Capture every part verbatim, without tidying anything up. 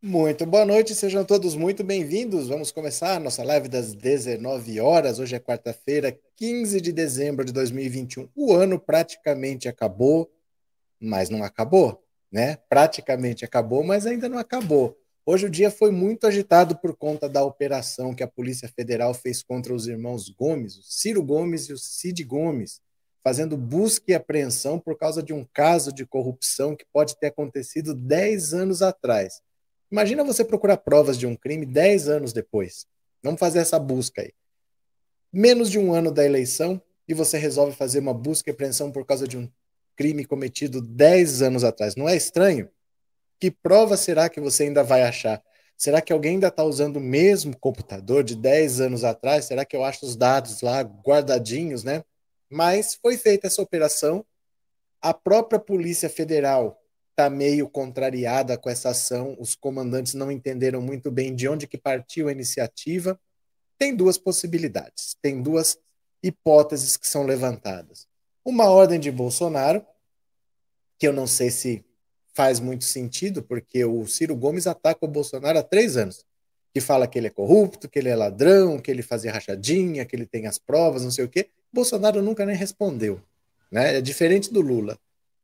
Muito boa noite, sejam todos muito bem-vindos. Vamos começar a nossa live das dezenove horas. Hoje é quarta-feira, quinze de dezembro de dois mil e vinte e um. O ano praticamente acabou, mas não acabou, né? Praticamente acabou, mas ainda não acabou. Hoje o dia foi muito agitado por conta da operação que a Polícia Federal fez contra os irmãos Gomes, o Ciro Gomes e o Cid Gomes, fazendo busca e apreensão por causa de um caso de corrupção que pode ter acontecido dez anos atrás. Imagina você procurar provas de um crime dez anos depois. Vamos fazer essa busca aí. Menos de um ano da eleição e você resolve fazer uma busca e apreensão por causa de um crime cometido dez anos atrás. Não é estranho? Que prova será que você ainda vai achar? Será que alguém ainda está usando o mesmo computador de dez anos atrás? Será que eu acho os dados lá guardadinhos, né? Mas foi feita essa operação. A própria Polícia Federal está meio contrariada com essa ação. Os comandantes não entenderam muito bem de onde que partiu a iniciativa. Tem duas possibilidades, tem duas hipóteses que são levantadas. Uma ordem de Bolsonaro, que eu não sei se faz muito sentido, porque o Ciro Gomes ataca o Bolsonaro há três anos, que fala que ele é corrupto, que ele é ladrão, que ele fazia rachadinha, que ele tem as provas, não sei o quê. Bolsonaro nunca nem respondeu. Né? É diferente do Lula.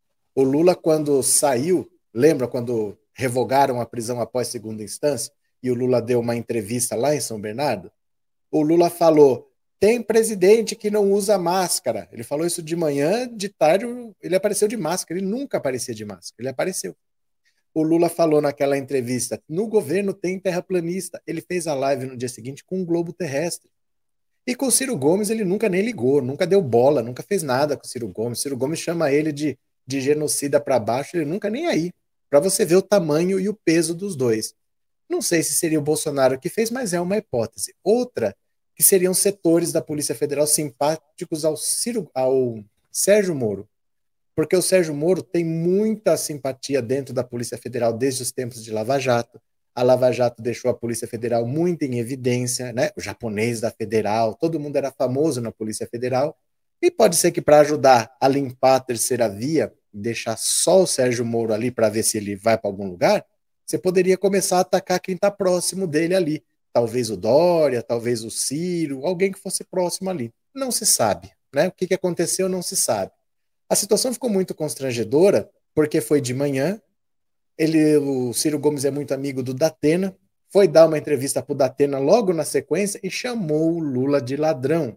O Lula, quando saiu, lembra quando revogaram a prisão após segunda instância e o Lula deu uma entrevista lá em São Bernardo? O Lula falou: tem presidente que não usa máscara. Ele falou isso de manhã, de tarde ele apareceu de máscara. Ele nunca aparecia de máscara, ele apareceu. O Lula falou naquela entrevista: no governo tem terraplanista. Ele fez a live no dia seguinte com um globo terrestre. E com o Ciro Gomes ele nunca nem ligou, nunca deu bola, nunca fez nada com o Ciro Gomes. O Ciro Gomes chama ele de, de genocida para baixo, ele nunca nem aí. Para você ver o tamanho e o peso dos dois. Não sei se seria o Bolsonaro que fez, mas é uma hipótese. Outra, que seriam setores da Polícia Federal simpáticos ao, Ciro, ao Sérgio Moro. Porque o Sérgio Moro tem muita simpatia dentro da Polícia Federal desde os tempos de Lava Jato. A Lava Jato deixou a Polícia Federal muito em evidência, né? O japonês da Federal, todo mundo era famoso na Polícia Federal. E pode ser que para ajudar a limpar a terceira via, deixar só o Sérgio Moro ali para ver se ele vai para algum lugar, você poderia começar a atacar quem está próximo dele ali. Talvez o Dória, talvez o Ciro, alguém que fosse próximo ali. Não se sabe, né? O que, que aconteceu não se sabe. A situação ficou muito constrangedora, porque foi de manhã, ele, o Ciro Gomes é muito amigo do Datena, foi dar uma entrevista para o Datena logo na sequência e chamou o Lula de ladrão.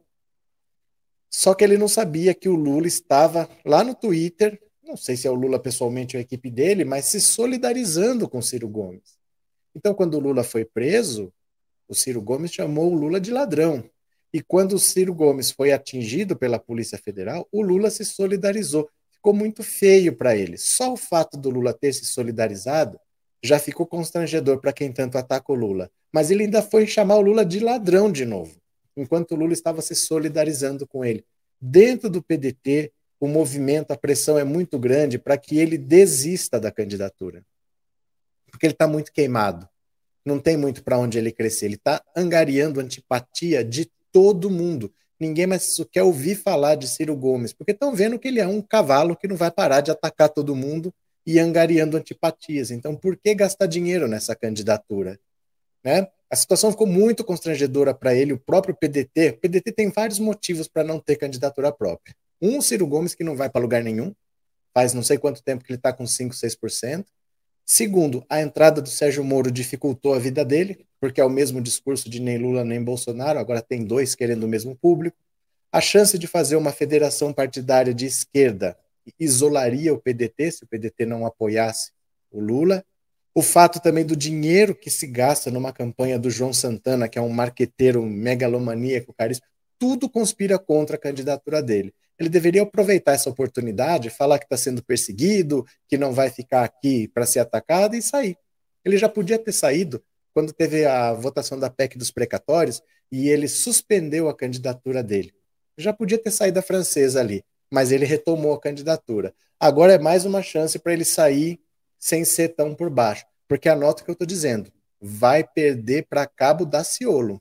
Só que ele não sabia que o Lula estava lá no Twitter, não sei se é o Lula pessoalmente ou a equipe dele, mas se solidarizando com o Ciro Gomes. Então, quando o Lula foi preso, o Ciro Gomes chamou o Lula de ladrão. E quando o Ciro Gomes foi atingido pela Polícia Federal, o Lula se solidarizou. Ficou muito feio para ele. Só o fato do Lula ter se solidarizado já ficou constrangedor para quem tanto ataca o Lula. Mas ele ainda foi chamar o Lula de ladrão de novo, enquanto o Lula estava se solidarizando com ele. Dentro do P D T, o movimento, a pressão é muito grande para que ele desista da candidatura. Porque ele está muito queimado. Não tem muito para onde ele crescer. Ele está angariando antipatia de todo mundo. Ninguém mais quer ouvir falar de Ciro Gomes, porque estão vendo que ele é um cavalo que não vai parar de atacar todo mundo e angariando antipatias. Então, por que gastar dinheiro nessa candidatura? Né? A situação ficou muito constrangedora para ele, o próprio P D T. O P D T tem vários motivos para não ter candidatura própria. Um, o Ciro Gomes, que não vai para lugar nenhum, faz não sei quanto tempo que ele está com cinco, seis por cento. Segundo, a entrada do Sérgio Moro dificultou a vida dele, porque é o mesmo discurso de nem Lula nem Bolsonaro, agora tem dois querendo o mesmo público. A chance de fazer uma federação partidária de esquerda isolaria o P D T, se o P D T não apoiasse o Lula. O fato também do dinheiro que se gasta numa campanha do João Santana, que é um marqueteiro megalomaníaco, caríssimo, tudo conspira contra a candidatura dele. Ele deveria aproveitar essa oportunidade, falar que está sendo perseguido, que não vai ficar aqui para ser atacado e sair. Ele já podia ter saído quando teve a votação da P E C dos precatórios e ele suspendeu a candidatura dele. Já podia ter saído a francesa ali, mas ele retomou a candidatura. Agora é mais uma chance para ele sair sem ser tão por baixo. Porque anota o que eu estou dizendo. Vai perder para Cabo Daciolo.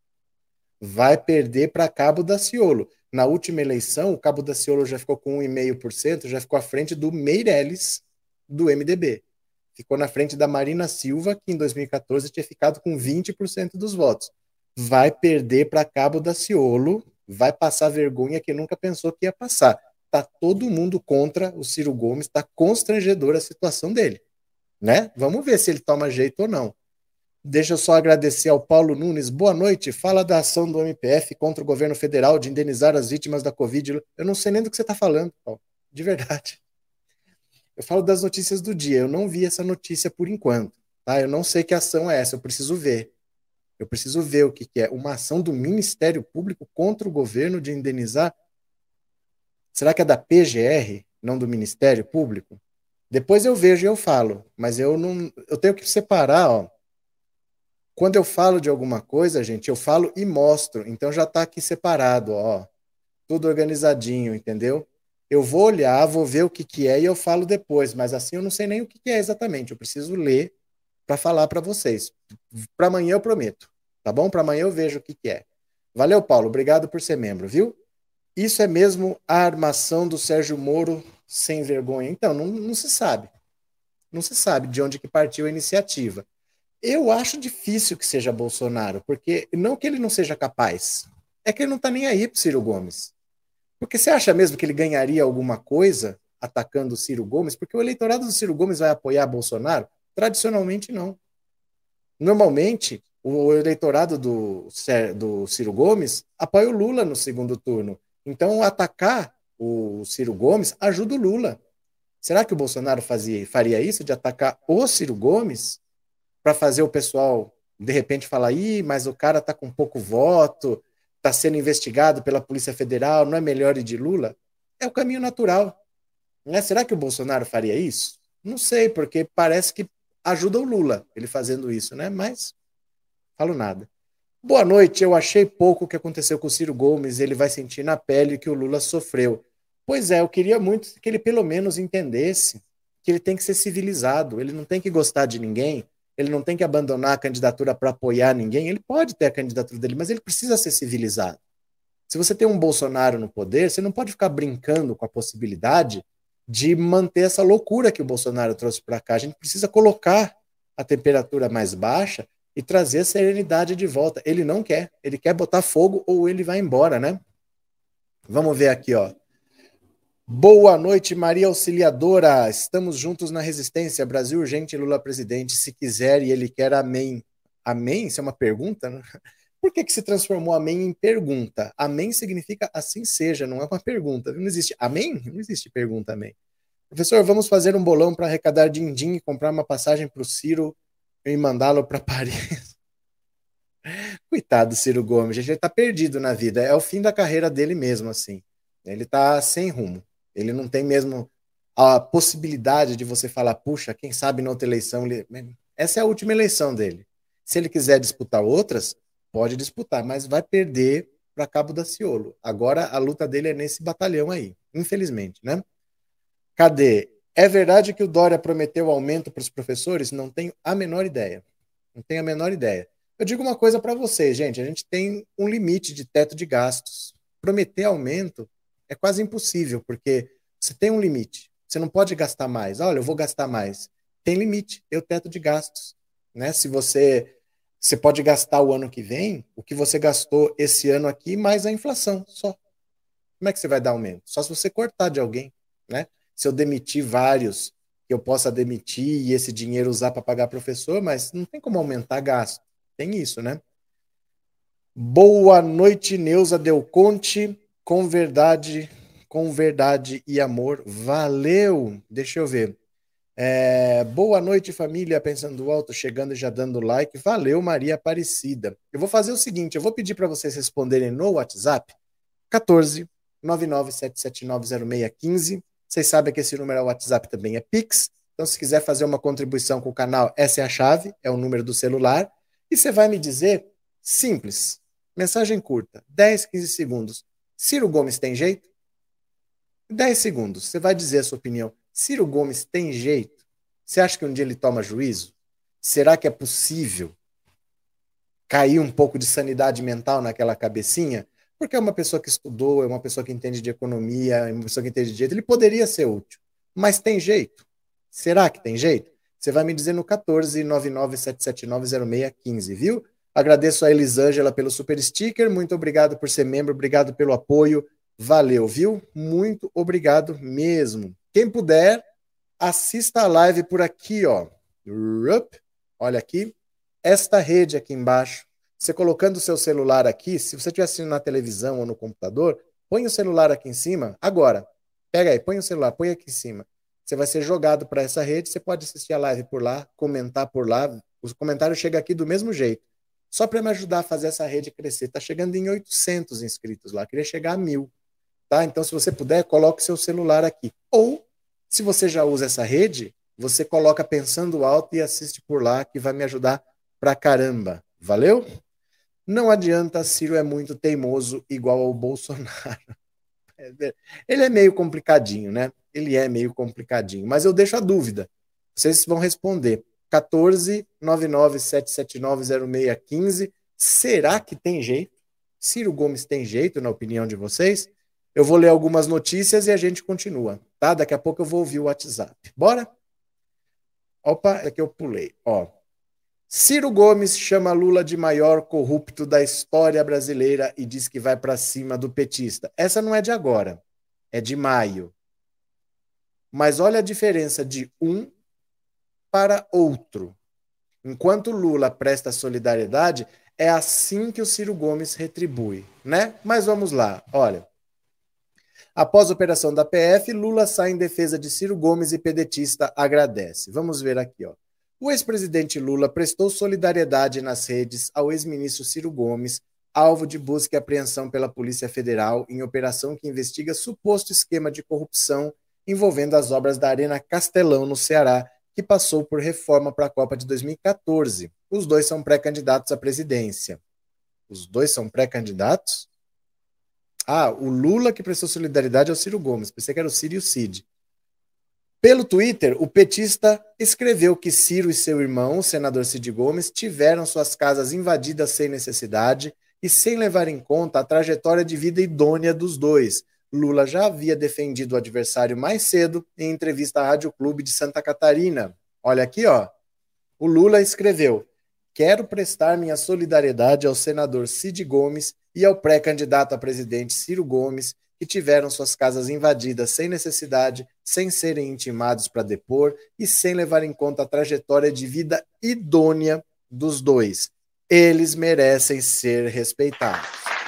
Vai perder para Cabo Daciolo. Na última eleição, o Cabo Daciolo já ficou com um vírgula cinco por cento, já ficou à frente do Meirelles, do M D B. Ficou na frente da Marina Silva, que em dois mil e quatorze tinha ficado com vinte por cento dos votos. Vai perder para Cabo Daciolo, vai passar vergonha que nunca pensou que ia passar. Tá todo mundo contra o Ciro Gomes, tá constrangedora a situação dele, né? Vamos ver se ele toma jeito ou não. Deixa eu só agradecer ao Paulo Nunes. Boa noite. Fala da ação do M P F contra o governo federal de indenizar as vítimas da Covid. Eu não sei nem do que você está falando, Paulo. De verdade. Eu falo das notícias do dia. Eu não vi essa notícia por enquanto. Tá? Eu não sei que ação é essa. Eu preciso ver. Eu preciso ver o que, que é. Uma ação do Ministério Público contra o governo de indenizar. Será que é da P G R, não do Ministério Público? Depois eu vejo e eu falo. Mas eu não. Eu tenho que separar, ó. Quando eu falo de alguma coisa, gente, eu falo e mostro. Então já está aqui separado, ó. Tudo organizadinho, entendeu? Eu vou olhar, vou ver o que, que é e eu falo depois. Mas assim eu não sei nem o que, que é exatamente. Eu preciso ler para falar para vocês. Para amanhã eu prometo, tá bom? Para amanhã eu vejo o que, que é. Valeu, Paulo. Obrigado por ser membro, viu? Isso é mesmo a armação do Sérgio Moro sem vergonha? Então, não, não se sabe. Não se sabe de onde que partiu a iniciativa. Eu acho difícil que seja Bolsonaro, porque não que ele não seja capaz, é que ele não está nem aí para Ciro Gomes. Porque você acha mesmo que ele ganharia alguma coisa atacando o Ciro Gomes? Porque o eleitorado do Ciro Gomes vai apoiar Bolsonaro? Tradicionalmente, não. Normalmente, o eleitorado do, do Ciro Gomes apoia o Lula no segundo turno. Então, atacar o Ciro Gomes ajuda o Lula. Será que o Bolsonaro fazia, faria isso, de atacar o Ciro Gomes? Para fazer o pessoal, de repente, falar, ih, mas o cara está com pouco voto, está sendo investigado pela Polícia Federal, não é melhor ir de Lula? É o caminho natural. Né? Será que o Bolsonaro faria isso? Não sei, porque parece que ajuda o Lula, ele fazendo isso, né? Mas, falo nada. Boa noite, eu achei pouco o que aconteceu com o Ciro Gomes, ele vai sentir na pele que o Lula sofreu. Pois é, eu queria muito que ele pelo menos entendesse que ele tem que ser civilizado, ele não tem que gostar de ninguém, ele não tem que abandonar a candidatura para apoiar ninguém, ele pode ter a candidatura dele, mas ele precisa ser civilizado. Se você tem um Bolsonaro no poder, você não pode ficar brincando com a possibilidade de manter essa loucura que o Bolsonaro trouxe para cá. A gente precisa colocar a temperatura mais baixa e trazer a serenidade de volta. Ele não quer, ele quer botar fogo ou ele vai embora, né? Vamos ver aqui, ó. Boa noite, Maria Auxiliadora. Estamos juntos na resistência. Brasil urgente, Lula presidente. Se quiser e ele quer, amém. Amém? Isso é uma pergunta, né? Por que que se transformou amém em pergunta? Amém significa assim seja, não é uma pergunta. Não existe amém? Não existe pergunta amém. Professor, vamos fazer um bolão para arrecadar din-din e comprar uma passagem para o Ciro e mandá-lo para Paris. Coitado do Ciro Gomes, gente, ele está perdido na vida. É o fim da carreira dele mesmo, assim. Ele está sem rumo. Ele não tem mesmo a possibilidade de você falar, puxa, quem sabe na outra eleição. Ele... Essa é a última eleição dele. Se ele quiser disputar outras, pode disputar, mas vai perder para Cabo Daciolo. Agora a luta dele é nesse batalhão aí, infelizmente, né? Cadê? É verdade que o Dória prometeu aumento para os professores? Não tenho a menor ideia. Não tenho a menor ideia. Eu digo uma coisa para vocês, gente. A gente tem um limite de teto de gastos. Prometer aumento é quase impossível, porque você tem um limite. Você não pode gastar mais. Olha, eu vou gastar mais. Tem limite, tem o teto de gastos. Né? Se você, você pode gastar o ano que vem, o que você gastou esse ano aqui, mais a inflação, só. Como é que você vai dar aumento? Só se você cortar de alguém. Né? Se eu demitir vários, que eu possa demitir e esse dinheiro usar para pagar professor, mas não tem como aumentar gasto. Tem isso, né? Boa noite, Neuza Del Conte. Com verdade, com verdade e amor. Valeu! Deixa eu ver. É, boa noite, família. Pensando alto, chegando e já dando like. Valeu, Maria Aparecida. Eu vou fazer o seguinte: eu vou pedir para vocês responderem no WhatsApp quatorze, nove nove sete sete nove zero seis um cinco. Vocês sabem que esse número é o WhatsApp, também é Pix. Então, se quiser fazer uma contribuição com o canal, essa é a chave, é o número do celular. E você vai me dizer, simples, mensagem curta, dez, quinze segundos. Ciro Gomes tem jeito? dez segundos, você vai dizer a sua opinião. Ciro Gomes tem jeito? Você acha que um dia ele toma juízo? Será que é possível cair um pouco de sanidade mental naquela cabecinha? Porque é uma pessoa que estudou, é uma pessoa que entende de economia, é uma pessoa que entende de direito. Ele poderia ser útil, mas tem jeito? Será que tem jeito? Você vai me dizer no quatorze, nove nove sete sete nove, zero seis um cinco, viu? Agradeço a Elisângela pelo super sticker, muito obrigado por ser membro, obrigado pelo apoio, valeu, viu? Muito obrigado mesmo. Quem puder, assista a live por aqui, ó. Olha aqui, esta rede aqui embaixo. Você colocando o seu celular aqui, se você estiver assistindo na televisão ou no computador, põe o celular aqui em cima, agora. Pega aí, põe o celular, põe aqui em cima. Você vai ser jogado para essa rede, você pode assistir a live por lá, comentar por lá. Os comentários chegam aqui do mesmo jeito. Só para me ajudar a fazer essa rede crescer. Está chegando em oitocentos inscritos lá, queria chegar a mil. Tá? Então, se você puder, coloque seu celular aqui. Ou, se você já usa essa rede, você coloca pensando alto e assiste por lá, que vai me ajudar pra caramba. Valeu? Não adianta, Ciro é muito teimoso, igual ao Bolsonaro. Ele é meio complicadinho, né? Ele é meio complicadinho, mas eu deixo a dúvida. Vocês vão responder. quatorze, nove nove sete sete nove, zero seis um cinco. Será que tem jeito? Ciro Gomes tem jeito, na opinião de vocês? Eu vou ler algumas notícias e a gente continua, tá? Daqui a pouco eu vou ouvir o WhatsApp. Bora? Opa, é que eu pulei. Ó. Ciro Gomes chama Lula de maior corrupto da história brasileira e diz que vai para cima do petista. Essa não é de agora, é de maio. Mas olha a diferença de um para outro. Enquanto Lula presta solidariedade, é assim que o Ciro Gomes retribui, né? Mas vamos lá, olha. Após a operação da P F, Lula sai em defesa de Ciro Gomes e pedetista agradece. Vamos ver aqui, ó. O ex-presidente Lula prestou solidariedade nas redes ao ex-ministro Ciro Gomes, alvo de busca e apreensão pela Polícia Federal em operação que investiga suposto esquema de corrupção envolvendo as obras da Arena Castelão, no Ceará, que passou por reforma para a Copa de dois mil e quatorze. Os dois são pré-candidatos à presidência. Os dois são pré-candidatos? Ah, o Lula que prestou solidariedade ao Ciro Gomes. Pensei que era o Ciro e o Cid. Pelo Twitter, o petista escreveu que Ciro e seu irmão, o senador Cid Gomes, tiveram suas casas invadidas sem necessidade e sem levar em conta a trajetória de vida idônea dos dois. Lula já havia defendido o adversário mais cedo em entrevista à Rádio Clube de Santa Catarina. Olha aqui, ó. O Lula escreveu: quero prestar minha solidariedade ao senador Cid Gomes e ao pré-candidato a presidente Ciro Gomes, que tiveram suas casas invadidas sem necessidade, sem serem intimados para depor e sem levar em conta a trajetória de vida idônea dos dois. Eles merecem ser respeitados.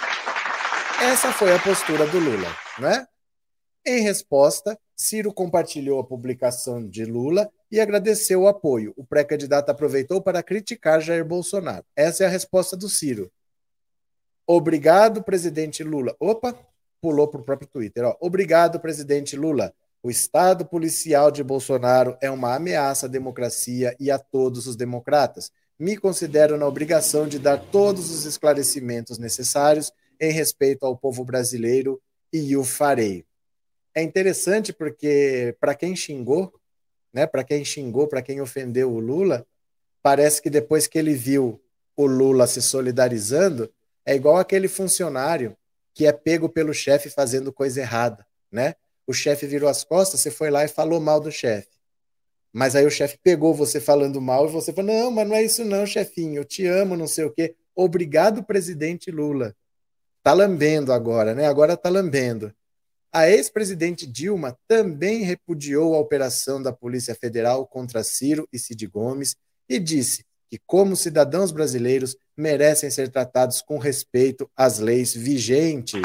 Essa foi a postura do Lula, né? Em resposta, Ciro compartilhou a publicação de Lula e agradeceu o apoio. O pré-candidato aproveitou para criticar Jair Bolsonaro. Essa é a resposta do Ciro. Obrigado, presidente Lula. Opa! Pulou para o próprio Twitter. Ó. Obrigado, presidente Lula. O Estado policial de Bolsonaro é uma ameaça à democracia e a todos os democratas. Me considero na obrigação de dar todos os esclarecimentos necessários em respeito ao povo brasileiro e o farei. É interessante porque, para quem xingou, né, para quem xingou, para quem ofendeu o Lula, parece que depois que ele viu o Lula se solidarizando, é igual aquele funcionário que é pego pelo chefe fazendo coisa errada, né? O chefe virou as costas, você foi lá e falou mal do chefe. Mas aí o chefe pegou você falando mal e você falou, não, mas não é isso não, chefinho, eu te amo, não sei o quê. Obrigado, presidente Lula. Tá lambendo agora, né? Agora tá lambendo. A ex-presidente Dilma também repudiou a operação da Polícia Federal contra Ciro e Cid Gomes e disse que, como cidadãos brasileiros, merecem ser tratados com respeito às leis vigentes.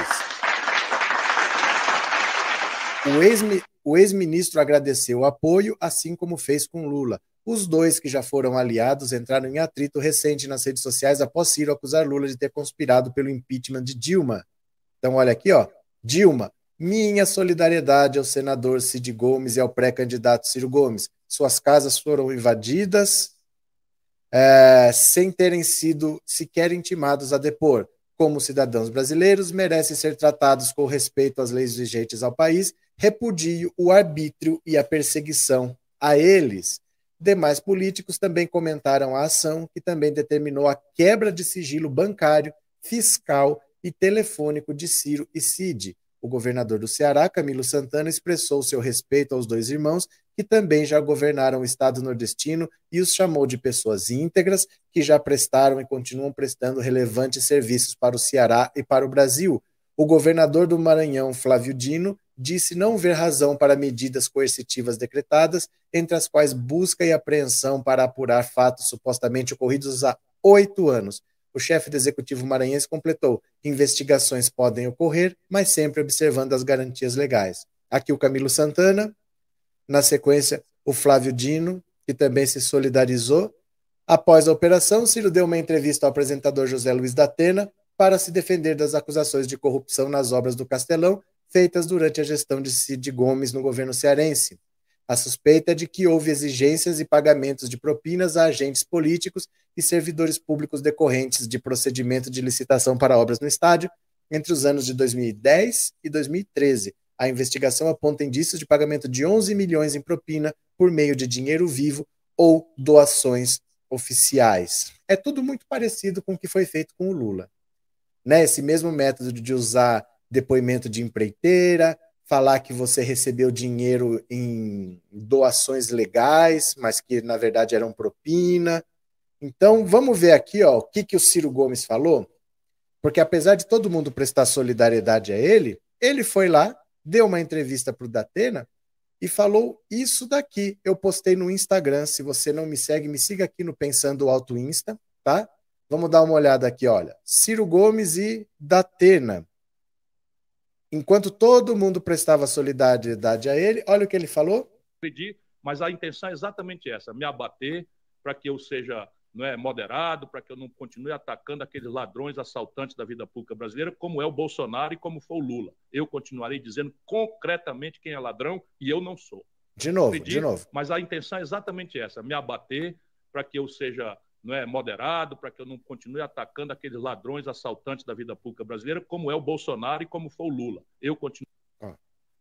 O ex, o ex-ministro agradeceu o apoio, assim como fez com Lula. Os dois, que já foram aliados, entraram em atrito recente nas redes sociais após Ciro acusar Lula de ter conspirado pelo impeachment de Dilma. Então, olha aqui, ó. Dilma, minha solidariedade ao senador Cid Gomes e ao pré-candidato Ciro Gomes. Suas casas foram invadidas é, sem terem sido sequer intimados a depor. Como cidadãos brasileiros, merecem ser tratados com respeito às leis vigentes ao país. Repudio o arbítrio e a perseguição a eles. Demais políticos também comentaram a ação, que também determinou a quebra de sigilo bancário, fiscal e telefônico de Ciro e Cid. O governador do Ceará, Camilo Santana, expressou seu respeito aos dois irmãos que também já governaram o estado nordestino e os chamou de pessoas íntegras que já prestaram e continuam prestando relevantes serviços para o Ceará e para o Brasil. O governador do Maranhão, Flávio Dino, disse não ver razão para medidas coercitivas decretadas, entre as quais busca e apreensão para apurar fatos supostamente ocorridos há oito anos. O chefe do executivo maranhense completou: investigações podem ocorrer, mas sempre observando as garantias legais. Aqui o Camilo Santana, na sequência o Flávio Dino, que também se solidarizou. Após a operação, Ciro deu uma entrevista ao apresentador José Luiz da Atena para se defender das acusações de corrupção nas obras do Castelão, feitas durante a gestão de Cid Gomes no governo cearense. A suspeita é de que houve exigências e pagamentos de propinas a agentes políticos e servidores públicos decorrentes de procedimento de licitação para obras no estádio entre os anos de dois mil e dez e dois mil e treze. A investigação aponta indícios de pagamento de onze milhões em propina por meio de dinheiro vivo ou doações oficiais. É tudo muito parecido com o que foi feito com o Lula. Né? Esse mesmo método de usar depoimento de empreiteira, falar que você recebeu dinheiro em doações legais, mas que na verdade eram propina. Então, vamos ver aqui ó, o que, que o Ciro Gomes falou, porque apesar de todo mundo prestar solidariedade a ele, ele foi lá, deu uma entrevista para o Datena e falou isso daqui. Eu postei no Instagram, se você não me segue, me siga aqui no Pensando Alto Insta, tá? Vamos dar uma olhada aqui, olha. Ciro Gomes e Datena. Enquanto todo mundo prestava solidariedade a ele, olha o que ele falou. Mas a intenção é exatamente essa, me abater para que eu seja não é, moderado, para que eu não continue atacando aqueles ladrões, assaltantes da vida pública brasileira, como é o Bolsonaro e como foi o Lula. Eu continuarei dizendo concretamente quem é ladrão e eu não sou. De novo, Pedir, de novo. Mas a intenção é exatamente essa, me abater para que eu seja não é, moderado, para que eu não continue atacando aqueles ladrões, assaltantes da vida pública brasileira, como é o Bolsonaro e como foi o Lula. Eu continuo ah.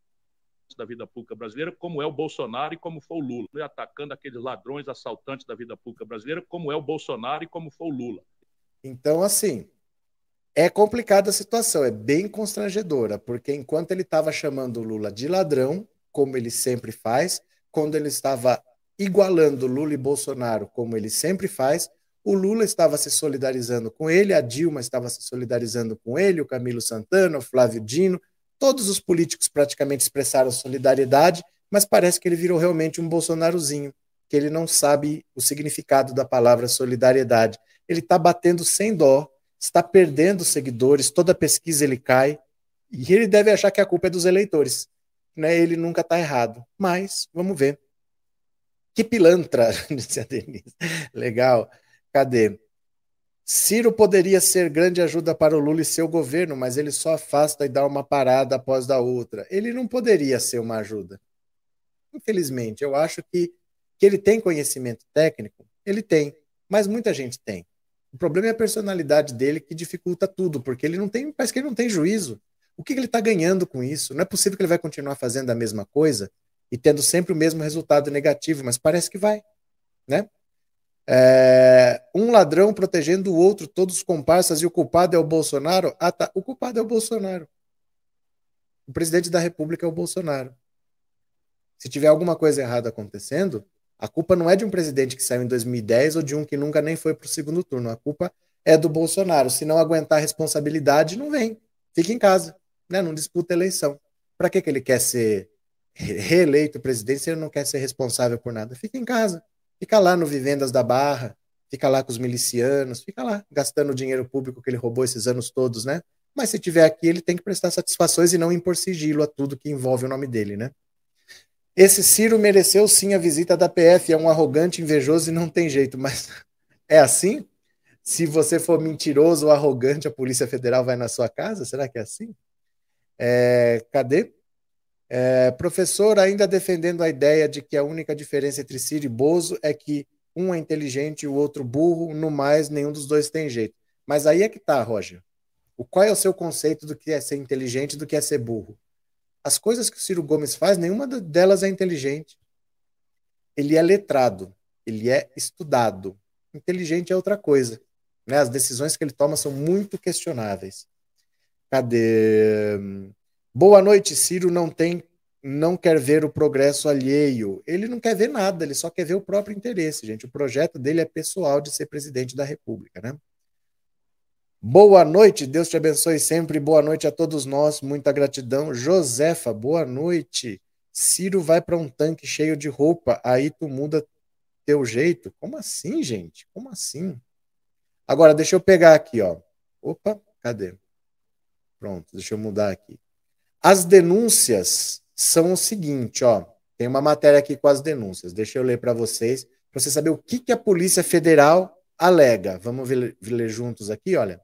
da vida pública brasileira, como é o Bolsonaro e como foi o Lula. E atacando aqueles ladrões, assaltantes da vida pública brasileira, como é o Bolsonaro e como foi o Lula. Então, assim, é complicada a situação, é bem constrangedora, porque enquanto ele estava chamando o Lula de ladrão, como ele sempre faz, quando ele estava igualando Lula e Bolsonaro, como ele sempre faz, o Lula estava se solidarizando com ele, a Dilma estava se solidarizando com ele, o Camilo Santana, o Flávio Dino, todos os políticos praticamente expressaram solidariedade, mas parece que ele virou realmente um bolsonarozinho, que ele não sabe o significado da palavra solidariedade. Ele está batendo sem dó, está perdendo seguidores, toda pesquisa ele cai, e ele deve achar que a culpa é dos eleitores. Né? Ele nunca está errado, mas vamos ver. Que pilantra, disse a Denise. Legal. Cadê? Ciro poderia ser grande ajuda para o Lula e seu governo, mas ele só afasta e dá uma parada após da outra. Ele não poderia ser uma ajuda. Infelizmente, eu acho que, que ele tem conhecimento técnico, ele tem, mas muita gente tem. O problema é a personalidade dele que dificulta tudo, porque ele não tem, parece que ele não tem juízo. O que ele está ganhando com isso? Não é possível que ele vai continuar fazendo a mesma coisa e tendo sempre o mesmo resultado negativo, mas parece que vai, né? É, um ladrão protegendo o outro, todos comparsas, e o culpado é o Bolsonaro? Ah, tá. O culpado é o Bolsonaro. O presidente da República é o Bolsonaro. Se tiver alguma coisa errada acontecendo, a culpa não é de um presidente que saiu em dois mil e dez ou de um que nunca nem foi para o segundo turno. A culpa é do Bolsonaro. Se não aguentar a responsabilidade, não vem. Fica em casa, né? Não disputa eleição. Para que, que ele quer ser reeleito presidente se ele não quer ser responsável por nada? Fica em casa. Fica lá no Vivendas da Barra, fica lá com os milicianos, fica lá gastando o dinheiro público que ele roubou esses anos todos, né? Mas se tiver aqui, ele tem que prestar satisfações e não impor sigilo a tudo que envolve o nome dele, né? Esse Ciro mereceu sim a visita da P F, é um arrogante, invejoso e não tem jeito, mas é assim? Se você for mentiroso ou arrogante, a Polícia Federal vai na sua casa? Será que é assim? É, cadê? É, professor, ainda defendendo a ideia de que a única diferença entre Ciro e Bozo é que um é inteligente e o outro burro, no mais, nenhum dos dois tem jeito. Mas aí é que tá, Roger. O, qual é o seu conceito do que é ser inteligente e do que é ser burro? As coisas que o Ciro Gomes faz, nenhuma delas é inteligente. Ele é letrado, ele é estudado. Inteligente é outra coisa. Né? As decisões que ele toma são muito questionáveis. Cadê? Boa noite, Ciro não tem não quer ver o progresso alheio. Ele não quer ver nada, ele só quer ver o próprio interesse, gente. O projeto dele é pessoal de ser presidente da República, né? Boa noite, Deus te abençoe sempre. Boa noite a todos nós, muita gratidão. Josefa, boa noite. Ciro vai para um tanque cheio de roupa, aí tu muda teu jeito. Como assim, gente? Como assim? Agora, deixa eu pegar aqui, ó. Opa, cadê? Pronto, deixa eu mudar aqui. As denúncias são o seguinte, ó. Tem uma matéria aqui com as denúncias. Deixa eu ler para vocês, para você saber o que, que a Polícia Federal alega. Vamos ver, ler juntos aqui, olha.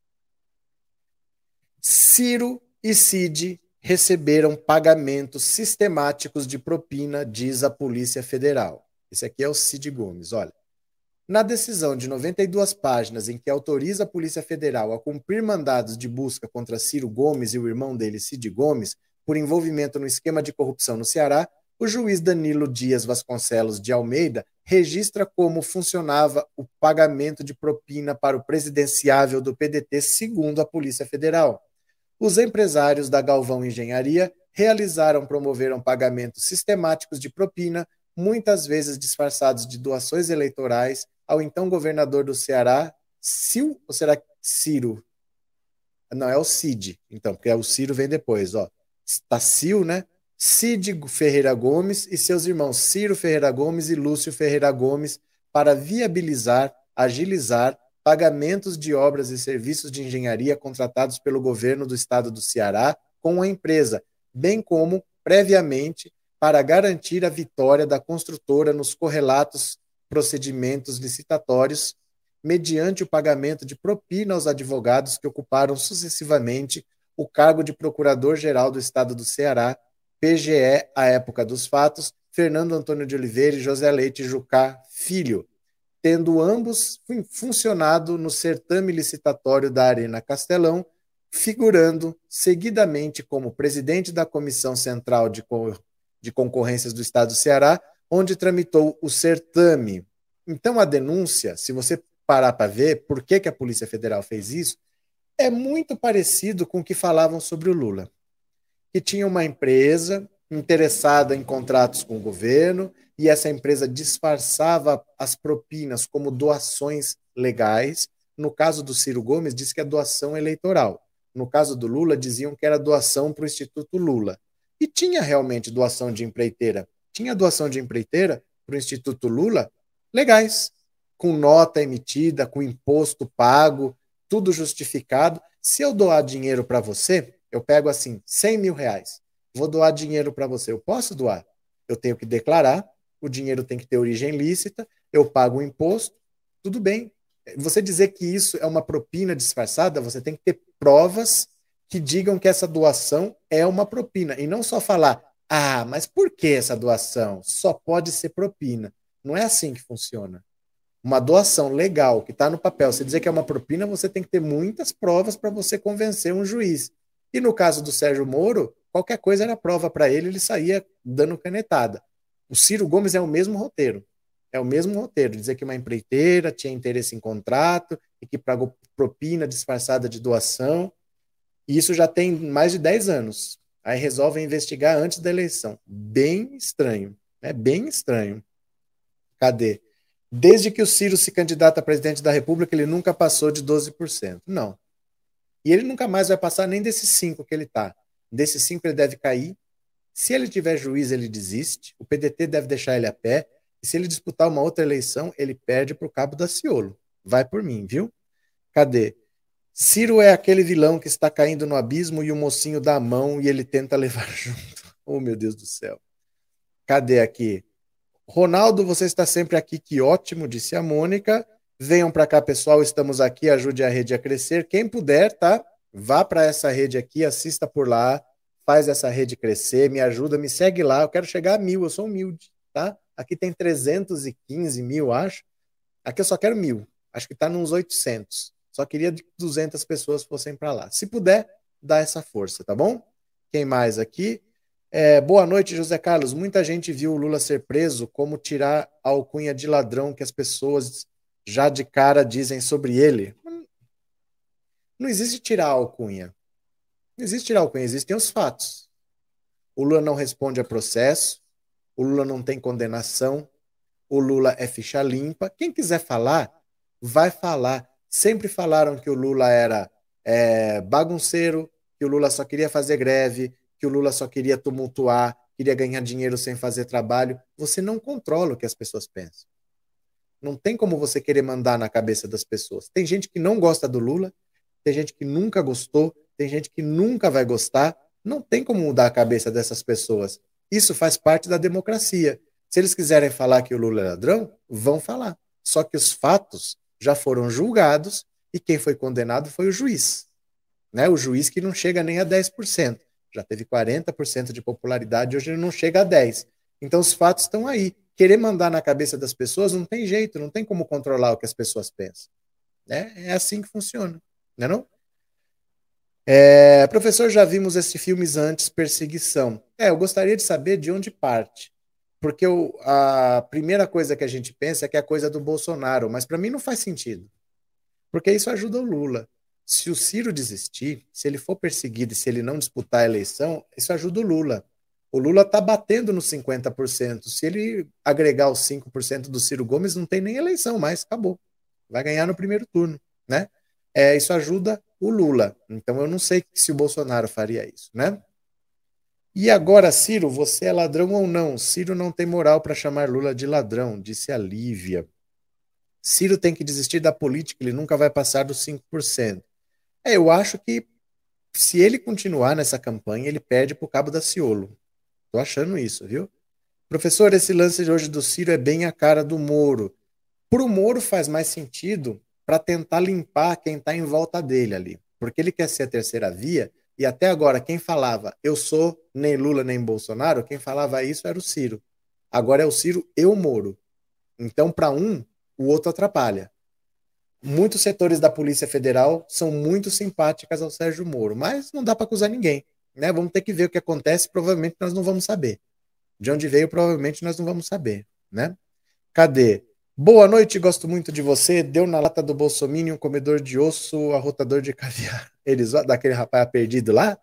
Ciro e Cid receberam pagamentos sistemáticos de propina, diz a Polícia Federal. Esse aqui é o Cid Gomes, olha. Na decisão de noventa e duas páginas em que autoriza a Polícia Federal a cumprir mandados de busca contra Ciro Gomes e o irmão dele, Cid Gomes, por envolvimento no esquema de corrupção no Ceará, o juiz Danilo Dias Vasconcelos de Almeida registra como funcionava o pagamento de propina para o presidenciável do P D T, segundo a Polícia Federal. Os empresários da Galvão Engenharia realizaram, promoveram pagamentos sistemáticos de propina, muitas vezes disfarçados de doações eleitorais, ao então governador do Ceará, Sil, ou será Ciro? Não, é o Cid, então, porque o Ciro vem depois, ó. Está Sil, né? Cid Ferreira Gomes e seus irmãos Ciro Ferreira Gomes e Lúcio Ferreira Gomes para viabilizar, agilizar pagamentos de obras e serviços de engenharia contratados pelo governo do estado do Ceará com a empresa, bem como, previamente, para garantir a vitória da construtora nos correlatos procedimentos licitatórios, mediante o pagamento de propina aos advogados que ocuparam sucessivamente o cargo de Procurador-Geral do Estado do Ceará, P G E, à época dos fatos, Fernando Antônio de Oliveira e José Leite Jucá Filho, tendo ambos funcionado no certame licitatório da Arena Castelão, figurando seguidamente como presidente da Comissão Central de, Co de Concorrências do Estado do Ceará, onde tramitou o certame. Então, a denúncia, se você parar para ver por que, que a Polícia Federal fez isso, é muito parecido com o que falavam sobre o Lula, que tinha uma empresa interessada em contratos com o governo e essa empresa disfarçava as propinas como doações legais. No caso do Ciro Gomes, diz que é doação eleitoral. No caso do Lula, diziam que era doação para o Instituto Lula. E tinha realmente doação de empreiteira. Tinha doação de empreiteira para o Instituto Lula legais, com nota emitida, com imposto pago, tudo justificado. Se eu doar dinheiro para você, eu pego assim, cem mil reais. Vou doar dinheiro para você. Eu posso doar? Eu tenho que declarar, o dinheiro tem que ter origem lícita, eu pago o imposto, tudo bem. Você dizer que isso é uma propina disfarçada, você tem que ter provas que digam que essa doação é uma propina. E não só falar, ah, mas por que essa doação? Só pode ser propina. Não é assim que funciona. Uma doação legal que está no papel, você dizer que é uma propina, você tem que ter muitas provas para você convencer um juiz. E no caso do Sérgio Moro, qualquer coisa era prova para ele, ele saía dando canetada. O Ciro Gomes é o mesmo roteiro. É o mesmo roteiro, dizer que uma empreiteira tinha interesse em contrato e que pagou propina disfarçada de doação. E isso já tem mais de dez anos. Aí resolvem investigar antes da eleição. Bem estranho, né? Bem estranho. Cadê? Desde que o Ciro se candidata a presidente da República, ele nunca passou de doze por cento. Não. E ele nunca mais vai passar nem desses cinco que ele está. Desses cinco ele deve cair. Se ele tiver juiz, ele desiste. O P D T deve deixar ele a pé. E se ele disputar uma outra eleição, ele perde para o Cabo Daciolo. Vai por mim, viu? Cadê? Ciro é aquele vilão que está caindo no abismo e o mocinho dá a mão e ele tenta levar junto. Oh, meu Deus do céu. Cadê aqui? Ronaldo, você está sempre aqui, que ótimo, disse a Mônica. Venham para cá, pessoal, estamos aqui, ajude a rede a crescer. Quem puder, tá? Vá para essa rede aqui, assista por lá, faz essa rede crescer, me ajuda, me segue lá. Eu quero chegar a mil, eu sou humilde, tá? Aqui tem trezentos e quinze mil, acho. Aqui eu só quero mil, acho que tá nos oitocentos. Só queria que duzentas pessoas fossem para lá. Se puder, dá essa força, tá bom? Quem mais aqui? É, boa noite, José Carlos. Muita gente viu o Lula ser preso, como tirar a alcunha de ladrão que as pessoas já de cara dizem sobre ele. Não existe tirar a alcunha. Não existe tirar a alcunha, existem os fatos. O Lula não responde a processo, o Lula não tem condenação, o Lula é ficha limpa. Quem quiser falar, vai falar. Sempre falaram que o Lula era é, bagunceiro, que o Lula só queria fazer greve, que o Lula só queria tumultuar, queria ganhar dinheiro sem fazer trabalho. Você não controla o que as pessoas pensam. Não tem como você querer mandar na cabeça das pessoas. Tem gente que não gosta do Lula, tem gente que nunca gostou, tem gente que nunca vai gostar. Não tem como mudar a cabeça dessas pessoas. Isso faz parte da democracia. Se eles quiserem falar que o Lula é ladrão, vão falar. Só que os fatos já foram julgados e quem foi condenado foi o juiz. Né? O juiz que não chega nem a dez por cento. Já teve quarenta por cento de popularidade, hoje ele não chega a dez por cento. Então os fatos estão aí. Querer mandar na cabeça das pessoas não tem jeito, não tem como controlar o que as pessoas pensam. Né? É assim que funciona. Não é não? É, professor, já vimos esses filmes antes, Perseguição. É, eu gostaria de saber de onde parte. Porque eu, a primeira coisa que a gente pensa é que é a coisa do Bolsonaro, mas para mim não faz sentido. Porque isso ajuda o Lula. Se o Ciro desistir, se ele for perseguido e se ele não disputar a eleição, isso ajuda o Lula. O Lula está batendo nos cinquenta por cento. Se ele agregar os cinco por cento do Ciro Gomes, não tem nem eleição mais, acabou. Vai ganhar no primeiro turno, né? É, isso ajuda o Lula. Então eu não sei se o Bolsonaro faria isso, né? E agora, Ciro, você é ladrão ou não? Ciro não tem moral para chamar Lula de ladrão, disse a Lívia. Ciro tem que desistir da política, ele nunca vai passar dos cinco por cento. É, eu acho que se ele continuar nessa campanha, ele perde para o Cabo Daciolo. Tô achando isso, viu? Professor, esse lance de hoje do Ciro é bem a cara do Moro. Pro Moro faz mais sentido para tentar limpar quem está em volta dele ali. Porque ele quer ser a terceira via, e até agora quem falava eu sou nem Lula nem Bolsonaro, quem falava isso era o Ciro. Agora é o Ciro e o Moro. Então, para um, o outro atrapalha. Muitos setores da Polícia Federal são muito simpáticas ao Sérgio Moro, mas não dá para acusar ninguém. Né? Vamos ter que ver o que acontece, provavelmente nós não vamos saber. De onde veio, provavelmente nós não vamos saber. Né? Cadê? Boa noite, gosto muito de você. Deu na lata do Bolsominion, um comedor de osso, arrotador de caviar. Eles, daquele rapaz perdido lá?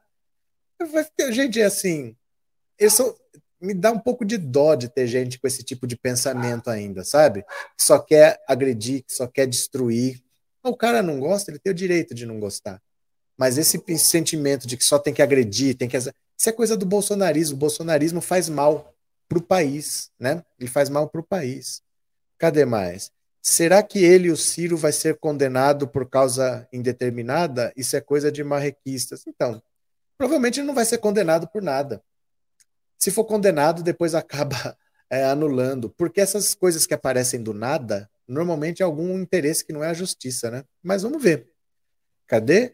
Gente, é assim, isso me dá um pouco de dó de ter gente com esse tipo de pensamento ainda, sabe? Que só quer agredir, que só quer destruir. O cara não gosta, ele tem o direito de não gostar. Mas esse sentimento de que só tem que agredir, tem que... Isso é coisa do bolsonarismo. O bolsonarismo faz mal pro país, né? Ele faz mal pro país. Cadê mais? Será que ele e o Ciro vai ser condenado por causa indeterminada? Isso é coisa de marrequistas. Então, provavelmente ele não vai ser condenado por nada. Se for condenado, depois acaba é, anulando. Porque essas coisas que aparecem do nada, normalmente é algum interesse que não é a justiça, né? Mas vamos ver. Cadê?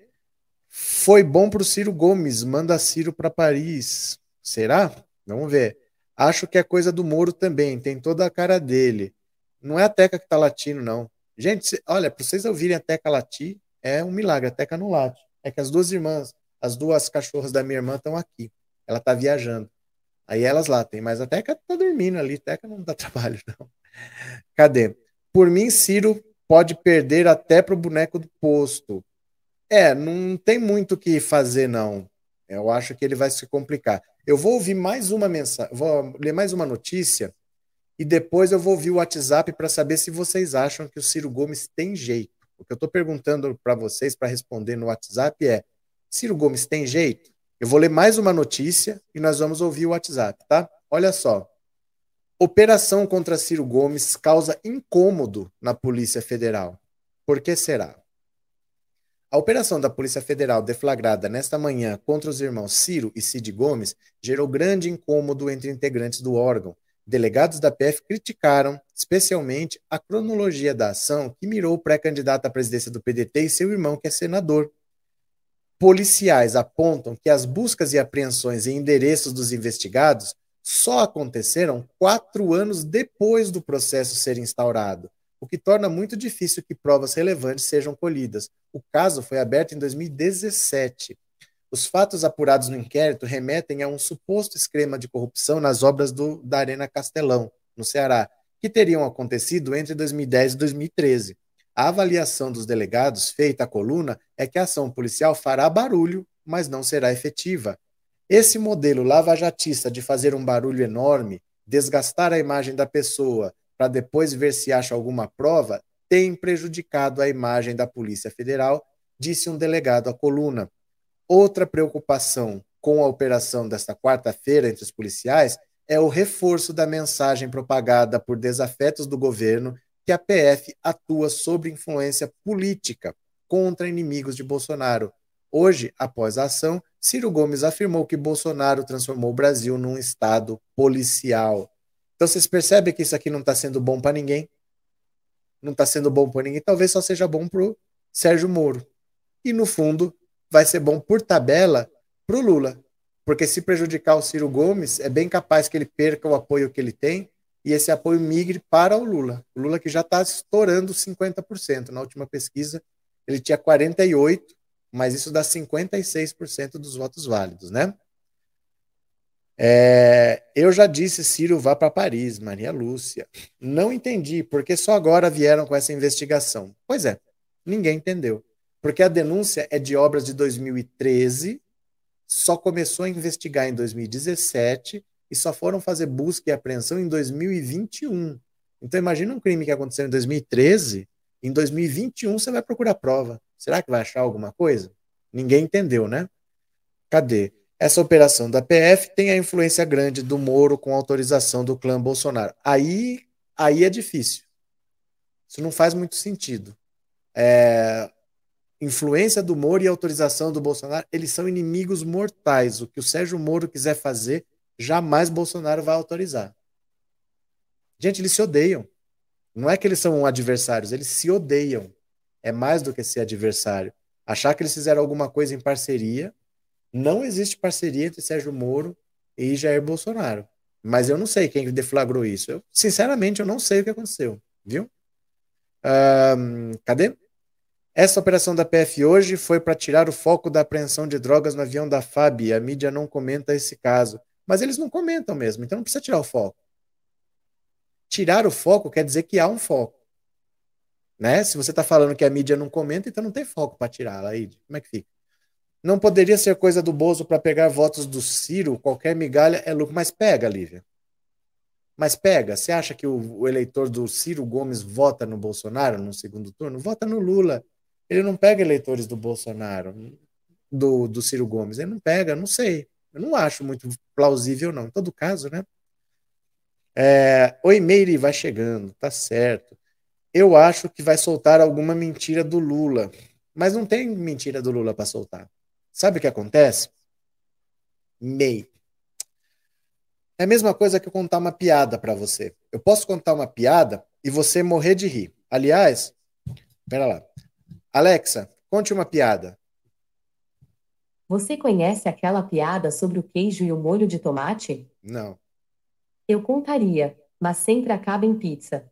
Foi bom pro Ciro Gomes, manda Ciro para Paris. Será? Vamos ver. Acho que é coisa do Moro também, tem toda a cara dele. Não é a Teca que tá latindo, não. Gente, cê, olha, para vocês ouvirem a Teca latir, é um milagre, a Teca não late. É que as duas irmãs, as duas cachorras da minha irmã estão aqui. Ela tá viajando. Aí elas latem, mas a Teca tá dormindo ali, a Teca não dá trabalho, não. Cadê? Por mim, Ciro pode perder até pro boneco do posto. É, não tem muito o que fazer, não. Eu acho que ele vai se complicar. Eu vou ouvir mais uma mensagem, vou ler mais uma notícia e depois eu vou ouvir o WhatsApp para saber se vocês acham que o Ciro Gomes tem jeito. O que eu estou perguntando para vocês para responder no WhatsApp é: Ciro Gomes tem jeito? Eu vou ler mais uma notícia e nós vamos ouvir o WhatsApp, tá? Olha só. Operação contra Ciro Gomes causa incômodo na Polícia Federal. Por que será? A operação da Polícia Federal deflagrada nesta manhã contra os irmãos Ciro e Cid Gomes gerou grande incômodo entre integrantes do órgão. Delegados da P F criticaram, especialmente, a cronologia da ação que mirou o pré-candidato à presidência do P D T e seu irmão, que é senador. Policiais apontam que as buscas e apreensões em endereços dos investigados só aconteceram quatro anos depois do processo ser instaurado, o que torna muito difícil que provas relevantes sejam colhidas. O caso foi aberto em dois mil e dezessete. Os fatos apurados no inquérito remetem a um suposto esquema de corrupção nas obras do, da Arena Castelão, no Ceará, que teriam acontecido entre dois mil e dez e dois mil e treze. A avaliação dos delegados, feita à coluna, é que a ação policial fará barulho, mas não será efetiva. Esse modelo lavajatista de fazer um barulho enorme, desgastar a imagem da pessoa para depois ver se acha alguma prova, tem prejudicado a imagem da Polícia Federal, disse um delegado à coluna. Outra preocupação com a operação desta quarta-feira entre os policiais é o reforço da mensagem propagada por desafetos do governo que a P F atua sob influência política contra inimigos de Bolsonaro. Hoje, após a ação, Ciro Gomes afirmou que Bolsonaro transformou o Brasil num estado policial. Então vocês percebem que isso aqui não está sendo bom para ninguém? Não está sendo bom para ninguém, talvez só seja bom para o Sérgio Moro. E no fundo, vai ser bom por tabela para o Lula. Porque se prejudicar o Ciro Gomes, é bem capaz que ele perca o apoio que ele tem e esse apoio migre para o Lula. O Lula que já está estourando cinquenta por cento. Na última pesquisa, ele tinha quarenta e oito por cento, mas isso dá cinquenta e seis por cento dos votos válidos, né? É, eu já disse, Ciro vá para Paris, Maria Lúcia. Não entendi, porque só agora vieram com essa investigação. Pois é, ninguém entendeu. Porque a denúncia é de obras de dois mil e treze, só começou a investigar em dois mil e dezessete e só foram fazer busca e apreensão em dois mil e vinte e um. Então imagina um crime que aconteceu em dois mil e treze, em dois mil e vinte e um você vai procurar prova. Será que vai achar alguma coisa? Ninguém entendeu, né? Cadê? Essa operação da P F tem a influência grande do Moro com autorização do clã Bolsonaro. Aí, aí é difícil. Isso não faz muito sentido. É... Influência do Moro e autorização do Bolsonaro, eles são inimigos mortais. O que o Sérgio Moro quiser fazer, jamais Bolsonaro vai autorizar. Gente, eles se odeiam. Não é que eles são adversários, eles se odeiam. É mais do que ser adversário. Achar que eles fizeram alguma coisa em parceria. Não existe parceria entre Sérgio Moro e Jair Bolsonaro. Mas eu não sei quem deflagrou isso. Eu, sinceramente, eu não sei o que aconteceu. Viu? Um, cadê? Essa operação da P F hoje foi para tirar o foco da apreensão de drogas no avião da F A B. A mídia não comenta esse caso. Mas eles não comentam mesmo, então não precisa tirar o foco. Tirar o foco quer dizer que há um foco. Né? Se você está falando que a mídia não comenta, então não tem foco para tirar, Laíde. Como é que fica? Não poderia ser coisa do Bozo para pegar votos do Ciro, qualquer migalha é lucro. Mas pega, Lívia. Mas pega. Você acha que o, o eleitor do Ciro Gomes vota no Bolsonaro no segundo turno? Vota no Lula. Ele não pega eleitores do Bolsonaro, do, do Ciro Gomes. Ele não pega, não sei. Eu não acho muito plausível, não. Em todo caso, né? É, Oi, Meire, vai chegando, tá certo. Eu acho que vai soltar alguma mentira do Lula. Mas não tem mentira do Lula para soltar. Sabe o que acontece? Meio. É a mesma coisa que eu contar uma piada para você. Eu posso contar uma piada e você morrer de rir. Aliás, pera lá. Alexa, conte uma piada. Você conhece aquela piada sobre o queijo e o molho de tomate? Não. Eu contaria, mas sempre acaba em pizza.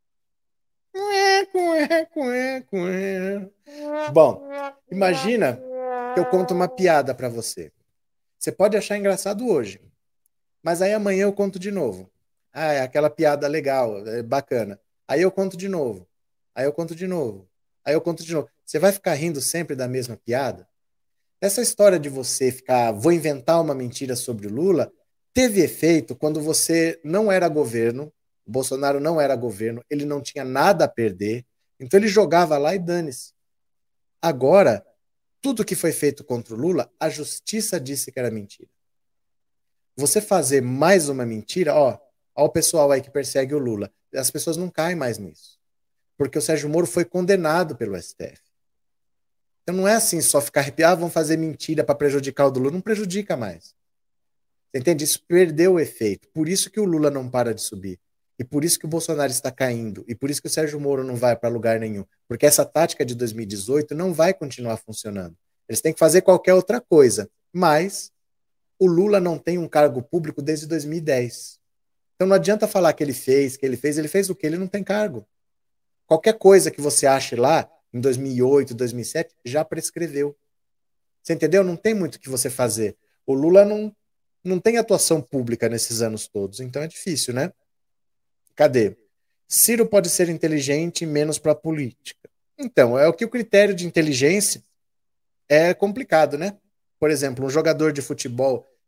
Bom, imagina que eu conto uma piada para você. Você pode achar engraçado hoje, mas aí amanhã eu conto de novo. Ah, é aquela piada legal, é bacana. Aí eu conto de novo. Aí eu conto de novo. Aí eu conto de novo. Você vai ficar rindo sempre da mesma piada? Essa história de você ficar, vou inventar uma mentira sobre o Lula, teve efeito quando você não era governo, o Bolsonaro não era governo, ele não tinha nada a perder, então ele jogava lá e dane-se. Agora, tudo que foi feito contra o Lula, a justiça disse que era mentira. Você fazer mais uma mentira, ó, ó o pessoal aí que persegue o Lula, as pessoas não caem mais nisso. Porque o Sérgio Moro foi condenado pelo S T F. Então não é assim só ficar arrepiado, ah, vão fazer mentira para prejudicar o do Lula, não prejudica mais. Você entende? Isso perdeu o efeito. Por isso que o Lula não para de subir. E por isso que o Bolsonaro está caindo. E por isso que o Sérgio Moro não vai para lugar nenhum. Porque essa tática de dois mil e dezoito não vai continuar funcionando. Eles têm que fazer qualquer outra coisa. Mas o Lula não tem um cargo público desde dois mil e dez. Então não adianta falar que ele fez, que ele fez. Ele fez o quê? Ele não tem cargo. Qualquer coisa que você ache lá, em dois mil e oito, dois mil e sete, já prescreveu. Você entendeu? Não tem muito o que você fazer. O Lula não, não tem atuação pública nesses anos todos, então é difícil, né? Cadê? Ciro pode ser inteligente e menos para a política. Então, é o que o critério de inteligência é complicado, né? Por exemplo, um jogador de futebol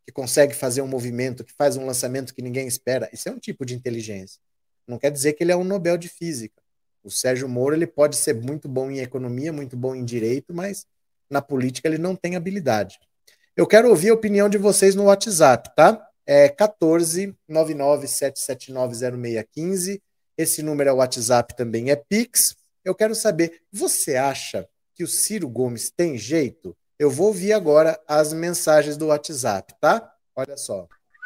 que consegue fazer um movimento, que faz um lançamento que ninguém espera. Isso é um tipo de inteligência. Não quer dizer que ele é um Nobel de Física. O Sérgio Moro ele pode ser muito bom em economia, muito bom em direito, mas na política ele não tem habilidade. Eu quero ouvir a opinião de vocês no WhatsApp, tá? É quatorze, nove nove sete sete nove zero seis um cinco. Esse número é o WhatsApp, também é Pix. Eu quero saber, você acha que o Ciro Gomes tem jeito? Eu vou ouvir agora as mensagens do WhatsApp, tá? Olha só.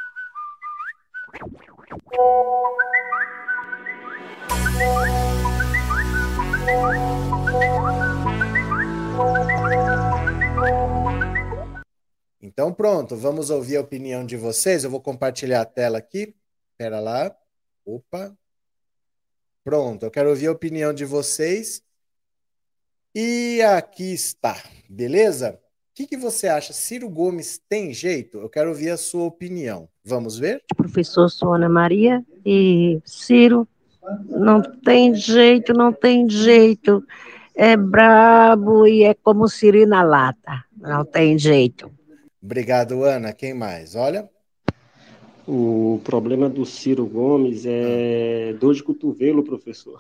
Então pronto, vamos ouvir a opinião de vocês. Eu vou compartilhar a tela aqui. Espera lá. Opa. Pronto, eu quero ouvir a opinião de vocês. E aqui está, beleza? O que, que você acha? Ciro Gomes tem jeito? Eu quero ouvir a sua opinião. Vamos ver? Professor, sou Ana Maria e Ciro não tem jeito, não tem jeito. É brabo e é como Ciro na lata. Não tem jeito. Obrigado, Ana. Quem mais? Olha. O problema do Ciro Gomes é dor de cotovelo, professor.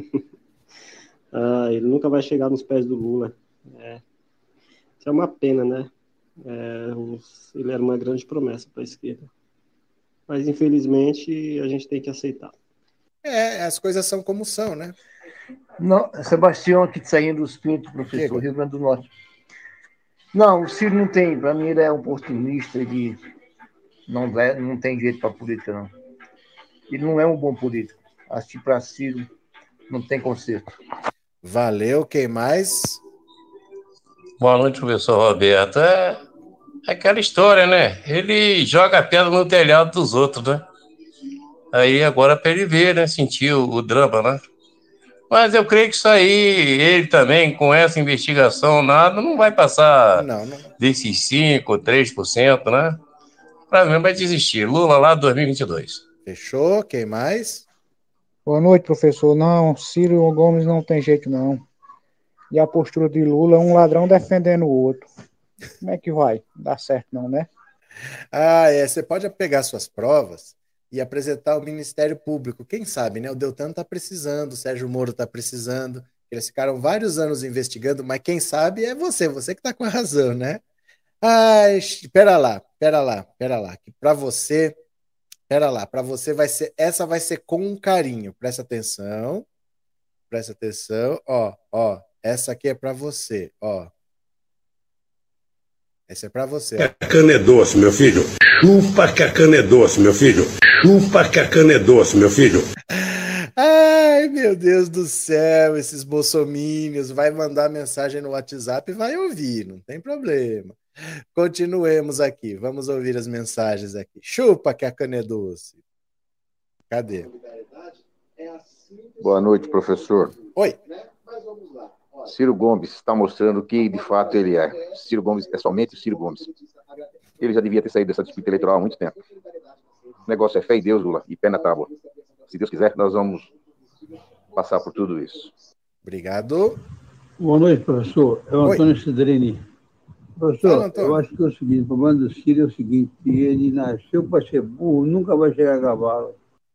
ah, ele nunca vai chegar nos pés do Lula. É. Isso é uma pena, né? É, ele era uma grande promessa para a esquerda. Mas, infelizmente, a gente tem que aceitar. É, as coisas são como são, né? Não, Sebastião aqui saindo dos Pintos, professor, Chega. Rio Grande do Norte. Não, o Ciro não tem, para mim ele é oportunista, ele não, vai, não tem jeito para política, não. Ele não é um bom político. Acho que para Ciro não tem conserto. Valeu, quem mais? Boa noite, professor Roberto. É aquela história, né? Ele joga a pedra no telhado dos outros, né? Aí agora para ele ver, né? Sentir o, o drama, né? Mas eu creio que isso aí, ele também, com essa investigação, nada, não vai passar Não, não. desses cinco, três por cento, né? Para mim vai desistir. Lula lá dois mil e vinte e dois. Fechou, quem mais? Boa noite, professor. Não, Ciro Gomes não tem jeito, não. E a postura de Lula, um ladrão defendendo o outro. Como é que vai? Não dá certo, não, né? Ah, é. Você pode pegar suas provas e apresentar ao Ministério Público. Quem sabe, né? O Deltan está precisando, o Sérgio Moro está precisando. Eles ficaram vários anos investigando, mas quem sabe é você, você que está com a razão, né? Ai, pera lá, pera lá, pera lá. Que para você, pera lá, para você vai ser, essa vai ser com carinho. Presta atenção, presta atenção. Ó, ó, essa aqui é para você, ó. Essa é pra você. Que a cana é doce, meu filho. Chupa que a cana é doce, meu filho. Chupa que a cana é doce, meu filho. Ai, meu Deus do céu, esses bolsomínios. Vai mandar mensagem no WhatsApp e vai ouvir, não tem problema. Continuemos aqui, vamos ouvir as mensagens aqui. Chupa que a cana é doce. Cadê? Boa noite, professor. Oi. Ciro Gomes está mostrando o que de fato ele é. Ciro Gomes é somente o Ciro Gomes. Ele já devia ter saído dessa disputa eleitoral há muito tempo. O negócio é fé em Deus, Lula, e pé na tábua. Se Deus quiser, nós vamos passar por tudo isso. Obrigado. Boa noite, professor. É o Oi. Antônio Cidrini. Professor, Fala, eu acho que é o seguinte, o problema do Ciro é o seguinte, ele nasceu para ser burro, nunca vai chegar a cavalo.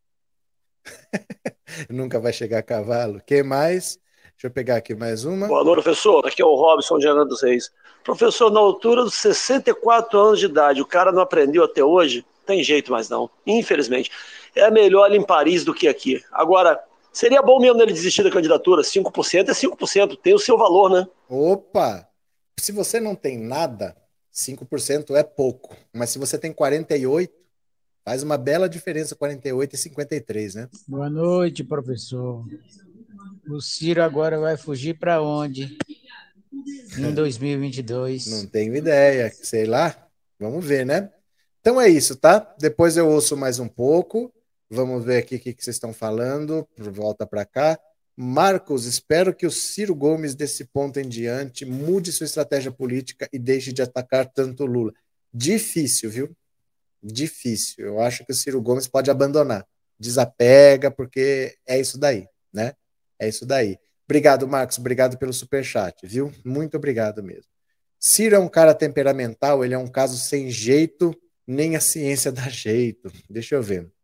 Nunca vai chegar a cavalo. Quem mais? Deixa eu pegar aqui mais uma. Boa noite, professor. Aqui é o Robson de Ana dos Reis. Professor, na altura dos sessenta e quatro anos de idade, o cara não aprendeu até hoje? Tem jeito mais não, infelizmente. É melhor ali em Paris do que aqui. Agora, seria bom mesmo ele desistir da candidatura. cinco por cento é cinco por cento, tem o seu valor, né? Opa! Se você não tem nada, cinco por cento é pouco. Mas se você tem quarenta e oito, faz uma bela diferença, quarenta e oito e cinquenta e três, né? Boa noite, professor. O Ciro agora vai fugir para onde? Em dois mil e vinte e dois. Não tenho ideia, sei lá. Vamos ver, né? Então é isso, tá? Depois eu ouço mais um pouco. Vamos ver aqui o que, que vocês estão falando. Volta para cá. Marcos, espero que o Ciro Gomes, desse ponto em diante, mude sua estratégia política e deixe de atacar tanto o Lula. Difícil, viu? Difícil. Eu acho que o Ciro Gomes pode abandonar. Desapega, porque é isso daí, né? É isso daí. Obrigado, Marcos. Obrigado pelo superchat, viu? Muito obrigado mesmo. Ciro é um cara temperamental, ele é um caso sem jeito, Nem a ciência dá jeito. Deixa eu ver.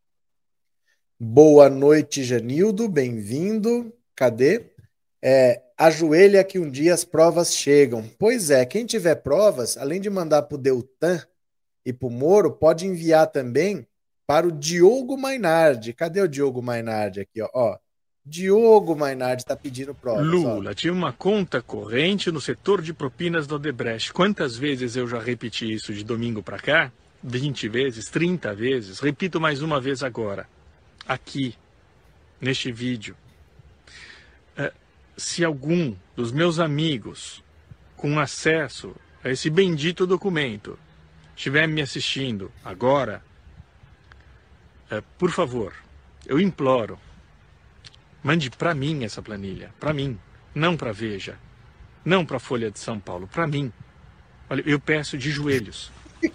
Boa noite, Janildo, bem-vindo. Cadê? É, ajoelha que um dia as provas chegam. Pois é, quem tiver provas, além de mandar para o Deltan e para o Moro, pode enviar também para o Diogo Mainardi. Cadê o Diogo Mainardi aqui? Ó, ó. Diogo Mainardi está pedindo provas. Lula ó. tinha uma conta corrente no setor de propinas do Odebrecht. Quantas vezes eu já repeti isso de domingo para cá? vinte vezes, trinta vezes. Repito mais uma vez agora. Aqui, neste vídeo. É, se algum dos meus amigos com acesso a esse bendito documento estiver me assistindo agora, é, por favor, eu imploro, mande para mim essa planilha, para mim, não para Veja, não para a Folha de São Paulo, para mim. Olha, eu peço de joelhos.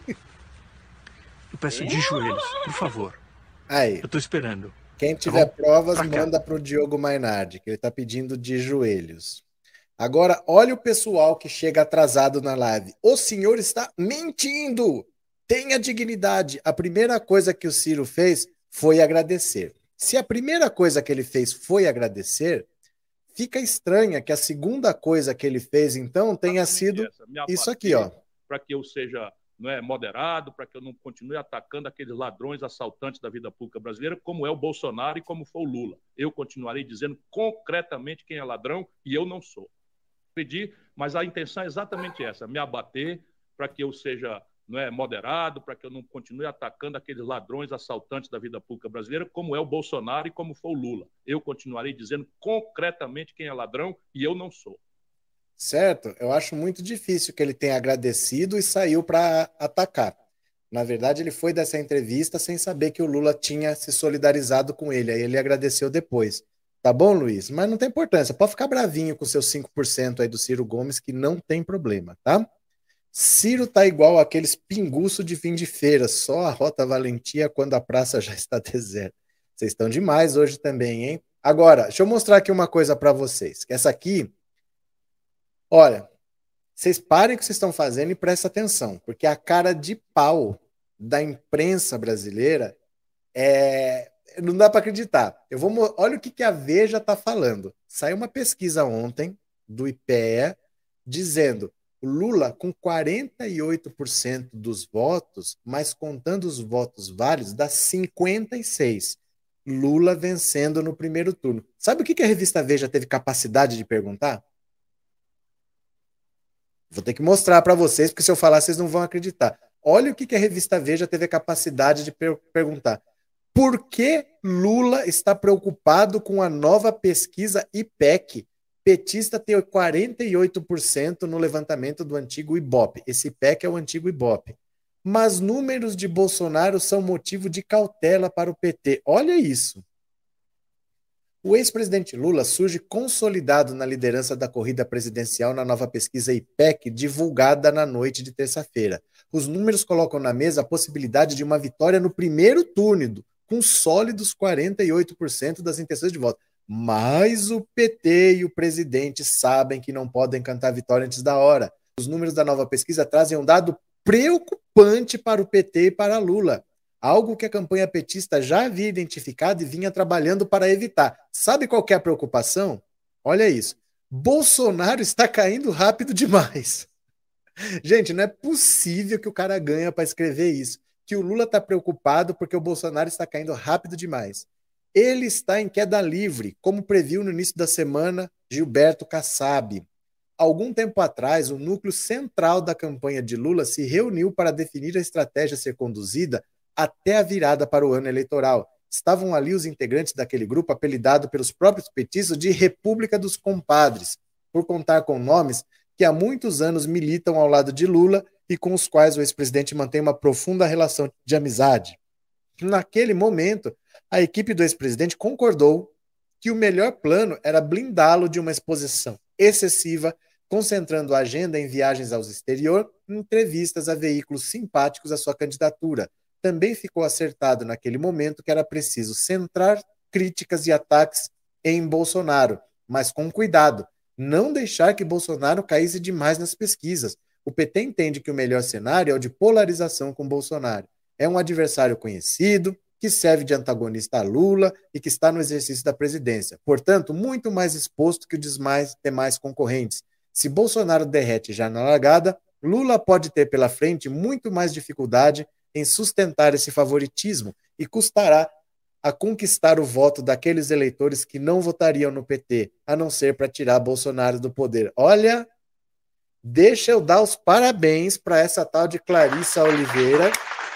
Eu peço de joelhos, por favor. Aí. Eu estou esperando. Quem tiver tá provas, manda para o Diogo Mainardi, que ele está pedindo de joelhos. Agora, olha o pessoal que chega atrasado na live. O senhor está mentindo! Tenha dignidade. A primeira coisa que o Ciro fez foi agradecer. Se a primeira coisa que ele fez foi agradecer, fica estranha que a segunda coisa que ele fez, então, tenha sido isso aqui, ó. Para que eu seja, não é, moderado, para que eu não continue atacando aqueles ladrões assaltantes da vida pública brasileira, como é o Bolsonaro e como foi o Lula. Eu continuarei dizendo concretamente quem é ladrão e eu não sou. Pedi, mas a intenção é exatamente essa, me abater para que eu seja, não é, moderado, para que eu não continue atacando aqueles ladrões assaltantes da vida pública brasileira, como é o Bolsonaro e como foi o Lula. Eu continuarei dizendo concretamente quem é ladrão e eu não sou. Certo? Eu acho muito difícil que ele tenha agradecido e saiu para atacar. Na verdade, ele foi dessa entrevista sem saber que o Lula tinha se solidarizado com ele. Aí ele agradeceu depois. Tá bom, Luiz? Mas não tem importância. Pode ficar bravinho com seus cinco por cento aí do Ciro Gomes, que não tem problema, tá? Ciro tá igual aqueles pinguço de fim de feira, só a Rota Valentia quando a praça já está deserta. Vocês estão demais hoje também, hein? Agora, deixa eu mostrar aqui uma coisa para vocês. Essa aqui, olha, vocês parem o que vocês estão fazendo e prestem atenção, porque a cara de pau da imprensa brasileira é... não dá para acreditar. Eu vou, olha o que, que a Veja está falando. Saiu uma pesquisa ontem do I P E A dizendo o Lula com quarenta e oito por cento dos votos, mas contando os votos válidos, dá cinquenta e seis por cento. Lula vencendo no primeiro turno. Sabe o que, que a revista Veja teve capacidade de perguntar? Vou ter que mostrar para vocês, porque se eu falar, vocês não vão acreditar. Olha o que, que a revista Veja teve a capacidade de per- perguntar. Por que Lula está preocupado com a nova pesquisa I P E C? Petista tem quarenta e oito por cento no levantamento do antigo Ibope. Esse I P E C é o antigo Ibope. Mas números de Bolsonaro são motivo de cautela para o P T. Olha isso. O ex-presidente Lula surge consolidado na liderança da corrida presidencial na nova pesquisa I P E C divulgada na noite de terça-feira. Os números colocam na mesa a possibilidade de uma vitória no primeiro turno, com sólidos quarenta e oito por cento das intenções de voto. Mas o P T e o presidente sabem que não podem cantar vitória antes da hora. Os números da nova pesquisa trazem um dado preocupante para o P T e para Lula. Algo que a campanha petista já havia identificado e vinha trabalhando para evitar. Sabe qual que é a preocupação? Olha isso. Bolsonaro está caindo rápido demais. Gente, não é possível que o cara ganhe para escrever isso. Que o Lula está preocupado porque o Bolsonaro está caindo rápido demais. Ele está em queda livre, como previu no início da semana Gilberto Kassab. Algum tempo atrás, o núcleo central da campanha de Lula se reuniu para definir a estratégia a ser conduzida até a virada para o ano eleitoral. Estavam ali os integrantes daquele grupo, apelidado pelos próprios petistas de República dos Compadres, por contar com nomes que há muitos anos militam ao lado de Lula e com os quais o ex-presidente mantém uma profunda relação de amizade. Naquele momento, a equipe do ex-presidente concordou que o melhor plano era blindá-lo de uma exposição excessiva, concentrando a agenda em viagens ao exterior e entrevistas a veículos simpáticos à sua candidatura. Também ficou acertado naquele momento que era preciso centrar críticas e ataques em Bolsonaro, mas com cuidado, não deixar que Bolsonaro caísse demais nas pesquisas. o P T entende que o melhor cenário é o de polarização com Bolsonaro. É um adversário conhecido, que serve de antagonista a Lula e que está no exercício da presidência. Portanto, muito mais exposto que os demais, demais concorrentes. Se Bolsonaro derrete já na largada, Lula pode ter pela frente muito mais dificuldade em sustentar esse favoritismo e custará a conquistar o voto daqueles eleitores que não votariam no P T, a não ser para tirar Bolsonaro do poder. Olha, deixa eu dar os parabéns para essa tal de Clarissa Oliveira.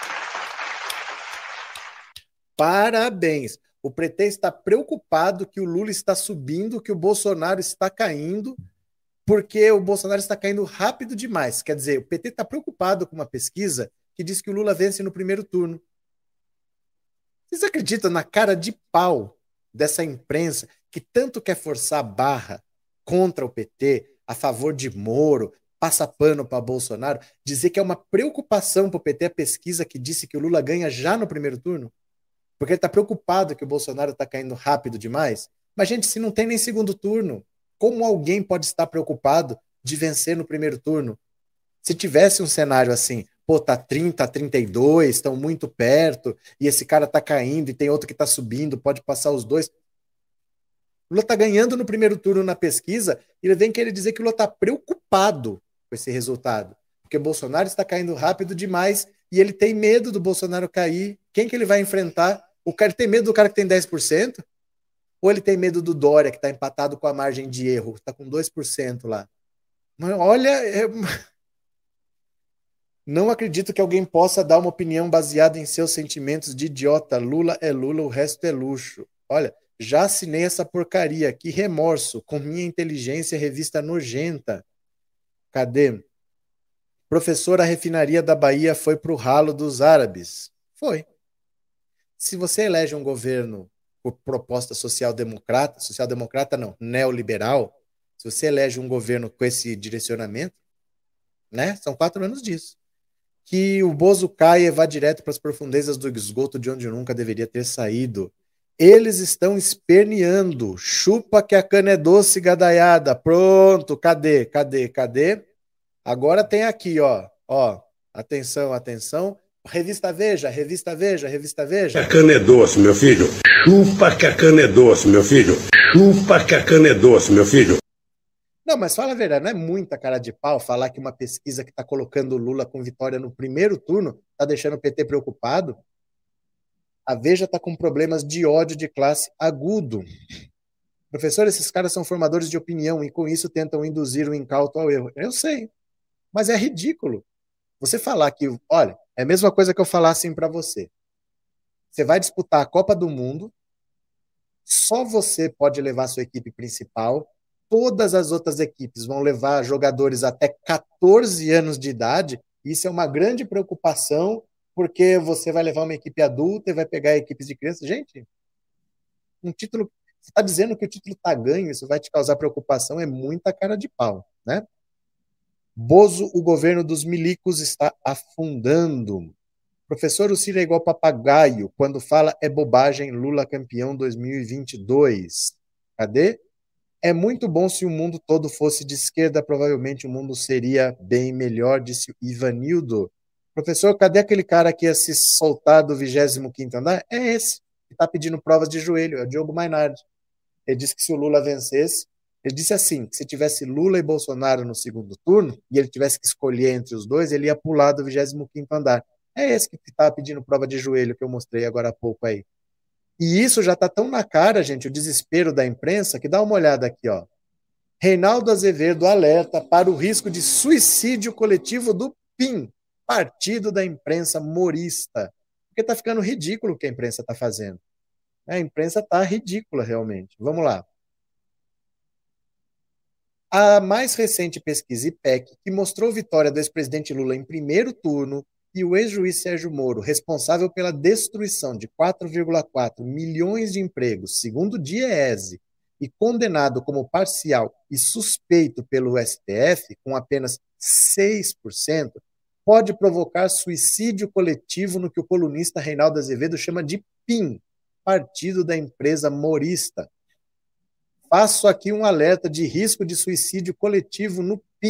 Parabéns. O P T está preocupado que o Lula está subindo, que o Bolsonaro está caindo, porque o Bolsonaro está caindo rápido demais. Quer dizer, o P T está preocupado com uma pesquisa que diz que o Lula vence no primeiro turno. Vocês acreditam na cara de pau dessa imprensa que tanto quer forçar a barra contra o P T, a favor de Moro, passa pano para Bolsonaro, dizer que é uma preocupação para o P T a pesquisa que disse que o Lula ganha já no primeiro turno? Porque ele está preocupado que o Bolsonaro está caindo rápido demais? Mas, gente, se não tem nem segundo turno, como alguém pode estar preocupado de vencer no primeiro turno? Se tivesse um cenário assim, pô, tá trinta a trinta e dois, estão muito perto, e esse cara tá caindo, e tem outro que tá subindo, pode passar os dois. O Lula tá ganhando no primeiro turno na pesquisa, e ele vem querer dizer que o Lula tá preocupado com esse resultado, porque o Bolsonaro está caindo rápido demais, e ele tem medo do Bolsonaro cair. Quem que ele vai enfrentar? O cara tem medo do cara que tem dez por cento? Ou ele tem medo do Dória, que está empatado com a margem de erro, está com dois por cento lá? Mas olha, é... não acredito que alguém possa dar uma opinião baseada em seus sentimentos de idiota. Lula é Lula, o resto é luxo. Olha, já assinei essa porcaria, que remorso, com minha inteligência revista nojenta. Cadê? Professor, a refinaria da Bahia foi para o ralo dos árabes. Foi. Se você elege um governo por proposta social-democrata, social-democrata não, neoliberal, se você elege um governo com esse direcionamento, né, são quatro anos disso, que o Bozo caia e vá direto para as profundezas do esgoto de onde nunca deveria ter saído. Eles estão esperneando. Chupa que a cana é doce, gadaiada. Pronto, cadê, cadê, cadê? Agora tem aqui, ó, ó, atenção, atenção. Revista Veja, Revista Veja, Revista Veja. A cana é doce, meu filho. Chupa que a cana é doce, meu filho. Chupa que a cana é doce, meu filho. Não, mas fala a verdade, não é muita cara de pau falar que uma pesquisa que está colocando o Lula com vitória no primeiro turno está deixando o P T preocupado? A Veja está com problemas de ódio de classe agudo. Professor, esses caras são formadores de opinião e com isso tentam induzir o incauto ao erro. Eu sei, mas é ridículo. Você falar que, olha, é a mesma coisa que eu falar assim para você. Você vai disputar a Copa do Mundo, só você pode levar a sua equipe principal, todas as outras equipes vão levar jogadores até quatorze anos de idade, isso é uma grande preocupação, porque você vai levar uma equipe adulta e vai pegar equipes de crianças. Gente, um título, você está dizendo que o título está ganho, isso vai te causar preocupação, é muita cara de pau, né? Bozo, o governo dos milicos está afundando. Professor, o Ciro é igual papagaio. Quando fala é bobagem. Lula campeão dois mil e vinte e dois. Cadê? É muito bom se o mundo todo fosse de esquerda. Provavelmente o mundo seria bem melhor, disse o Ivanildo. Professor, cadê aquele cara que ia se soltar do vigésimo quinto andar? É esse, que está pedindo provas de joelho. É o Diogo Mainardi. Ele disse que se o Lula vencesse, ele disse assim, que se tivesse Lula e Bolsonaro no segundo turno, e ele tivesse que escolher entre os dois, ele ia pular do vigésimo quinto andar. É esse que estava pedindo prova de joelho que eu mostrei agora há pouco aí. E isso já está tão na cara, gente, o desespero da imprensa, que dá uma olhada aqui, ó. Reinaldo Azevedo alerta para o risco de suicídio coletivo do P I M, Partido da Imprensa Morista. Porque está ficando ridículo o que a imprensa está fazendo. A imprensa está ridícula, realmente. Vamos lá. A mais recente pesquisa I P E C, que mostrou vitória do ex-presidente Lula em primeiro turno e o ex-juiz Sérgio Moro, responsável pela destruição de quatro vírgula quatro milhões de empregos, segundo o Diese, e condenado como parcial e suspeito pelo S T F, com apenas seis por cento, pode provocar suicídio coletivo no que o colunista Reinaldo Azevedo chama de P I M, Partido da Empresa Morista. Faço aqui um alerta de risco de suicídio coletivo no P I M,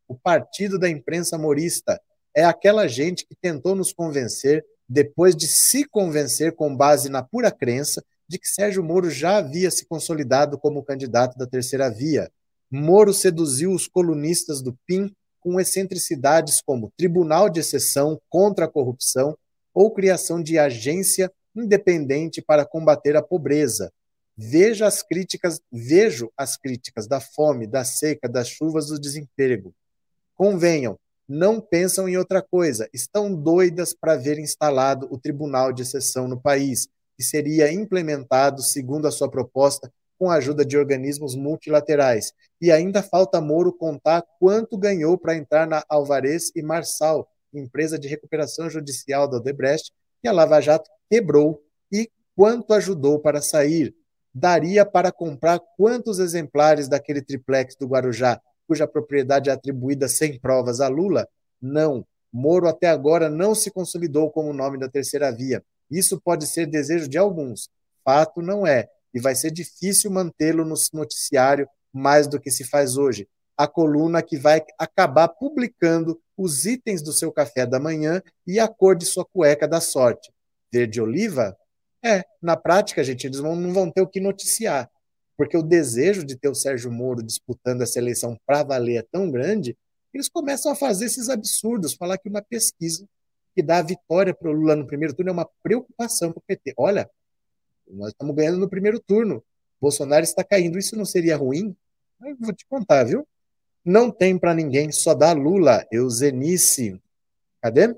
o partido da imprensa morista. É aquela gente que tentou nos convencer, depois de se convencer com base na pura crença, de que Sérgio Moro já havia se consolidado como candidato da terceira via. Moro seduziu os colunistas do P I M com excentricidades como tribunal de exceção contra a corrupção ou criação de agência independente para combater a pobreza. Veja as críticas, vejo as críticas da fome, da seca, das chuvas, do desemprego. Convenham, não pensam em outra coisa, estão doidas para ver instalado o tribunal de exceção no país, que seria implementado, segundo a sua proposta, com a ajuda de organismos multilaterais. E ainda falta Moro contar quanto ganhou para entrar na Alvarez e Marçal, empresa de recuperação judicial da Odebrecht, que a Lava Jato quebrou, e quanto ajudou para sair. Daria para comprar quantos exemplares daquele triplex do Guarujá, cuja propriedade é atribuída sem provas a Lula? Não. Moro até agora não se consolidou como nome da terceira via. Isso pode ser desejo de alguns. Fato não é. E vai ser difícil mantê-lo no noticiário mais do que se faz hoje. A coluna que vai acabar publicando os itens do seu café da manhã e a cor de sua cueca da sorte. Verde oliva? É, na prática, gente, eles vão, não vão ter o que noticiar, porque o desejo de ter o Sérgio Moro disputando essa eleição para valer é tão grande, que eles começam a fazer esses absurdos, falar que uma pesquisa que dá a vitória para o Lula no primeiro turno é uma preocupação para o P T. Olha, nós estamos ganhando no primeiro turno, Bolsonaro está caindo, isso não seria ruim? Eu vou te contar, viu? Não tem para ninguém, só dá Lula. Eusenice. Cadê?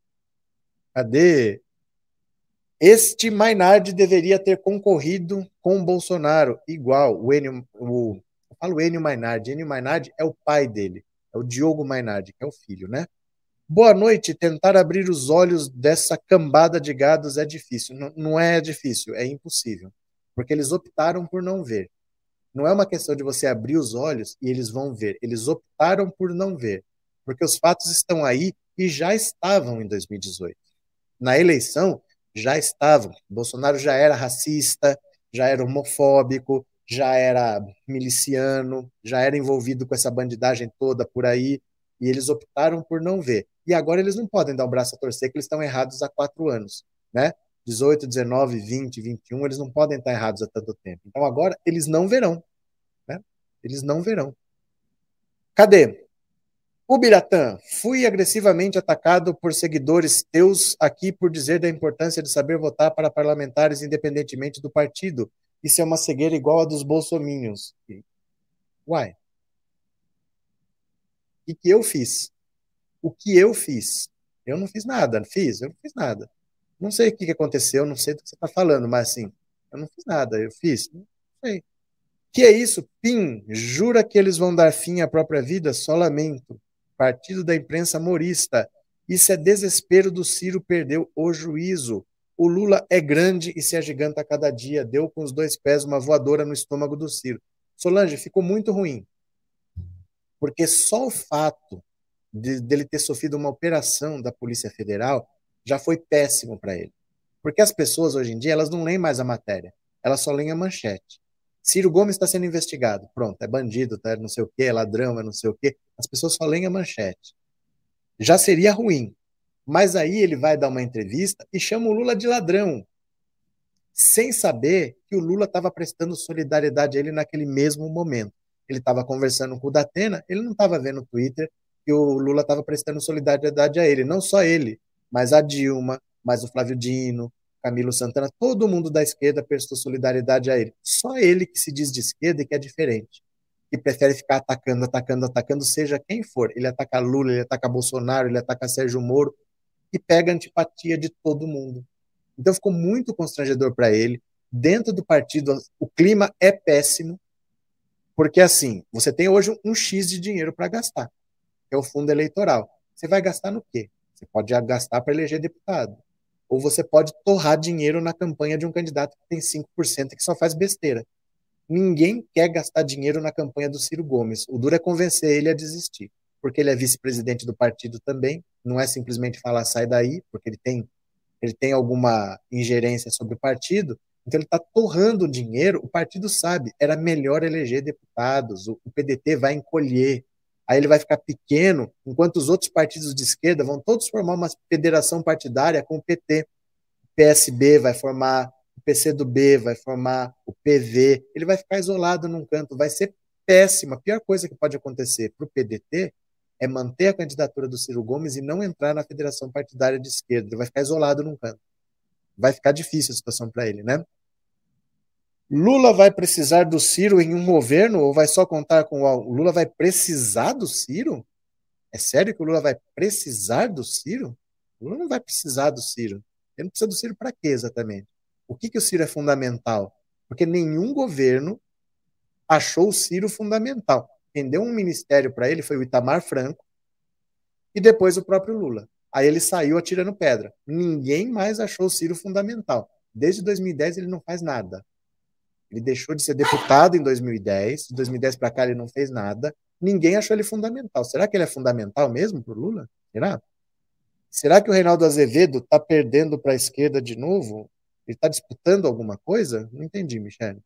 Cadê? Este Mainardi deveria ter concorrido com Bolsonaro, igual o Enio, o, eu falo Enio Mainardi, Enio Mainardi é o pai dele, é o Diogo Mainardi, que é o filho, né? Boa noite, tentar abrir os olhos dessa cambada de gados é difícil, não, não é difícil, é impossível, porque eles optaram por não ver. Não é uma questão de você abrir os olhos e eles vão ver, eles optaram por não ver, porque os fatos estão aí e já estavam em dois mil e dezoito. Na eleição, já estavam. Bolsonaro já era racista, já era homofóbico, já era miliciano, já era envolvido com essa bandidagem toda por aí, e eles optaram por não ver. E agora eles não podem dar o braço a torcer, que eles estão errados há quatro anos, né? dezoito, dezenove, vinte, vinte e um, eles não podem estar errados há tanto tempo. Então agora eles não verão, né? Eles não verão. Cadê? O Biratã, fui agressivamente atacado por seguidores teus aqui por dizer da importância de saber votar para parlamentares independentemente do partido. Isso é uma cegueira igual a dos bolsominions. Uai. O que eu fiz? O que eu fiz? Eu não fiz nada, não fiz? Eu não fiz nada. Não sei o que aconteceu, não sei do que você está falando, mas assim, eu não fiz nada, eu fiz? Não sei. Que é isso? P I M, jura que eles vão dar fim à própria vida? Só lamento. Partido da imprensa morista. Isso é desespero do Ciro, perdeu o juízo. O Lula é grande e se agiganta a cada dia. Deu com os dois pés uma voadora no estômago do Ciro. Solange, ficou muito ruim. Porque só o fato de, dele ter sofrido uma operação da Polícia Federal já foi péssimo para ele. Porque as pessoas hoje em dia, elas não leem mais a matéria. Elas só leem a manchete. Ciro Gomes está sendo investigado. Pronto, é bandido, tá, não sei o quê, é ladrão, é não sei o quê. As pessoas só leem a manchete. Já seria ruim. Mas aí ele vai dar uma entrevista e chama o Lula de ladrão, sem saber que o Lula estava prestando solidariedade a ele naquele mesmo momento. Ele estava conversando com o Datena, ele não estava vendo no Twitter que o Lula estava prestando solidariedade a ele. Não só ele, mas a Dilma, mas o Flávio Dino, Camilo Santana, todo mundo da esquerda prestou solidariedade a ele. Só ele que se diz de esquerda e que é diferente, que prefere ficar atacando, atacando, atacando, seja quem for. Ele ataca Lula, ele ataca Bolsonaro, ele ataca Sérgio Moro, e pega a antipatia de todo mundo. Então ficou muito constrangedor para ele. Dentro do partido, o clima é péssimo, porque assim, você tem hoje um X de dinheiro para gastar, que é o fundo eleitoral. Você vai gastar no quê? Você pode gastar para eleger deputado, ou você pode torrar dinheiro na campanha de um candidato que tem cinco por cento e que só faz besteira. Ninguém quer gastar dinheiro na campanha do Ciro Gomes. O duro é convencer ele a desistir, porque ele é vice-presidente do partido também, não é simplesmente falar sai daí, porque ele tem, ele tem alguma ingerência sobre o partido, então ele está torrando dinheiro, o partido sabe, era melhor eleger deputados, o, o P D T vai encolher, Aí ele vai ficar pequeno, enquanto os outros partidos de esquerda vão todos formar uma federação partidária com o P T. O P S B vai formar, o P C do B vai formar, o P V. Ele vai ficar isolado num canto, vai ser péssimo. A pior coisa que pode acontecer para o P D T é manter a candidatura do Ciro Gomes e não entrar na federação partidária de esquerda. Ele vai ficar isolado num canto. Vai ficar difícil a situação para ele, né? Lula vai precisar do Ciro em um governo ou vai só contar com o Lula vai precisar do Ciro? É sério que o Lula vai precisar do Ciro? O Lula não vai precisar do Ciro. Ele não precisa do Ciro para quê exatamente? O que, que o Ciro é fundamental? Porque nenhum governo achou o Ciro fundamental. Quem deu um ministério para ele foi o Itamar Franco e depois o próprio Lula. Aí ele saiu atirando pedra. Ninguém mais achou o Ciro fundamental. Desde dois mil e dez ele não faz nada. Ele deixou de ser deputado em dois mil e dez, de dois mil e dez para cá ele não fez nada, ninguém achou ele fundamental. Será que ele é fundamental mesmo para o Lula? Será? Será que o Reinaldo Azevedo está perdendo para a esquerda de novo? Ele está disputando alguma coisa? Não entendi, Michele.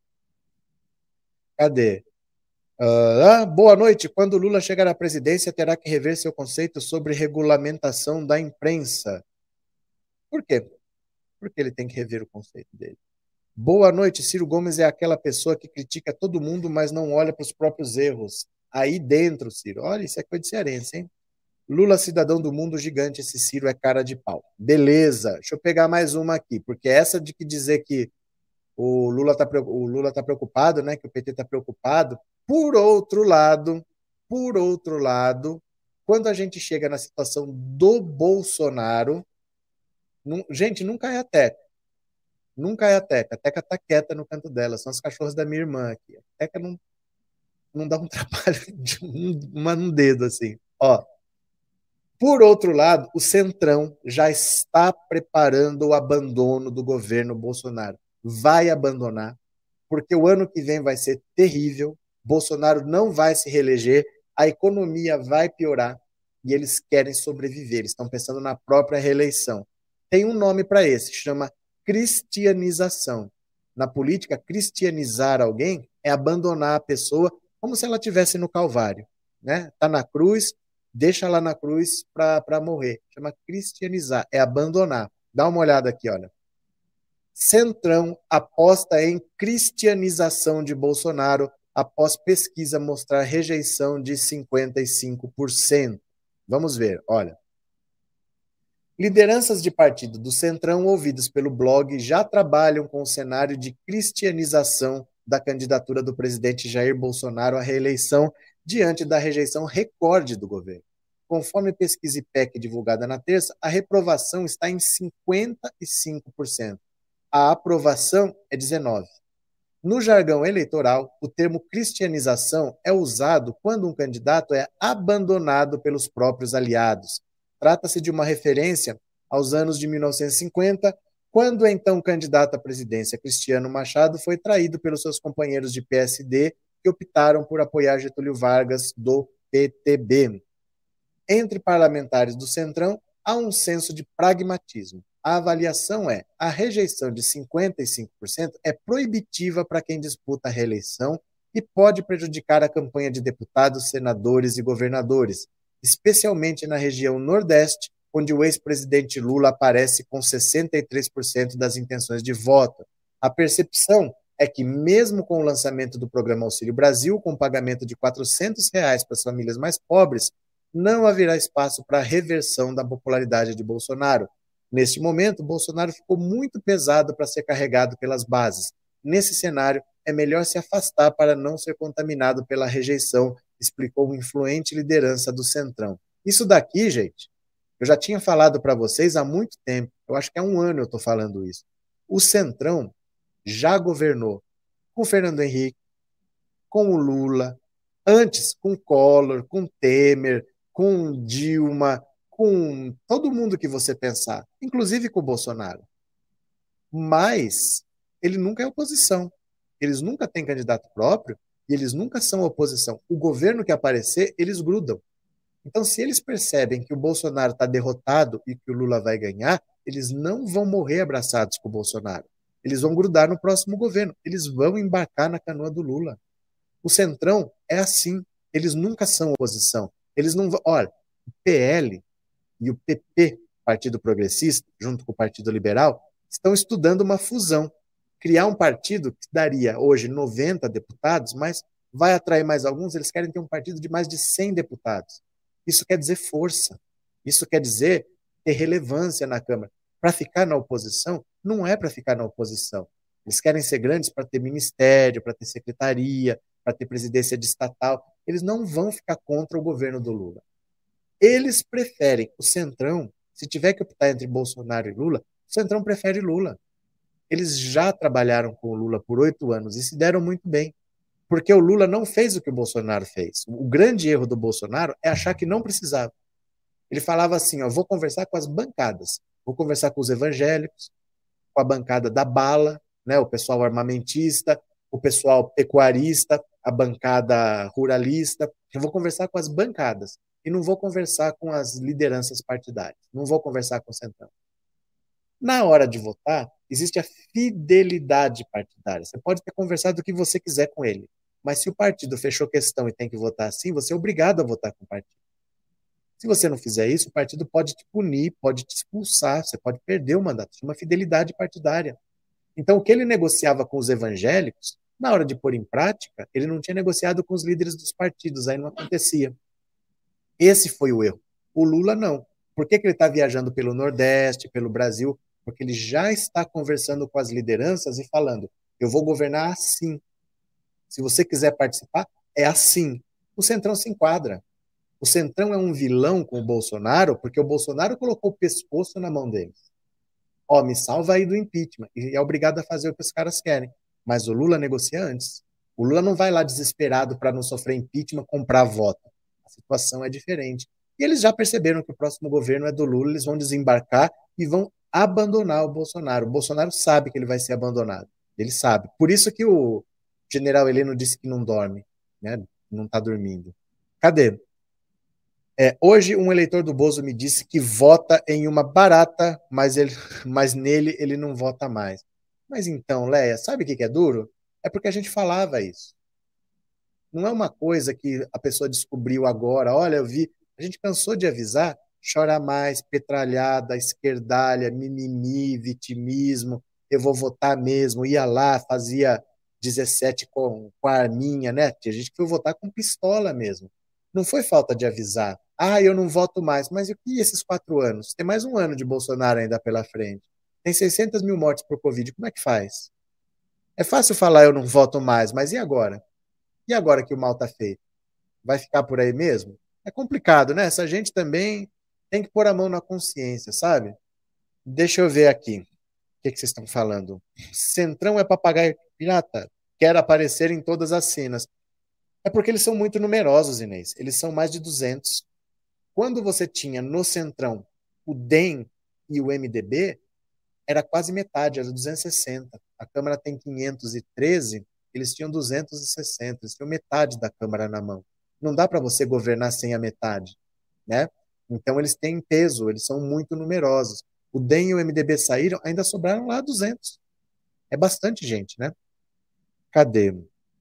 Cadê? Uh, ah, boa noite. Quando o Lula chegar à presidência, terá que rever seu conceito sobre regulamentação da imprensa. Por quê? Porque ele tem que rever o conceito dele. Boa noite, Ciro Gomes é aquela pessoa que critica todo mundo, mas não olha para os próprios erros. Aí dentro, Ciro. Olha, isso é coisa de cearense, hein? Lula, cidadão do mundo gigante, esse Ciro é cara de pau. Beleza, deixa eu pegar mais uma aqui, porque essa de que dizer que o Lula está o Lula tá preocupado, né, que o P T está preocupado, por outro lado, por outro lado, quando a gente chega na situação do Bolsonaro, não, gente, não cai a teca. Nunca é a Teca. A Teca tá quieta no canto dela. São as cachorras da minha irmã aqui. A Teca não, não dá um trabalho de um, uma, um dedo assim. Ó. Por outro lado, o Centrão já está preparando o abandono do governo Bolsonaro. Vai abandonar, porque o ano que vem vai ser terrível. Bolsonaro não vai se reeleger, a economia vai piorar e eles querem sobreviver. Eles estão pensando na própria reeleição. Tem um nome para esse, chama cristianização. Na política, cristianizar alguém é abandonar a pessoa como se ela estivesse no Calvário, né? Tá na cruz, deixa lá na cruz para morrer. Chama cristianizar, é abandonar. Dá uma olhada aqui, olha. Centrão aposta em cristianização de Bolsonaro após pesquisa mostrar rejeição de cinquenta e cinco por cento. Vamos ver, olha. Lideranças de partido do Centrão ouvidos pelo blog já trabalham com o cenário de cristianização da candidatura do presidente Jair Bolsonaro à reeleição diante da rejeição recorde do governo. Conforme pesquisa I P E C divulgada na terça, a reprovação está em cinquenta e cinco por cento. A aprovação é dezenove por cento. No jargão eleitoral, o termo cristianização é usado quando um candidato é abandonado pelos próprios aliados. Trata-se de uma referência aos anos de mil novecentos e cinquenta, quando o então candidato à presidência Cristiano Machado foi traído pelos seus companheiros de P S D que optaram por apoiar Getúlio Vargas do P T B. Entre parlamentares do Centrão, há um senso de pragmatismo. A avaliação é: a rejeição de cinquenta e cinco por cento é proibitiva para quem disputa a reeleição e pode prejudicar a campanha de deputados, senadores e governadores, especialmente na região Nordeste, onde o ex-presidente Lula aparece com sessenta e três por cento das intenções de voto. A percepção é que, mesmo com o lançamento do programa Auxílio Brasil, com pagamento de quatrocentos reais para as famílias mais pobres, não haverá espaço para a reversão da popularidade de Bolsonaro. Neste momento, Bolsonaro ficou muito pesado para ser carregado pelas bases. Nesse cenário, é melhor se afastar para não ser contaminado pela rejeição, explicou uma influente liderança do Centrão. Isso daqui, gente, eu já tinha falado para vocês há muito tempo, eu acho que há um ano eu estou falando isso. O Centrão já governou com o Fernando Henrique, com o Lula, antes com Collor, com Temer, com Dilma, com todo mundo que você pensar, inclusive com o Bolsonaro. Mas ele nunca é oposição. Eles nunca têm candidato próprio e eles nunca são oposição. O governo que aparecer, eles grudam. Então, se eles percebem que o Bolsonaro está derrotado e que o Lula vai ganhar, eles não vão morrer abraçados com o Bolsonaro. Eles vão grudar no próximo governo. Eles vão embarcar na canoa do Lula. O Centrão é assim. Eles nunca são oposição. Eles não vão... Olha, o P L e o P P, Partido Progressista, junto com o Partido Liberal, estão estudando uma fusão. Criar um partido que daria hoje noventa deputados, mas vai atrair mais alguns, eles querem ter um partido de mais de cem deputados. Isso quer dizer força. Isso quer dizer ter relevância na Câmara. Para ficar na oposição, não é para ficar na oposição. Eles querem ser grandes para ter ministério, para ter secretaria, para ter presidência de estatal. Eles não vão ficar contra o governo do Lula. Eles preferem o Centrão. Se tiver que optar entre Bolsonaro e Lula, o Centrão prefere Lula. Eles já trabalharam com o Lula por oito anos e se deram muito bem. Porque o Lula não fez o que o Bolsonaro fez. O grande erro do Bolsonaro é achar que não precisava. Ele falava assim, ó, vou conversar com as bancadas. Vou conversar com os evangélicos, com a bancada da bala, né, o pessoal armamentista, o pessoal pecuarista, a bancada ruralista. Eu vou conversar com as bancadas e não vou conversar com as lideranças partidárias. Não vou conversar com o Centrão. Na hora de votar, existe a fidelidade partidária. Você pode ter conversado o que você quiser com ele, mas se o partido fechou questão e tem que votar assim, você é obrigado a votar com o partido. Se você não fizer isso, o partido pode te punir, pode te expulsar, você pode perder o mandato. Isso é uma fidelidade partidária. Então, o que ele negociava com os evangélicos, na hora de pôr em prática, ele não tinha negociado com os líderes dos partidos, aí não acontecia. Esse foi o erro. O Lula não. Por que que ele está viajando pelo Nordeste, pelo Brasil? Porque ele já está conversando com as lideranças e falando, eu vou governar assim. Se você quiser participar, é assim. O Centrão se enquadra. O Centrão é um vilão com o Bolsonaro, porque o Bolsonaro colocou o pescoço na mão deles. Ó, me salva aí do impeachment. E é obrigado a fazer o que os caras querem. Mas o Lula negocia antes. O Lula não vai lá desesperado para não sofrer impeachment, comprar voto. A situação é diferente. E eles já perceberam que o próximo governo é do Lula, eles vão desembarcar e vão abandonar o Bolsonaro. O Bolsonaro sabe que ele vai ser abandonado. Ele sabe. Por isso que o general Heleno disse que não dorme, né? Não está dormindo. Cadê? É, hoje, um eleitor do Bozo me disse que vota em uma barata, mas, ele, mas nele ele não vota mais. Mas então, Leia, sabe o que é duro? É porque a gente falava isso. Não é uma coisa que a pessoa descobriu agora. Olha, eu vi. A gente cansou de avisar. Chora mais, petralhada, esquerdalha, mimimi, vitimismo. Eu vou votar mesmo. Ia lá, fazia dezessete com, com a arminha, né? Tinha gente que foi votar com pistola mesmo. Não foi falta de avisar. Ah, eu não voto mais. Mas e esses quatro anos? Tem mais um ano de Bolsonaro ainda pela frente. Tem seiscentas mil mortes por Covid. Como é que faz? É fácil falar eu não voto mais, mas e agora? E agora que o mal está feito? Vai ficar por aí mesmo? É complicado, né? Essa gente também tem que pôr a mão na consciência, sabe? Deixa eu ver aqui. O que, que vocês estão falando? Centrão é papagaio pirata? Quer aparecer em todas as cenas. É porque eles são muito numerosos, Inês. Eles são mais de duzentos. Quando você tinha no Centrão o D E M e o M D B, era quase metade, era duzentos e sessenta. A Câmara tem quinhentos e treze, eles tinham duzentos e sessenta. Eles tinham metade da Câmara na mão. Não dá para você governar sem a metade, né? Então eles têm peso, eles são muito numerosos. O D E M e o M D B saíram, ainda sobraram lá duzentos. É bastante gente, né? Cadê?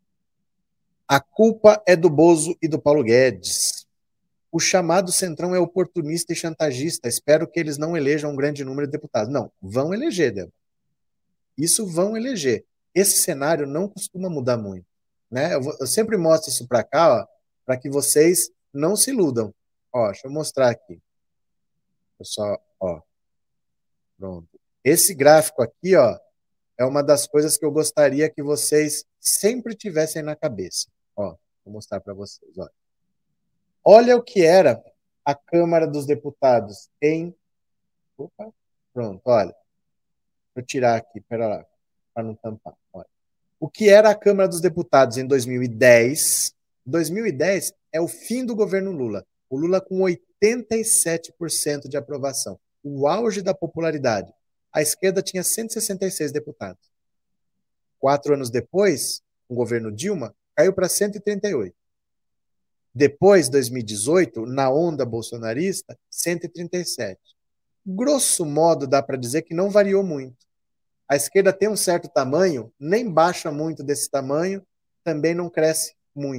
A culpa é do Bozo e do Paulo Guedes. O chamado Centrão é oportunista e chantagista. Espero que eles não elejam um grande número de deputados. Não, vão eleger, Débora. Isso vão eleger. Esse cenário não costuma mudar muito, né? Eu, vou, eu sempre mostro isso para cá, para que vocês não se iludam. Ó, deixa eu mostrar aqui. Pessoal, ó. Pronto. Esse gráfico aqui, ó, é uma das coisas que eu gostaria que vocês sempre tivessem na cabeça. Ó, vou mostrar para vocês, ó. Olha o que era a Câmara dos Deputados em... Opa, pronto, olha. Vou tirar aqui, pera lá, para não tampar. Olha. O que era a Câmara dos Deputados em dois mil e dez? dois mil e dez é o fim do governo Lula. O Lula com oitenta e sete por cento de aprovação. O auge da popularidade. A esquerda tinha cento e sessenta e seis deputados. Quatro anos depois, o governo Dilma caiu para cento e trinta e oito. Depois, dois mil e dezoito, na onda bolsonarista, cento e trinta e sete. Grosso modo, dá para dizer que não variou muito. A esquerda tem um certo tamanho, nem baixa muito desse tamanho, também não cresce muito.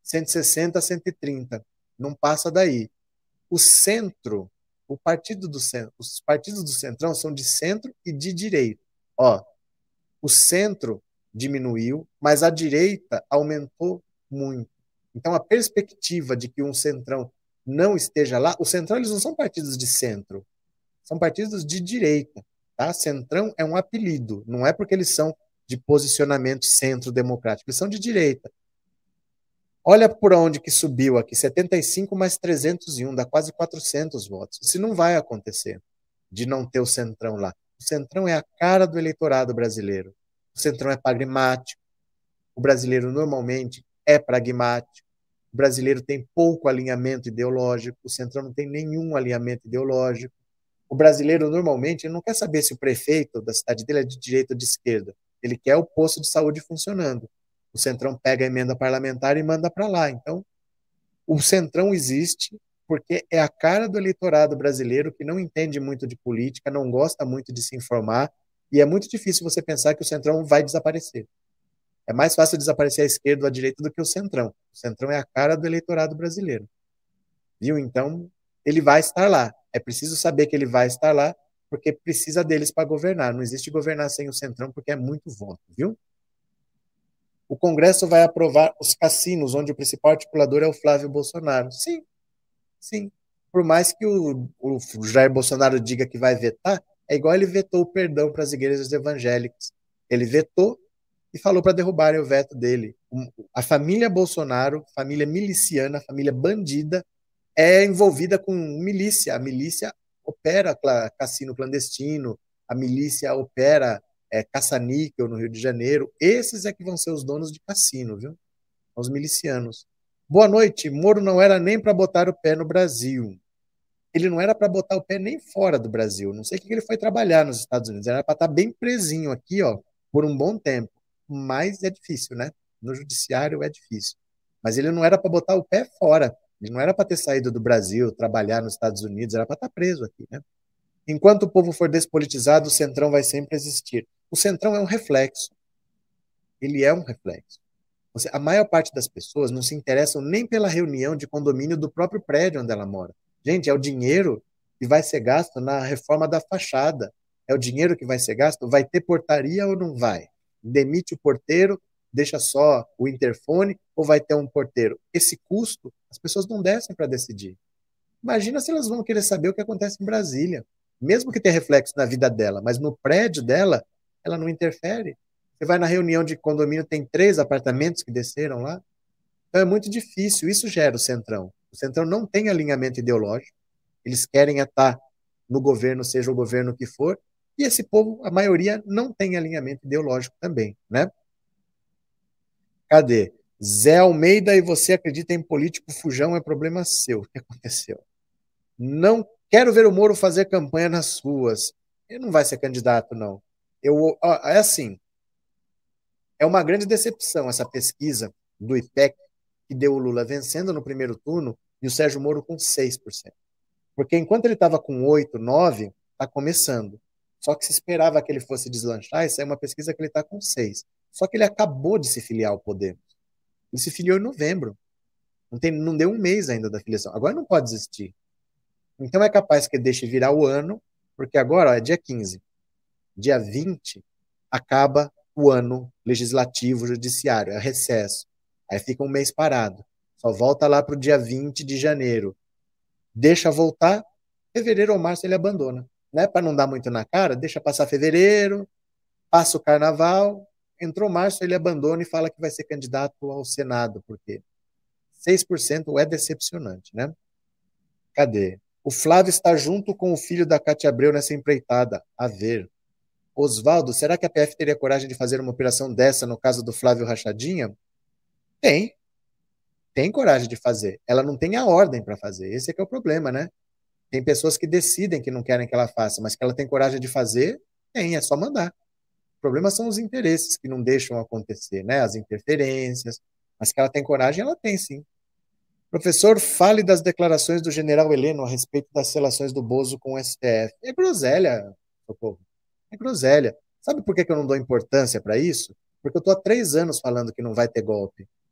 cento e sessenta a cento e trinta. Não passa daí. O centro, o partido do centro, os partidos do Centrão são de centro e de direita. Ó, o centro diminuiu, mas a direita aumentou muito. Então, a perspectiva de que um Centrão não esteja lá, o Centrão eles não são partidos de centro, são partidos de direita. Tá? Centrão é um apelido, não é porque eles são de posicionamento centro-democrático, eles são de direita. Olha por onde que subiu aqui, setenta e cinco mais trezentos e um, dá quase quatrocentos votos. Isso não vai acontecer, de não ter o Centrão lá. O Centrão é a cara do eleitorado brasileiro. O Centrão é pragmático, o brasileiro normalmente é pragmático, o brasileiro tem pouco alinhamento ideológico, o Centrão não tem nenhum alinhamento ideológico. O brasileiro, normalmente, ele não quer saber se o prefeito da cidade dele é de direita ou de esquerda. Ele quer o posto de saúde funcionando. O Centrão pega a emenda parlamentar e manda para lá. Então, o Centrão existe porque é a cara do eleitorado brasileiro que não entende muito de política, não gosta muito de se informar, e é muito difícil você pensar que o Centrão vai desaparecer. É mais fácil desaparecer a esquerda ou a direita do que o Centrão. O Centrão é a cara do eleitorado brasileiro. Viu? Então, ele vai estar lá. É preciso saber que ele vai estar lá, porque precisa deles para governar. Não existe governar sem o Centrão, porque é muito voto, viu? O Congresso vai aprovar os cassinos, onde o principal articulador é o Flávio Bolsonaro. Sim, sim. Por mais que o, o Jair Bolsonaro diga que vai vetar, é igual ele vetou o perdão para as igrejas evangélicas. Ele vetou e falou para derrubarem o veto dele. A família Bolsonaro, família miliciana, família bandida, é envolvida com milícia. A milícia opera cassino clandestino, a milícia opera é, caça-níquel no Rio de Janeiro. Esses é que vão ser os donos de cassino, viu? Os milicianos. Boa noite. Moro não era nem para botar o pé no Brasil. Ele não era para botar o pé nem fora do Brasil. Não sei o que ele foi trabalhar nos Estados Unidos. Era para estar bem presinho aqui, ó, por um bom tempo. Mas é difícil, né? No judiciário é difícil. Mas ele não era para botar o pé fora. Ele não era para ter saído do Brasil, trabalhar nos Estados Unidos, era para estar preso aqui, né? Enquanto o povo for despolitizado, o Centrão vai sempre existir. O Centrão é um reflexo. Ele é um reflexo. Você, a maior parte das pessoas não se interessam nem pela reunião de condomínio do próprio prédio onde ela mora. Gente, é o dinheiro que vai ser gasto na reforma da fachada. É o dinheiro que vai ser gasto? Vai ter portaria ou não vai? Demite o porteiro, deixa só o interfone, ou vai ter um porteiro? Esse custo, as pessoas não descem para decidir. Imagina se elas vão querer saber o que acontece em Brasília. Mesmo que tenha reflexo na vida dela, mas no prédio dela, ela não interfere. Você vai na reunião de condomínio, tem três apartamentos que desceram lá. Então é muito difícil, isso gera o Centrão. O Centrão não tem alinhamento ideológico, eles querem estar no governo, seja o governo que for, e esse povo, a maioria, não tem alinhamento ideológico também, né? Cadê? Zé Almeida, e você acredita em político fujão, é problema seu. O que aconteceu? Não quero ver o Moro fazer campanha nas ruas. Ele não vai ser candidato, não. Eu, ó, é assim, é uma grande decepção essa pesquisa do I P E C, que deu o Lula vencendo no primeiro turno e o Sérgio Moro com seis por cento. Porque enquanto ele estava com oito, nove, está começando. Só que se esperava que ele fosse deslanchar, isso é uma pesquisa que ele está com seis. Só que ele acabou de se filiar ao Podemos. Ele se filiou em novembro. Não, tem, não deu um mês ainda da filiação. Agora não pode desistir. Então é capaz que deixe virar o ano, porque agora ó, é dia quinze. Dia vinte acaba o ano legislativo judiciário, é recesso. Aí fica um mês parado. Só volta lá para o dia vinte de janeiro. Deixa voltar, fevereiro ou março ele abandona. Né? Para não dar muito na cara, deixa passar fevereiro, passa o carnaval, entrou março, ele abandona e fala que vai ser candidato ao Senado, porque seis por cento é decepcionante, né? Cadê? O Flávio está junto com o filho da Cátia Abreu nessa empreitada. A ver. Oswaldo, será que a P F teria coragem de fazer uma operação dessa no caso do Flávio Rachadinha? Tem. Tem coragem de fazer. Ela não tem a ordem para fazer. Esse é que é o problema, né? Tem pessoas que decidem que não querem que ela faça, mas que ela tem coragem de fazer, tem, é só mandar. O problema são os interesses que não deixam acontecer, né? As interferências, mas que ela tem coragem, ela tem sim. Professor, fale das declarações do general Heleno a respeito das relações do Bozo com o S T F. É groselha, socorro. É groselha. Sabe por que eu não dou importância para isso? Porque eu estou há três anos falando que não vai ter golpe.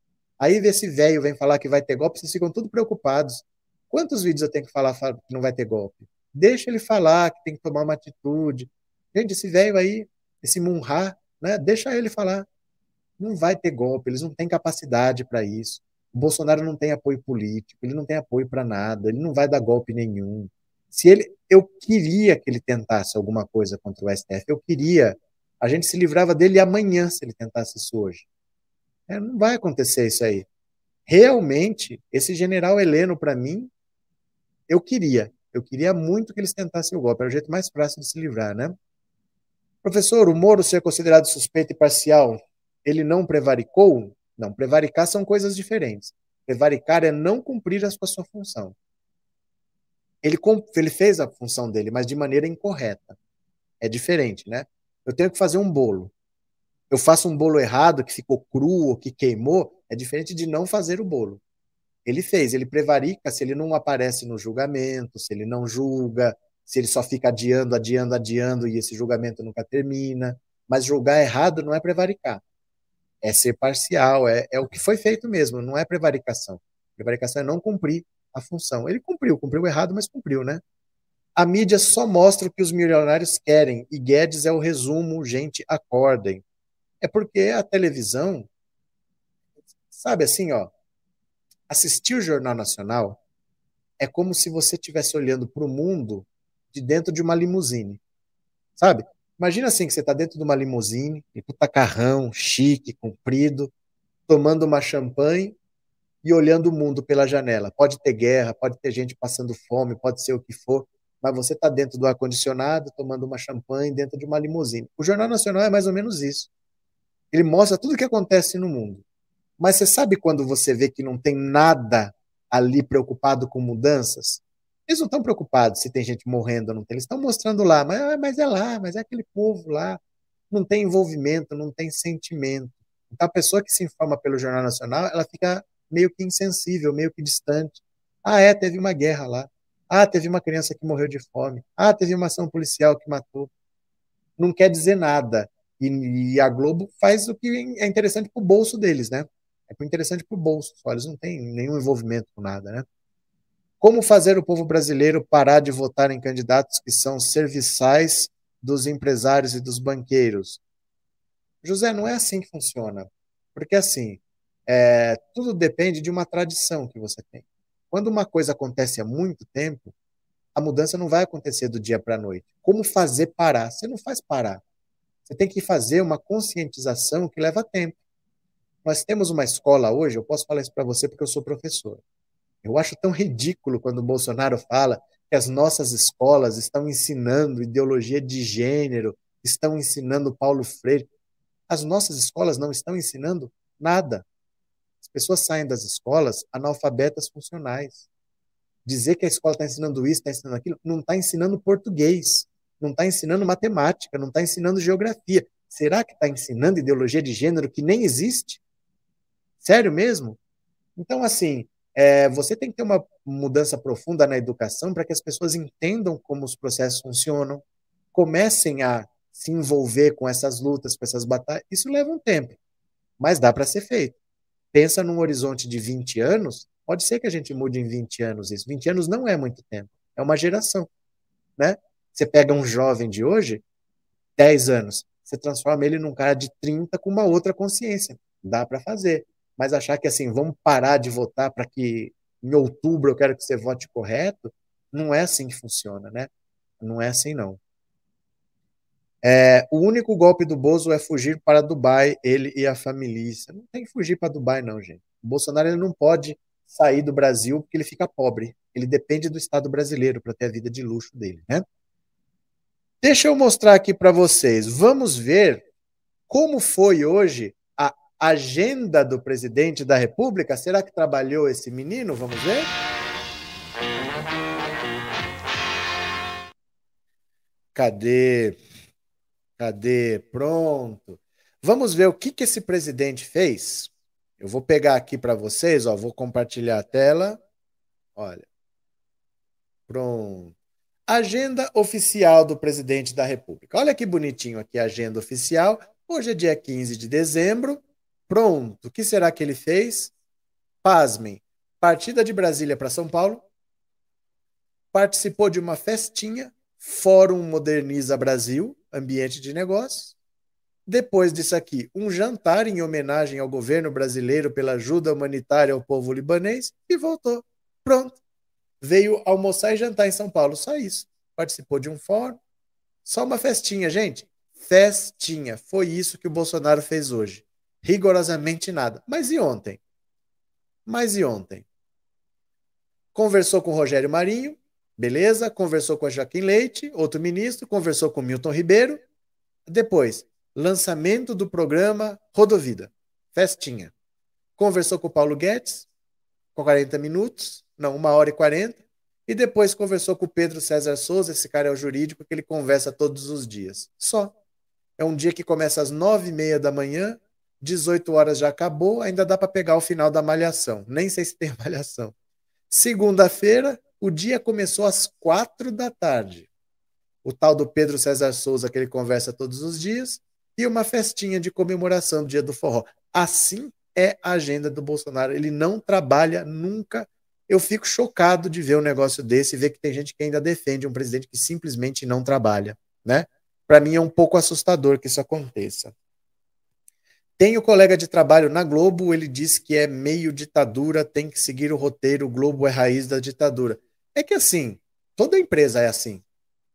Aí esse velho vem falar que vai ter golpe, vocês ficam tudo preocupados. Quantos vídeos eu tenho que falar que não vai ter golpe? Deixa ele falar que tem que tomar uma atitude. Gente, esse velho aí, esse Munhá, né? Deixa ele falar. Não vai ter golpe, eles não têm capacidade para isso. O Bolsonaro não tem apoio político, ele não tem apoio para nada, ele não vai dar golpe nenhum. Se ele, eu queria que ele tentasse alguma coisa contra o S T F, eu queria. A gente se livrava dele amanhã se ele tentasse isso hoje. É, não vai acontecer isso aí. Realmente, esse general Heleno, para mim, eu queria. Eu queria muito que eles tentassem o golpe. Era o jeito mais fácil de se livrar, né? Professor, o Moro ser considerado suspeito e parcial, ele não prevaricou? Não, prevaricar são coisas diferentes. Prevaricar é não cumprir a sua, a sua função. Ele, ele fez a função dele, mas de maneira incorreta. É diferente, né? Eu tenho que fazer um bolo. Eu faço um bolo errado, que ficou cru ou que queimou, é diferente de não fazer o bolo. Ele fez, ele prevarica se ele não aparece no julgamento, se ele não julga, se ele só fica adiando, adiando, adiando e esse julgamento nunca termina. Mas julgar errado não é prevaricar. É ser parcial, é, é o que foi feito mesmo, não é prevaricação. Prevaricação é não cumprir a função. Ele cumpriu, cumpriu errado, mas cumpriu, né? A mídia só mostra o que os milionários querem e Guedes é o resumo, gente, acordem. É porque a televisão, sabe assim, ó, assistir o Jornal Nacional é como se você estivesse olhando para o mundo de dentro de uma limusine, sabe? Imagina assim, que você está dentro de uma limusine, um puta carrão, chique, comprido, tomando uma champanhe e olhando o mundo pela janela. Pode ter guerra, pode ter gente passando fome, pode ser o que for, mas você está dentro do ar-condicionado, tomando uma champanhe dentro de uma limusine. O Jornal Nacional é mais ou menos isso. Ele mostra tudo o que acontece no mundo. Mas você sabe quando você vê que não tem nada ali preocupado com mudanças? Eles não estão preocupados se tem gente morrendo ou não tem. Eles estão mostrando lá, mas, mas é lá, mas é aquele povo lá. Não tem envolvimento, não tem sentimento. Então a pessoa que se informa pelo Jornal Nacional, ela fica meio que insensível, meio que distante. Ah, é, teve uma guerra lá. Ah, teve uma criança que morreu de fome. Ah, teve uma ação policial que matou. Não quer dizer nada. E, e a Globo faz o que é interessante para o bolso deles, né? É interessante para o bolso, só eles não têm nenhum envolvimento com nada, né? Como fazer o povo brasileiro parar de votar em candidatos que são serviçais dos empresários e dos banqueiros? José, não é assim que funciona. Porque assim, é, tudo depende de uma tradição que você tem. Quando uma coisa acontece há muito tempo, a mudança não vai acontecer do dia para a noite. Como fazer parar? Você não faz parar. Você tem que fazer uma conscientização que leva tempo. Nós temos uma escola hoje, eu posso falar isso para você porque eu sou professor. Eu acho tão ridículo quando o Bolsonaro fala que as nossas escolas estão ensinando ideologia de gênero, estão ensinando Paulo Freire. As nossas escolas não estão ensinando nada. As pessoas saem das escolas analfabetas funcionais. Dizer que a escola está ensinando isso, está ensinando aquilo, não está ensinando português, não está ensinando matemática, não está ensinando geografia. Será que está ensinando ideologia de gênero que nem existe? Sério mesmo? Então, assim, é, você tem que ter uma mudança profunda na educação para que as pessoas entendam como os processos funcionam, comecem a se envolver com essas lutas, com essas batalhas. Isso leva um tempo, mas dá para ser feito. Pensa num horizonte de vinte anos, pode ser que a gente mude em vinte anos isso. vinte anos não é muito tempo, é uma geração, né? Você pega um jovem de hoje, dez anos, você transforma ele num cara de trinta com uma outra consciência. Dá para fazer. Mas achar que assim, vamos parar de votar para que em outubro eu quero que você vote correto, não é assim que funciona, né? Não é assim, não. É, o único golpe do Bozo é fugir para Dubai, ele e a família. Não tem que fugir para Dubai, não, gente. O Bolsonaro ele não pode sair do Brasil porque ele fica pobre. Ele depende do Estado brasileiro para ter a vida de luxo dele, né? Deixa eu mostrar aqui para vocês. Vamos ver como foi hoje a agenda do presidente da República. Será que trabalhou esse menino? Vamos ver? Cadê? Cadê? Pronto. Vamos ver o que, que esse presidente fez. Eu vou pegar aqui para vocês, ó, vou compartilhar a tela. Olha. Pronto. Agenda oficial do presidente da República. Olha que bonitinho aqui a agenda oficial. Hoje é dia quinze de dezembro. Pronto. O que será que ele fez? pasmem, partida de Brasília para São Paulo, participou de uma festinha, Fórum Moderniza Brasil, ambiente de negócios. Depois disso aqui, um jantar em homenagem ao governo brasileiro pela ajuda humanitária ao povo libanês e voltou. Pronto. Veio almoçar e jantar em São Paulo, só isso. Participou de um fórum, só uma festinha, gente. Festinha. Foi isso que o Bolsonaro fez hoje. Rigorosamente nada. Mas e ontem? Mas e ontem? Conversou com o Rogério Marinho, beleza? Conversou com a Joaquim Leite, outro ministro, conversou com o Milton Ribeiro. Depois, lançamento do programa Rodovida. Festinha. Conversou com o Paulo Guedes, com quarenta minutos, não, uma hora e quarenta, e depois conversou com o Pedro César Souza, esse cara é o jurídico que ele conversa todos os dias. Só. É um dia que começa às nove e meia da manhã, dezoito horas já acabou, ainda dá para pegar o final da malhação. Nem sei se tem malhação. Segunda-feira, o dia começou às quatro da tarde. O tal do Pedro César Souza, que ele conversa todos os dias, e uma festinha de comemoração do Dia do Forró. Assim é a agenda do Bolsonaro. Ele não trabalha nunca. Eu fico chocado de ver um negócio desse e ver que tem gente que ainda defende um presidente que simplesmente não trabalha, né? Para mim é um pouco assustador que isso aconteça. Tem o colega de trabalho na Globo, ele diz que é meio ditadura, tem que seguir o roteiro, o Globo é raiz da ditadura. É que assim, toda empresa é assim.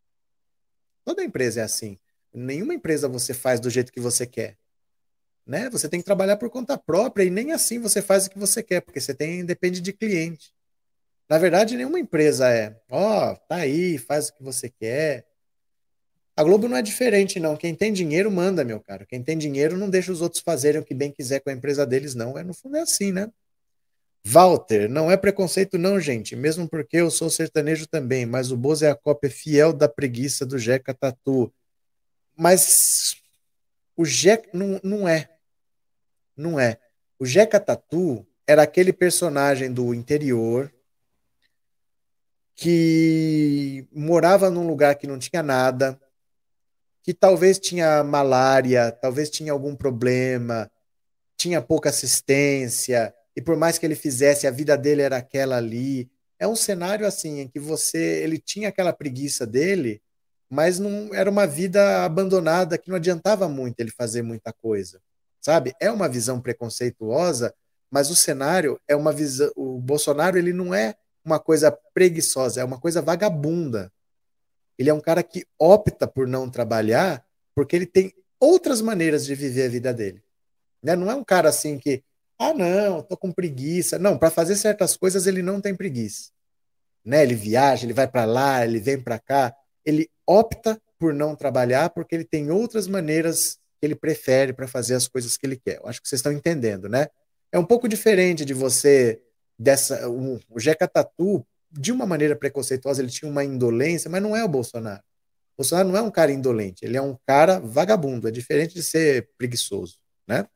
Toda empresa é assim. Nenhuma empresa você faz do jeito que você quer, né? Você tem que trabalhar por conta própria e nem assim você faz o que você quer, porque você tem, depende de cliente. Na verdade, nenhuma empresa é, ó, oh, tá aí, faz o que você quer. A Globo não é diferente, não. Quem tem dinheiro manda, meu caro. Quem tem dinheiro não deixa os outros fazerem o que bem quiser com a empresa deles, não. É, no fundo é assim, né? Walter, não é preconceito não, gente. Mesmo porque eu sou sertanejo também, mas o Bozo é a cópia fiel da preguiça do Jeca Tatu. Mas o Jeca não, não é. Não é. O Jeca Tatu era aquele personagem do interior que morava num lugar que não tinha nada, que talvez tinha malária, talvez tinha algum problema, tinha pouca assistência, e por mais que ele fizesse, a vida dele era aquela ali. É um cenário assim, em que você, ele tinha aquela preguiça dele, mas não era uma vida abandonada que não adiantava muito ele fazer muita coisa, sabe? É uma visão preconceituosa, mas o cenário é uma visão, o Bolsonaro ele não é uma coisa preguiçosa, é uma coisa vagabunda. Ele é um cara que opta por não trabalhar porque ele tem outras maneiras de viver a vida dele, né? Não é um cara assim que, ah não, tô com preguiça. Não, para fazer certas coisas ele não tem preguiça, né? Ele viaja, ele vai para lá, ele vem para cá, ele opta por não trabalhar porque ele tem outras maneiras que ele prefere para fazer as coisas que ele quer. Eu acho que vocês estão entendendo, né? É um pouco diferente de você dessa o, o Jeca Tatu, de uma maneira preconceituosa, ele tinha uma indolência, mas não é o Bolsonaro. O Bolsonaro não é um cara indolente, ele é um cara vagabundo, é diferente de ser preguiçoso, né?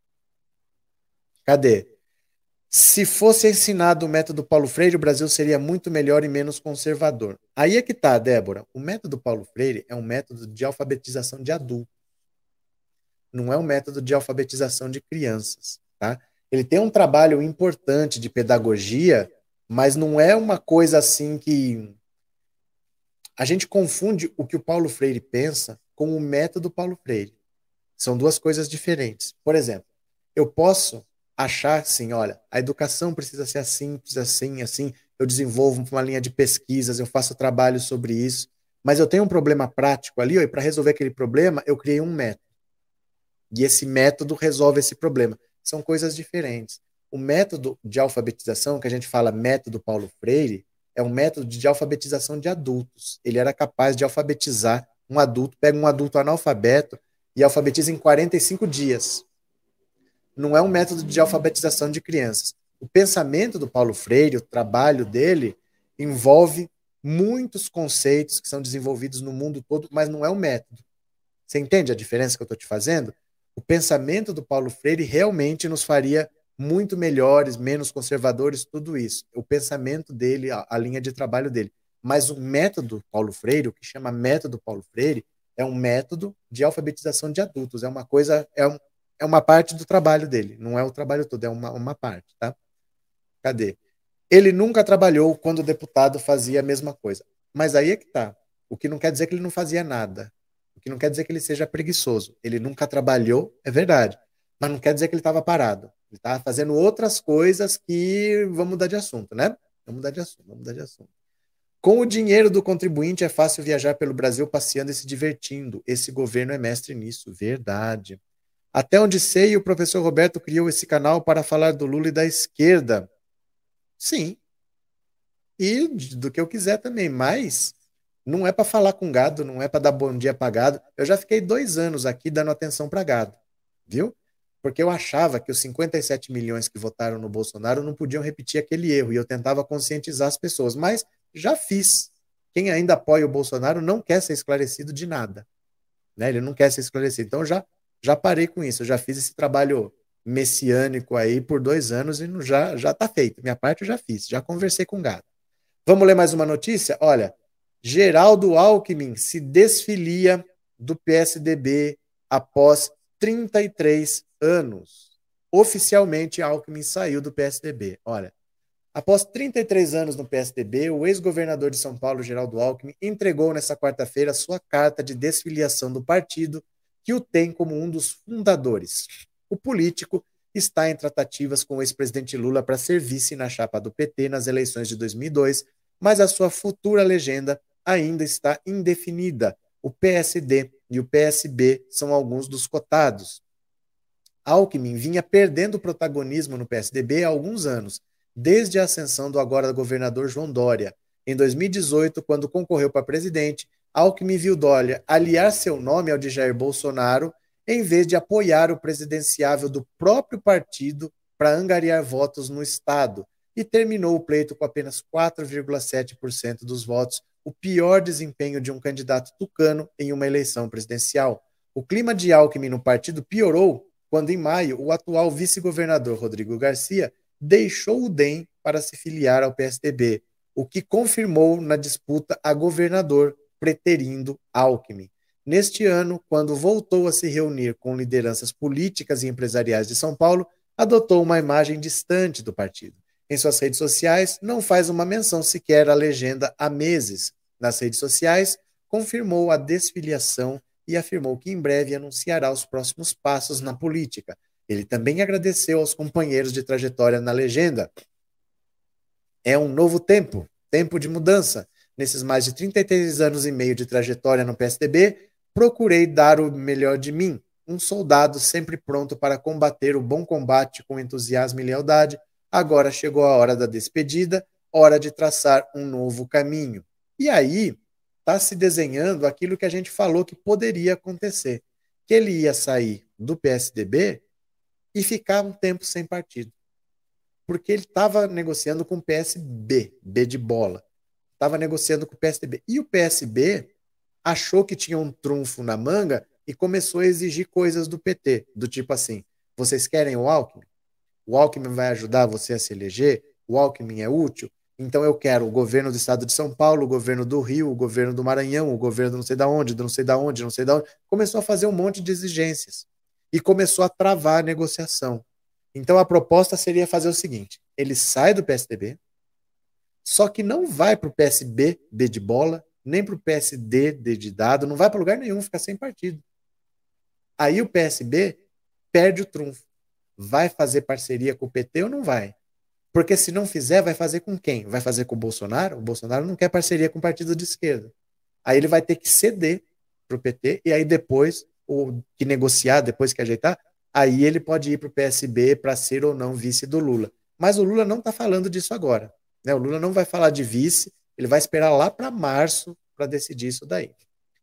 Cadê? Se fosse ensinado o método Paulo Freire, o Brasil seria muito melhor e menos conservador. Aí é que tá, Débora. O método Paulo Freire é um método de alfabetização de adultos. Não é um método de alfabetização de crianças, tá? Ele tem um trabalho importante de pedagogia, mas não é uma coisa assim que... A gente confunde o que o Paulo Freire pensa com o método Paulo Freire. São duas coisas diferentes. Por exemplo, eu posso achar assim, olha, a educação precisa ser assim, precisa assim, assim, eu desenvolvo uma linha de pesquisas, eu faço trabalho sobre isso, mas eu tenho um problema prático ali, ó, e para resolver aquele problema, eu criei um método. E esse método resolve esse problema. São coisas diferentes. O método de alfabetização, que a gente fala método Paulo Freire, é um método de alfabetização de adultos. Ele era capaz de alfabetizar um adulto, pega um adulto analfabeto e alfabetiza em quarenta e cinco dias. Não é um método de alfabetização de crianças. O pensamento do Paulo Freire, o trabalho dele, envolve muitos conceitos que são desenvolvidos no mundo todo, mas não é um método. Você entende a diferença que eu estou te fazendo? O pensamento do Paulo Freire realmente nos faria muito melhores, menos conservadores, tudo isso. O pensamento dele, a, a linha de trabalho dele. Mas o método Paulo Freire, o que chama método Paulo Freire, é um método de alfabetização de adultos. É uma coisa, é, um, é uma parte do trabalho dele. Não é o trabalho todo, é uma, uma parte, tá? Cadê? Ele nunca trabalhou quando o deputado fazia a mesma coisa. Mas aí é que tá. O que não quer dizer que ele não fazia nada. O que não quer dizer que ele seja preguiçoso. Ele nunca trabalhou, é verdade. Mas não quer dizer que ele estava parado. Ele estava fazendo outras coisas que... Vamos mudar de assunto, né? Vamos mudar de assunto, vamos mudar de assunto. Com o dinheiro do contribuinte é fácil viajar pelo Brasil passeando e se divertindo. Esse governo é mestre nisso. Verdade. Até onde sei, o professor Roberto criou esse canal para falar do Lula e da esquerda. Sim. E do que eu quiser também, mas não é para falar com gado, não é para dar bom dia para gado. Eu já fiquei dois anos aqui dando atenção para gado, viu? Porque eu achava que os cinquenta e sete milhões que votaram no Bolsonaro não podiam repetir aquele erro, e eu tentava conscientizar as pessoas, mas já fiz. Quem ainda apoia o Bolsonaro não quer ser esclarecido de nada, né? Ele não quer ser esclarecido. Então já, já parei com isso, eu já fiz esse trabalho messiânico aí por dois anos e não, já, já tá feito. Minha parte eu já fiz, já conversei com gado. Vamos ler mais uma notícia? Olha, Geraldo Alckmin se desfilia do P S D B após trinta e três anos. Oficialmente, Alckmin saiu do P S D B. Olha, após trinta e três anos no P S D B, o ex-governador de São Paulo, Geraldo Alckmin, entregou nesta quarta-feira sua carta de desfiliação do partido, que o tem como um dos fundadores. O político está em tratativas com o ex-presidente Lula para ser vice na chapa do P T nas eleições de dois mil e dois, mas a sua futura legenda ainda está indefinida. O P S D e o P S B são alguns dos cotados. Alckmin vinha perdendo protagonismo no P S D B há alguns anos, desde a ascensão do agora governador João Dória. Em dois mil e dezoito, quando concorreu para presidente, Alckmin viu Dória aliar seu nome ao de Jair Bolsonaro, em vez de apoiar o presidenciável do próprio partido para angariar votos no Estado, e terminou o pleito com apenas quatro vírgula sete por cento dos votos, o pior desempenho de um candidato tucano em uma eleição presidencial. O clima de Alckmin no partido piorou quando, em maio, o atual vice-governador Rodrigo Garcia deixou o D E M para se filiar ao P S D B, o que confirmou na disputa a governador, preterindo Alckmin. Neste ano, quando voltou a se reunir com lideranças políticas e empresariais de São Paulo, adotou uma imagem distante do partido. Em suas redes sociais, não faz uma menção sequer à legenda há meses. Nas redes sociais, confirmou a desfiliação e afirmou que em breve anunciará os próximos passos na política. Ele também agradeceu aos companheiros de trajetória na legenda. É um novo tempo, tempo de mudança. Nesses mais de trinta e três anos e meio de trajetória no P S D B, procurei dar o melhor de mim, um soldado sempre pronto para combater o bom combate com entusiasmo e lealdade. Agora chegou a hora da despedida, hora de traçar um novo caminho. E aí está se desenhando aquilo que a gente falou que poderia acontecer, que ele ia sair do P S D B e ficar um tempo sem partido. Porque ele estava negociando com o P S B, B de bola. Estava negociando com o P S D B. E o P S B achou que tinha um trunfo na manga e começou a exigir coisas do P T, do tipo assim, vocês querem o Alckmin? O Alckmin vai ajudar você a se eleger? O Alckmin é útil? Então eu quero o governo do estado de São Paulo, o governo do Rio, o governo do Maranhão, o governo não sei da onde, não sei da onde, não sei da onde. Começou a fazer um monte de exigências e começou a travar a negociação. Então a proposta seria fazer o seguinte, ele sai do P S D B, só que não vai para o P S B, B de bola, nem para o P S D, D de dado, não vai para lugar nenhum, fica sem partido. Aí o P S B perde o trunfo. Vai fazer parceria com o P T ou não vai? Porque se não fizer, vai fazer com quem? Vai fazer com o Bolsonaro? O Bolsonaro não quer parceria com o partido de esquerda. Aí ele vai ter que ceder para o P T e aí depois, ou que negociar, depois que ajeitar, aí ele pode ir para o P S B para ser ou não vice do Lula. Mas o Lula não está falando disso agora, né? O Lula não vai falar de vice, ele vai esperar lá para março para decidir isso daí.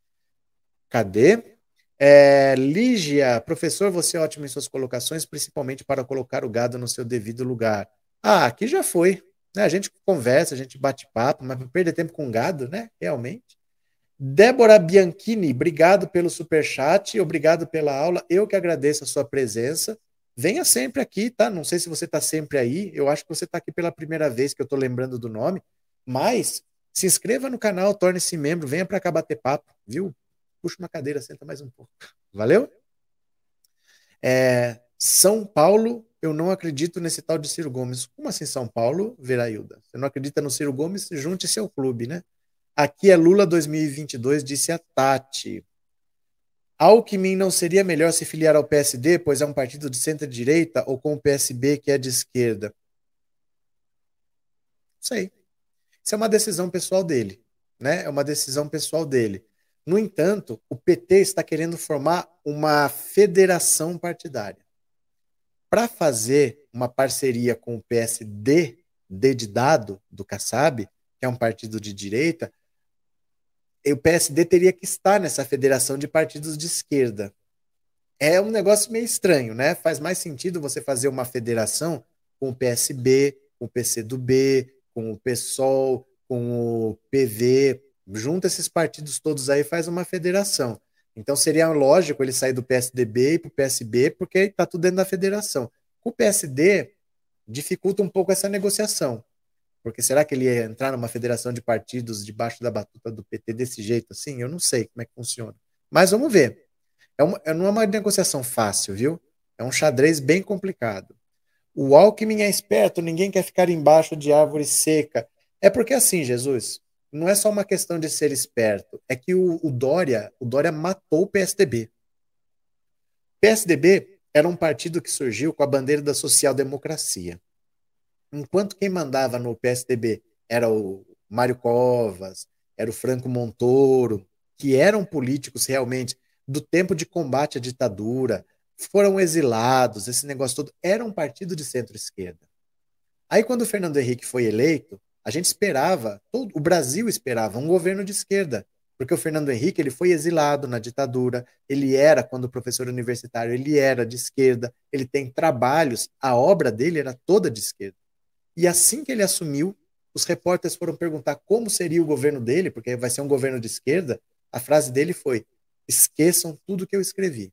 Cadê? É, Lígia, professor, você é ótimo em suas colocações, principalmente para colocar o gado no seu devido lugar. Ah, aqui já foi, né? A gente conversa, a gente bate papo, mas para perder tempo com gado, né? Realmente. Débora Bianchini, obrigado pelo superchat, obrigado pela aula, eu que agradeço a sua presença. Venha sempre aqui, tá? Não sei se você está sempre aí, eu acho que você está aqui pela primeira vez que eu estou lembrando do nome, mas se inscreva no canal, torne-se membro, venha para cá bater papo, viu? Puxa uma cadeira, senta mais um pouco. Valeu? É, São Paulo, eu não acredito nesse tal de Ciro Gomes. Como assim São Paulo, Verailda? Você não acredita no Ciro Gomes? Junte-se ao clube, né? Aqui é Lula dois mil e vinte e dois, disse a Tati. Alckmin não seria melhor se filiar ao P S D, pois é um partido de centro-direita, ou com o P S B, que é de esquerda? Não sei. Isso é uma decisão pessoal dele, né? É uma decisão pessoal dele. No entanto, o P T está querendo formar uma federação partidária. Para fazer uma parceria com o P S D, D de dado, do Kassab, que é um partido de direita, o P S D teria que estar nessa federação de partidos de esquerda. É um negócio meio estranho, né? Faz mais sentido você fazer uma federação com o P S B, com o P C do B, com o PSOL, com o P V, junta esses partidos todos aí e faz uma federação. Então seria lógico ele sair do P S D B e para o P S B, porque está tudo dentro da federação. Com o P S D, dificulta um pouco essa negociação. Porque será que ele ia entrar numa federação de partidos debaixo da batuta do P T desse jeito assim? Eu não sei como é que funciona. Mas vamos ver. É uma, não é uma negociação fácil, viu? É um xadrez bem complicado. O Alckmin é esperto, ninguém quer ficar embaixo de árvore seca. É porque assim, Jesus, não é só uma questão de ser esperto. É que o, o Dória, o Dória matou o P S D B. O P S D B era um partido que surgiu com a bandeira da social-democracia. Enquanto quem mandava no P S D B era o Mário Covas, era o Franco Montoro, que eram políticos realmente do tempo de combate à ditadura, foram exilados, esse negócio todo, era um partido de centro-esquerda. Aí quando o Fernando Henrique foi eleito, a gente esperava, todo, o Brasil esperava um governo de esquerda, porque o Fernando Henrique ele foi exilado na ditadura, ele era, quando professor universitário, ele era de esquerda, ele tem trabalhos, a obra dele era toda de esquerda. E assim que ele assumiu, os repórteres foram perguntar como seria o governo dele, porque vai ser um governo de esquerda. A frase dele foi: esqueçam tudo que eu escrevi.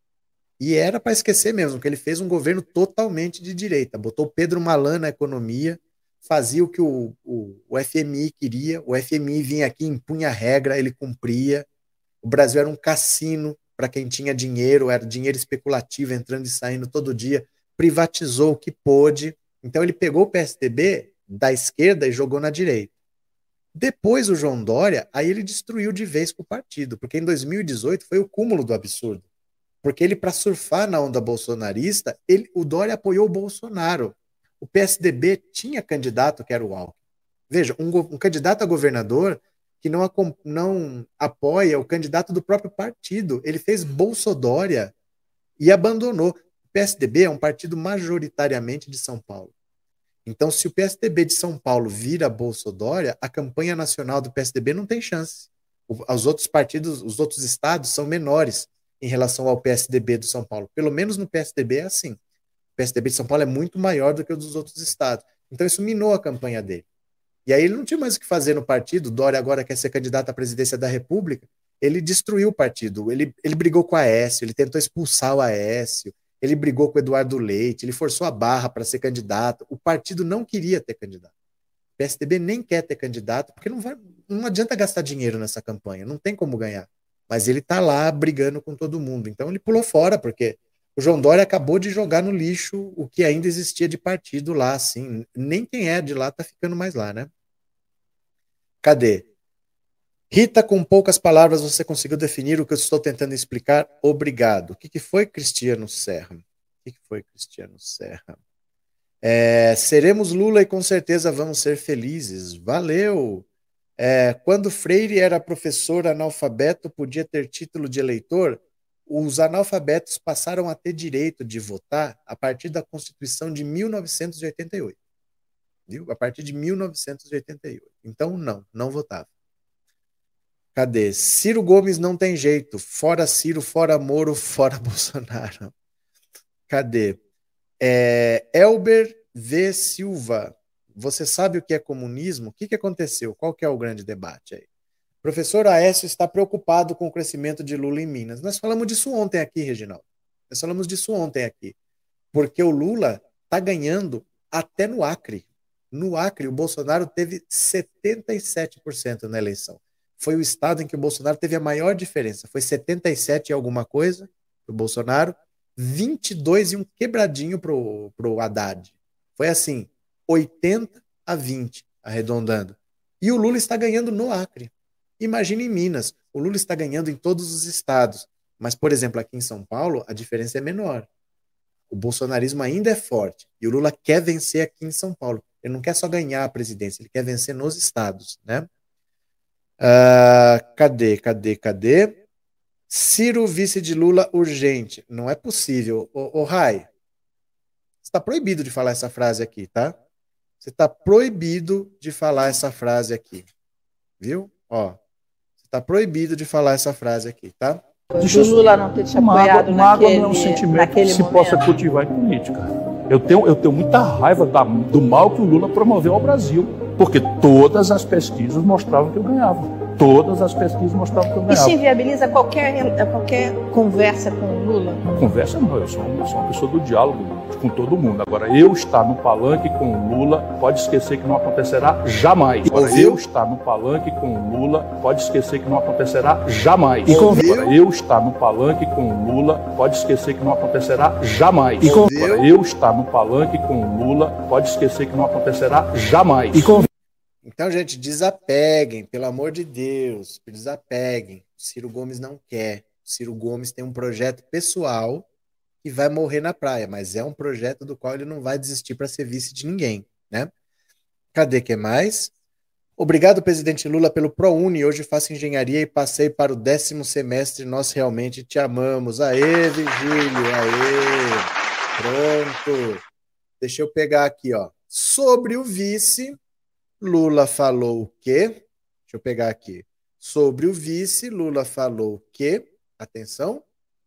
E era para esquecer mesmo, que ele fez um governo totalmente de direita. Botou Pedro Malan na economia, fazia o que o, o, o F M I queria, o F M I vinha aqui, impunha a regra, ele cumpria. O Brasil era um cassino para quem tinha dinheiro, era dinheiro especulativo, entrando e saindo todo dia, privatizou o que pôde. Então ele pegou o P S D B da esquerda e jogou na direita. Depois o João Dória, aí ele destruiu de vez com o partido, porque em dois mil e dezoito foi o cúmulo do absurdo. Porque ele, para surfar na onda bolsonarista, ele, o Dória apoiou o Bolsonaro. O P S D B tinha candidato que era o Alckmin. Veja, um, um candidato a governador que não, não apoia o candidato do próprio partido. Ele fez Bolsodória e abandonou. O P S D B é um partido majoritariamente de São Paulo. Então, se o P S D B de São Paulo vira Bolsodória, a campanha nacional do P S D B não tem chance. O, os outros partidos, os outros estados são menores em relação ao P S D B do São Paulo. Pelo menos no P S D B é assim. O P S D B de São Paulo é muito maior do que o dos outros estados. Então, isso minou a campanha dele. E aí ele não tinha mais o que fazer no partido. O Dória agora quer ser candidato à presidência da República. Ele destruiu o partido. Ele, ele brigou com o Aécio, ele tentou expulsar o Aécio. Ele brigou com o Eduardo Leite, ele forçou a barra para ser candidato. O partido não queria ter candidato. O P S D B nem quer ter candidato, porque não, vai, não adianta gastar dinheiro nessa campanha, não tem como ganhar. Mas ele está lá brigando com todo mundo. Então ele pulou fora, porque o João Dória acabou de jogar no lixo o que ainda existia de partido lá, assim. Nem quem é de lá está ficando mais lá, né? Cadê? Rita, com poucas palavras você conseguiu definir o que eu estou tentando explicar. Obrigado. O que, que foi, Cristiano Serra? O que, que foi, Cristiano Serra? É, seremos Lula e com certeza vamos ser felizes. Valeu! É, quando Freire era professor analfabeto, podia ter título de eleitor. Os analfabetos passaram a ter direito de votar a partir da Constituição de mil novecentos e oitenta e oito. Viu? A partir de mil novecentos e oitenta e oito. Então, não, não votava. Cadê? Ciro Gomes não tem jeito. Fora Ciro, fora Moro, fora Bolsonaro. Cadê? É, Elber V. Silva. Você sabe o que é comunismo? O que, que aconteceu? Qual que é o grande debate aí? Professor Aécio está preocupado com o crescimento de Lula em Minas. Nós falamos disso ontem aqui, Reginaldo. Nós falamos disso ontem aqui. Porque o Lula está ganhando até no Acre. No Acre, o Bolsonaro teve setenta e sete por cento na eleição. Foi o estado em que o Bolsonaro teve a maior diferença. Foi setenta e sete e alguma coisa para o Bolsonaro vinte e dois e um quebradinho pro, pro Haddad. Foi assim, oitenta a vinte, arredondando. E o Lula está ganhando no Acre. Imagina em Minas, o Lula está ganhando em todos os estados. Mas, por exemplo, aqui em São Paulo, a diferença é menor. O bolsonarismo ainda é forte. E o Lula quer vencer aqui em São Paulo. Ele não quer só ganhar a presidência, ele quer vencer nos estados, né? Uh, cadê, cadê, cadê? Ciro, vice de Lula, urgente. Não é possível. Ô, ô Rai, você está proibido de falar essa frase aqui, tá? Você está proibido de falar essa frase aqui. Viu? Ó, você está proibido de falar essa frase aqui, tá? Deixa o Lula não ter te apoiado naquele, mágoa não é um sentimento que se momento. Possa cultivar em política. Eu tenho, eu tenho muita raiva da, do mal que o Lula promoveu ao Brasil, porque todas as pesquisas mostravam que eu ganhava. Todas as pesquisas mostravam que eu ganhava. Isso inviabiliza qualquer, qualquer conversa com o Lula? Conversa não, eu sou, eu sou uma pessoa do diálogo com todo mundo. Agora, eu estar no palanque com o Lula, pode esquecer que não acontecerá jamais. Agora, eu estar no palanque com o Lula, pode esquecer que não acontecerá jamais. E Agora, eu estar no palanque com o Lula, pode esquecer que não acontecerá jamais. E Agora, eu estar no palanque com o Lula, pode esquecer que não acontecerá jamais. E Então, gente, desapeguem, pelo amor de Deus, desapeguem. O Ciro Gomes não quer. O Ciro Gomes tem um projeto pessoal que vai morrer na praia, mas é um projeto do qual ele não vai desistir para ser vice de ninguém, né? Cadê que mais? Obrigado, presidente Lula, pelo ProUni. Hoje faço engenharia e passei para o décimo semestre. Nós realmente te amamos. Aê, Vigílio, aê. Pronto. Deixa eu pegar aqui, ó. Sobre o vice... Lula falou o quê? Deixa eu pegar aqui. Sobre o vice, Lula falou o quê? Atenção.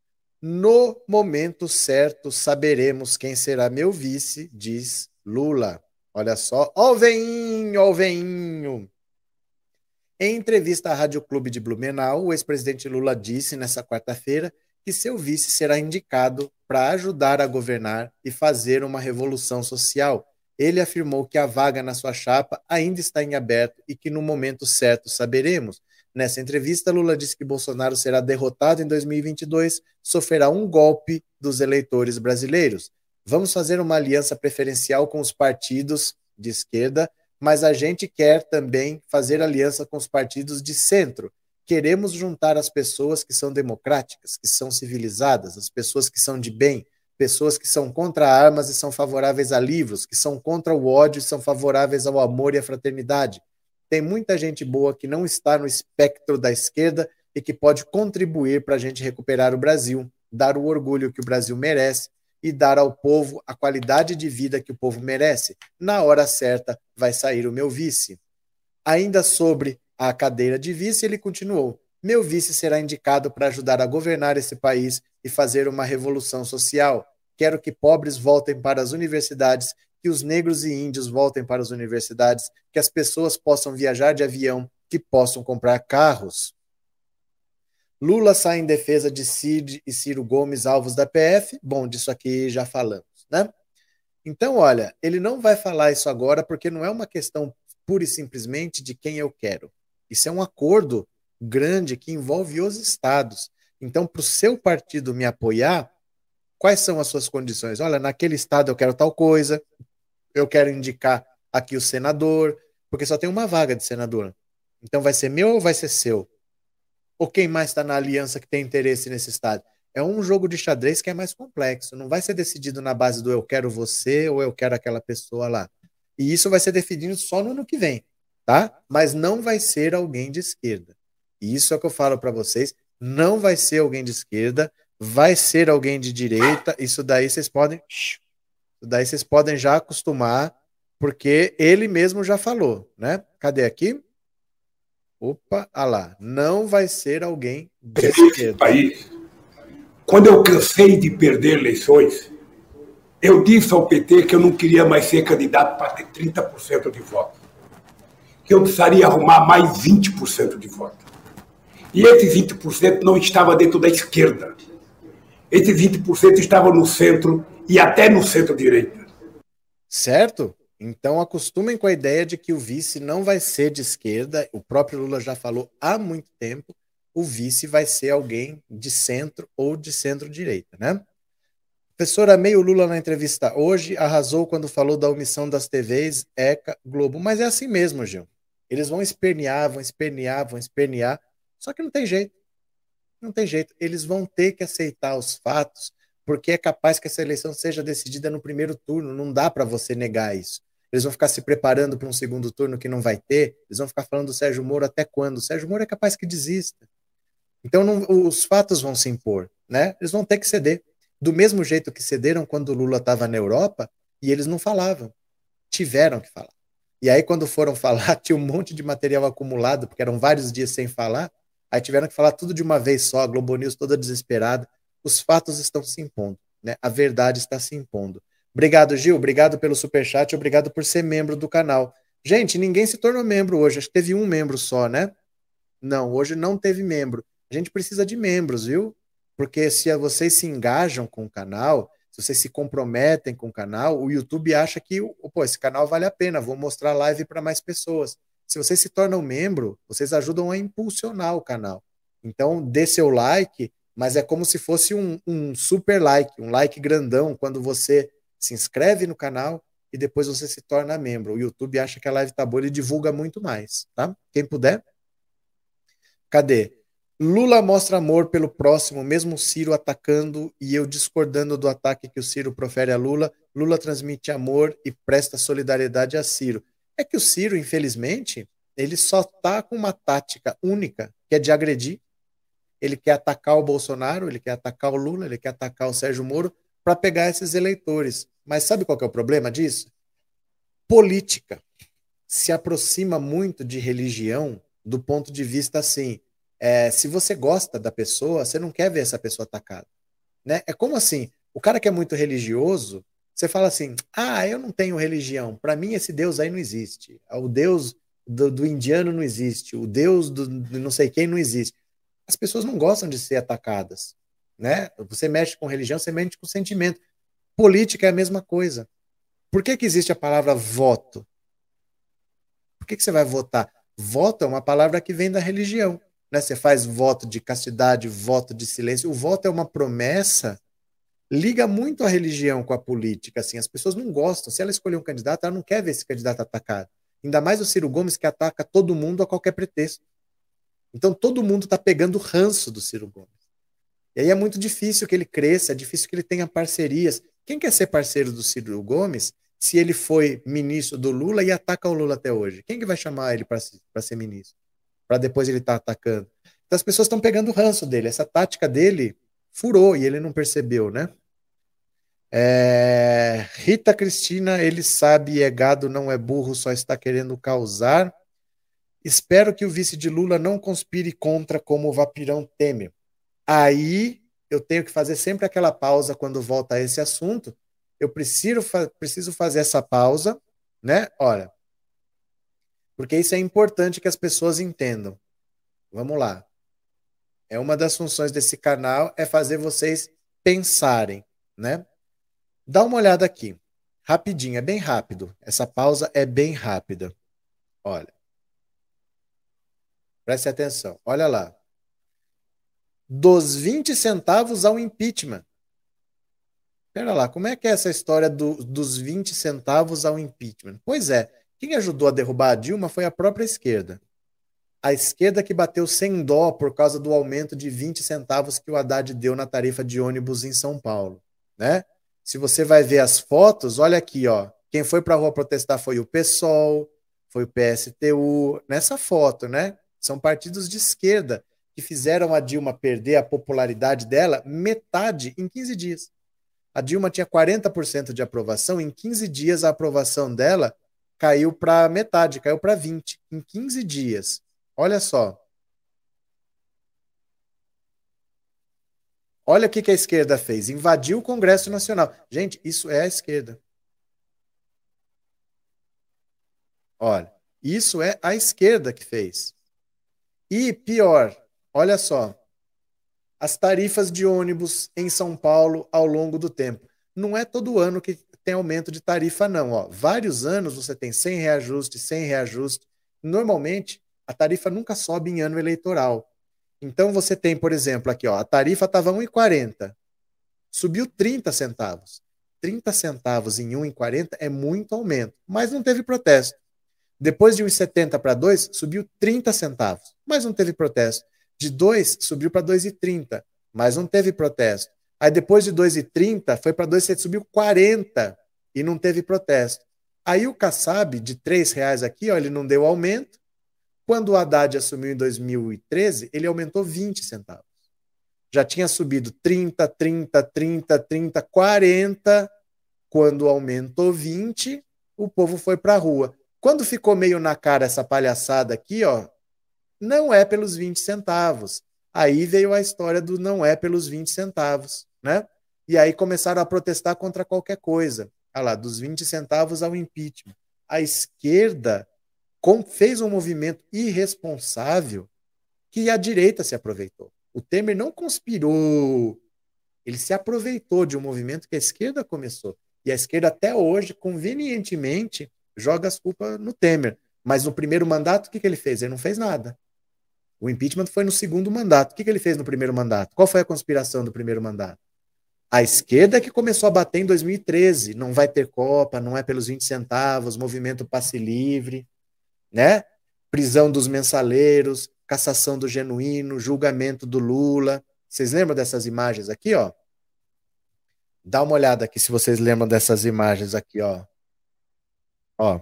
No momento certo, saberemos quem será meu vice, diz Lula. Olha só. Ó o veinho, ó o veinho. Em entrevista à Rádio Clube de Blumenau, o ex-presidente Lula disse nessa quarta-feira que seu vice será indicado para ajudar a governar e fazer uma revolução social. Ele afirmou que a vaga na sua chapa ainda está em aberto e que no momento certo saberemos. Nessa entrevista, Lula disse que Bolsonaro será derrotado em dois mil e vinte e dois, sofrerá um golpe dos eleitores brasileiros. Vamos fazer uma aliança preferencial com os partidos de esquerda, mas a gente quer também fazer aliança com os partidos de centro. Queremos juntar as pessoas que são democráticas, que são civilizadas, as pessoas que são de bem, pessoas que são contra armas e são favoráveis a livros, que são contra o ódio e são favoráveis ao amor e à fraternidade. Tem muita gente boa que não está no espectro da esquerda e que pode contribuir para a gente recuperar o Brasil, dar o orgulho que o Brasil merece e dar ao povo a qualidade de vida que o povo merece. Na hora certa vai sair o meu vice. Ainda sobre a cadeira de vice, ele continuou. Meu vice será indicado para ajudar a governar esse país e fazer uma revolução social. Quero que pobres voltem para as universidades, que os negros e índios voltem para as universidades, que as pessoas possam viajar de avião, que possam comprar carros. Lula sai em defesa de Cid e Ciro Gomes, alvos da P F. Bom, disso aqui já falamos, né? Então, olha, ele não vai falar isso agora porque não é uma questão pura e simplesmente de quem eu quero. Isso é um acordo grande que envolve os estados. Então, para o seu partido me apoiar, quais são as suas condições? Olha, naquele estado eu quero tal coisa, eu quero indicar aqui o senador, porque só tem uma vaga de senador. Então vai ser meu ou vai ser seu? Ou quem mais está na aliança que tem interesse nesse estado? É um jogo de xadrez que é mais complexo, não vai ser decidido na base do eu quero você ou eu quero aquela pessoa lá. E isso vai ser definido só no ano que vem, tá? Mas não vai ser alguém de esquerda. E isso é o que eu falo para vocês, não vai ser alguém de esquerda, vai ser alguém de direita, isso daí vocês podem, isso daí vocês podem já acostumar, porque ele mesmo já falou, né? Cadê aqui? Opa, ah lá, não vai ser alguém de esquerda. País, quando eu cansei de perder eleições, eu disse ao P T que eu não queria mais ser candidato para ter trinta por cento de voto, que eu precisaria arrumar mais vinte por cento de voto. E esse vinte por cento não estava dentro da esquerda. Esse vinte por cento estava no centro e até no centro-direita. Certo? Então acostumem com a ideia de que o vice não vai ser de esquerda. O próprio Lula já falou há muito tempo. O vice vai ser alguém de centro ou de centro-direita, né? Professor, amei o Lula na entrevista hoje, arrasou quando falou da omissão das T Vs, ECA, Globo, mas é assim mesmo, Gil. Eles vão espernear, vão espernear, vão espernear, só que não tem jeito. Não tem jeito. Eles vão ter que aceitar os fatos, porque é capaz que essa eleição seja decidida no primeiro turno, não dá para você negar isso. Eles vão ficar se preparando para um segundo turno que não vai ter, eles vão ficar falando do Sérgio Moro até quando? O Sérgio Moro é capaz que desista. Então não, os fatos vão se impor, né? Eles vão ter que ceder. Do mesmo jeito que cederam quando o Lula estava na Europa e eles não falavam. Tiveram que falar. E aí quando foram falar, tinha um monte de material acumulado, porque eram vários dias sem falar, aí tiveram que falar tudo de uma vez só, a Globo News toda desesperada. Os fatos estão se impondo, né? A verdade está se impondo. Obrigado, Gil. Obrigado pelo superchat, obrigado por ser membro do canal. Gente, ninguém se tornou membro hoje, acho que teve um membro só, né? Não, hoje não teve membro. A gente precisa de membros, viu? Porque se vocês se engajam com o canal, se vocês se comprometem com o canal, o YouTube acha que, pô, esse canal vale a pena, vou mostrar live para mais pessoas. Se vocês se tornam membro, vocês ajudam a impulsionar o canal. Então, dê seu like, mas é como se fosse um, um super like, um like grandão, quando você se inscreve no canal e depois você se torna membro. O YouTube acha que a live tá boa, ele divulga muito mais, tá? Quem puder. Cadê? Lula mostra amor pelo próximo, mesmo Ciro atacando e eu discordando do ataque que o Ciro profere a Lula. Lula transmite amor e presta solidariedade a Ciro. É que o Ciro, infelizmente, ele só tá com uma tática única, que é de agredir. Ele quer atacar o Bolsonaro, ele quer atacar o Lula, ele quer atacar o Sérgio Moro para pegar esses eleitores. Mas sabe qual que é o problema disso? Política se aproxima muito de religião do ponto de vista assim, É, se você gosta da pessoa, você não quer ver essa pessoa atacada, né? É como assim, o cara que é muito religioso, você fala assim, ah, eu não tenho religião, para mim esse Deus aí não existe, o Deus do, do indiano não existe, o Deus do, do não sei quem não existe. As pessoas não gostam de ser atacadas, né? Você mexe com religião, você mexe com sentimento. Política é a mesma coisa. Por que que existe a palavra voto? Por que que você vai votar? Voto é uma palavra que vem da religião. Né? Você faz voto de castidade, voto de silêncio. O voto é uma promessa, liga muito a religião com a política. Assim. As pessoas não gostam. Se ela escolher um candidato, ela não quer ver esse candidato atacado. Ainda mais o Ciro Gomes, que ataca todo mundo a qualquer pretexto. Então todo mundo está pegando ranço do Ciro Gomes. E aí é muito difícil que ele cresça, é difícil que ele tenha parcerias. Quem quer ser parceiro do Ciro Gomes se ele foi ministro do Lula e ataca o Lula até hoje? Quem que vai chamar ele para ser ministro? Para depois ele estar tá atacando. Então as pessoas estão pegando o ranço dele. Essa tática dele furou e ele não percebeu, né? É... Rita Cristina, ele sabe, é gado, não é burro, só está querendo causar. Espero que o vice de Lula não conspire contra como o vapirão Temer. Aí eu tenho que fazer sempre aquela pausa quando volta a esse assunto. Eu preciso, fa- preciso fazer essa pausa, né? Olha, porque isso é importante que as pessoas entendam. Vamos lá. É uma das funções desse canal é fazer vocês pensarem, né? Dá uma olhada aqui. Rapidinho, é bem rápido. Essa pausa é bem rápida. Olha. Preste atenção. Olha lá. Dos vinte centavos ao impeachment. Pera lá, como é que é essa história do, dos vinte centavos ao impeachment? Pois é. Quem ajudou a derrubar a Dilma foi a própria esquerda. A esquerda que bateu sem dó por causa do aumento de vinte centavos que o Haddad deu na tarifa de ônibus em São Paulo, né? Se você vai ver as fotos, olha aqui, ó. Quem foi para a rua protestar foi o PSOL, foi o P S T U, nessa foto, né? São partidos de esquerda que fizeram a Dilma perder a popularidade dela metade em quinze dias. A Dilma tinha quarenta por cento de aprovação, em quinze dias a aprovação dela caiu para metade, caiu para vinte, em quinze dias. Olha só. Olha o que, que a esquerda fez. Invadiu o Congresso Nacional. Gente, isso é a esquerda. Olha, isso é a esquerda que fez. E pior, olha só. As tarifas de ônibus em São Paulo ao longo do tempo. Não é todo ano que tem aumento de tarifa, não. Ó, vários anos você tem sem reajuste, sem reajuste. Normalmente, a tarifa nunca sobe em ano eleitoral. Então você tem, por exemplo, aqui, ó, a tarifa estava um real e quarenta centavos. subiu trinta centavos. trinta centavos em um e quarenta é muito aumento, mas não teve protesto. Depois de um e setenta para dois, subiu trinta centavos, mas não teve protesto. De dois, subiu para dois e trinta, mas não teve protesto. Aí depois de dois e trinta, foi para dois e setenta, subiu quarenta e não teve protesto. Aí o Kassab, de três reais aqui, ó, ele não deu aumento. Quando o Haddad assumiu em dois mil e treze, ele aumentou vinte centavos. Já tinha subido trinta, trinta, trinta, trinta, quarenta. Quando aumentou vinte, o povo foi para a rua. Quando ficou meio na cara essa palhaçada aqui, ó, não é pelos vinte centavos. Aí veio a história do não é pelos vinte centavos, né? E aí começaram a protestar contra qualquer coisa. Olha lá, dos vinte centavos ao impeachment. A esquerda fez um movimento irresponsável que a direita se aproveitou. O Temer não conspirou, ele se aproveitou de um movimento que a esquerda começou. E a esquerda até hoje, convenientemente, joga as culpas no Temer. Mas no primeiro mandato, o que, que ele fez? Ele não fez nada. O impeachment foi no segundo mandato. O que, que ele fez no primeiro mandato? Qual foi a conspiração do primeiro mandato? A esquerda que começou a bater em dois mil e treze. Não vai ter Copa, não é pelos vinte centavos, movimento passe livre, né? Prisão dos mensaleiros, cassação do Genuíno, julgamento do Lula. Vocês lembram dessas imagens aqui, ó? Dá uma olhada aqui se vocês lembram dessas imagens aqui, ó. Ó.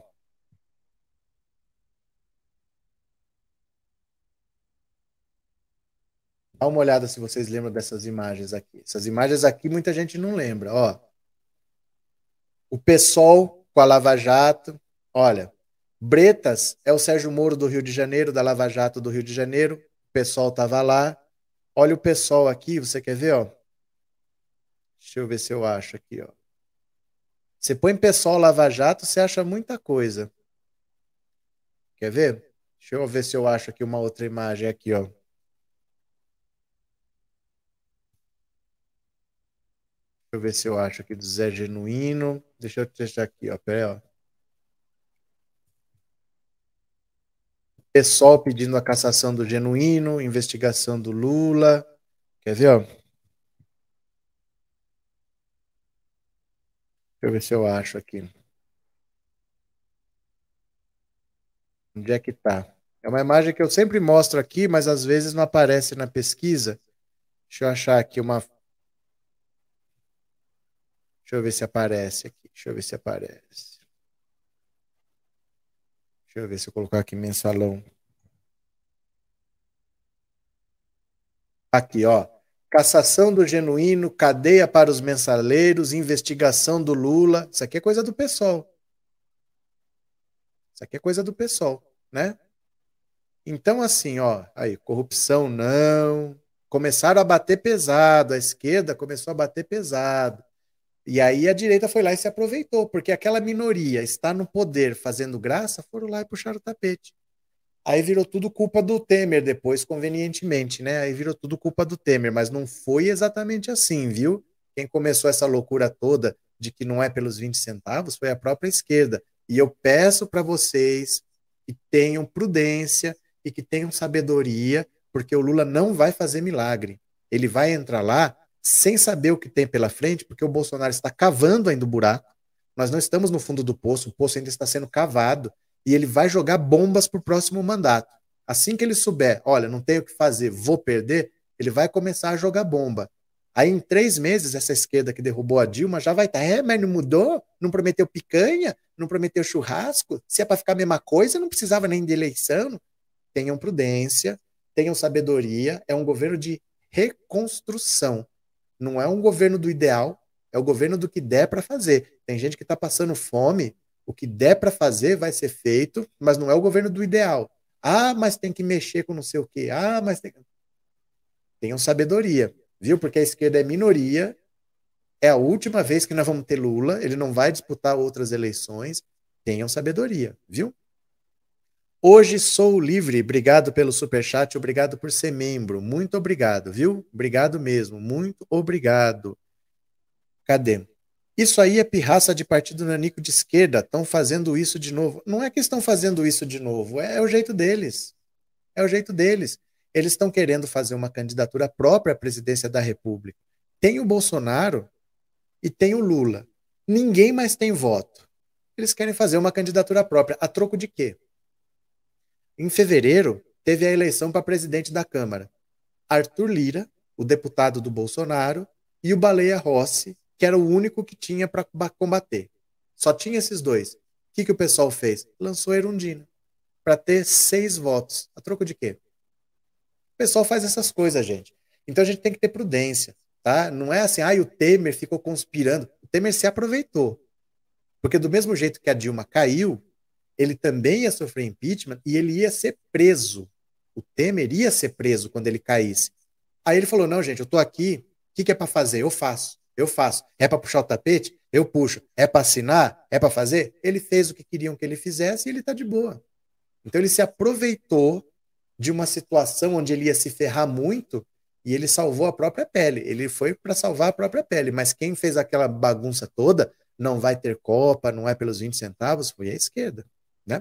Dá uma olhada se vocês lembram dessas imagens aqui. Essas imagens aqui muita gente não lembra, ó. O PSOL com a Lava Jato. Olha, Bretas é o Sérgio Moro do Rio de Janeiro, da Lava Jato do Rio de Janeiro. O PSOL estava lá. Olha o PSOL aqui, você quer ver, ó? Deixa eu ver se eu acho aqui, ó. Você põe PSOL Lava Jato, você acha muita coisa. Quer ver? Deixa eu ver se eu acho aqui uma outra imagem aqui, ó. Deixa eu ver se eu acho aqui do Zé Genuíno. Deixa eu deixar aqui, ó. Pera aí, ó. PSOL pedindo a cassação do Genuíno, investigação do Lula. Quer ver, ó? Deixa eu ver se eu acho aqui. Onde é que tá? É uma imagem que eu sempre mostro aqui, mas às vezes não aparece na pesquisa. Deixa eu achar aqui uma... Deixa eu ver se aparece aqui. Deixa eu ver se aparece. Deixa eu ver se eu colocar aqui mensalão. Aqui, ó. Cassação do Genuíno, cadeia para os mensaleiros, investigação do Lula. Isso aqui é coisa do PSOL. Isso aqui é coisa do PSOL, né? Então, assim, ó, aí, corrupção não. Começaram a bater pesado, a esquerda começou a bater pesado. E aí a direita foi lá e se aproveitou, porque aquela minoria está no poder fazendo graça, foram lá e puxaram o tapete. Aí virou tudo culpa do Temer depois, convenientemente, né? Aí virou tudo culpa do Temer, mas não foi exatamente assim, viu? Quem começou essa loucura toda de que não é pelos vinte centavos foi a própria esquerda. E eu peço para vocês que tenham prudência e que tenham sabedoria, porque o Lula não vai fazer milagre. Ele vai entrar lá sem saber o que tem pela frente, porque o Bolsonaro está cavando ainda o buraco. Nós não estamos no fundo do poço, o poço ainda está sendo cavado. E ele vai jogar bombas para o próximo mandato. Assim que ele souber, olha, não tenho o que fazer, vou perder, ele vai começar a jogar bomba. Aí em três meses, essa esquerda que derrubou a Dilma já vai estar, é, mas não mudou? Não prometeu picanha? Não prometeu churrasco? Se é para ficar a mesma coisa, não precisava nem de eleição. Tenham prudência, tenham sabedoria, é um governo de reconstrução. Não é um governo do ideal, é o governo do que der para fazer. Tem gente que está passando fome, o que der para fazer vai ser feito, mas não é o governo do ideal. Ah, mas tem que mexer com não sei o quê. Ah, mas tem... Tenham sabedoria, viu? Porque a esquerda é minoria, é a última vez que nós vamos ter Lula, ele não vai disputar outras eleições. Tenham sabedoria, viu? Hoje sou livre, obrigado pelo superchat, obrigado por ser membro, muito obrigado, viu? Obrigado mesmo, muito obrigado. Cadê? Isso aí é pirraça de partido nanico de esquerda, estão fazendo isso de novo. Não é que estão fazendo isso de novo, é, é o jeito deles. É o jeito deles. Eles estão querendo fazer uma candidatura própria à presidência da República. tem o Bolsonaro e tem o Lula. Ninguém mais tem voto. Eles querem fazer uma candidatura própria. A troco de quê? Em fevereiro, teve a eleição para presidente da Câmara. Arthur Lira, o deputado do Bolsonaro, e o Baleia Rossi, que era o único que tinha para combater. Só tinha esses dois. O que, que o pessoal fez? Lançou a Erundina para ter seis votos. A troco de quê? O pessoal faz essas coisas, gente. Então a gente tem que ter prudência, tá? Não é assim, ah, o Temer ficou conspirando. O Temer se aproveitou. Porque do mesmo jeito que a Dilma caiu, ele também ia sofrer impeachment e ele ia ser preso. O Temer ia ser preso quando ele caísse. Aí ele falou, não, gente, eu tô aqui, o que, que é para fazer? Eu faço, eu faço. É para puxar o tapete? Eu puxo. É para assinar? É para fazer? Ele fez o que queriam que ele fizesse e ele tá de boa. Então ele se aproveitou de uma situação onde ele ia se ferrar muito e ele salvou a própria pele. Ele foi para salvar a própria pele, mas quem fez aquela bagunça toda, não vai ter Copa, não é pelos vinte centavos, foi a esquerda, né?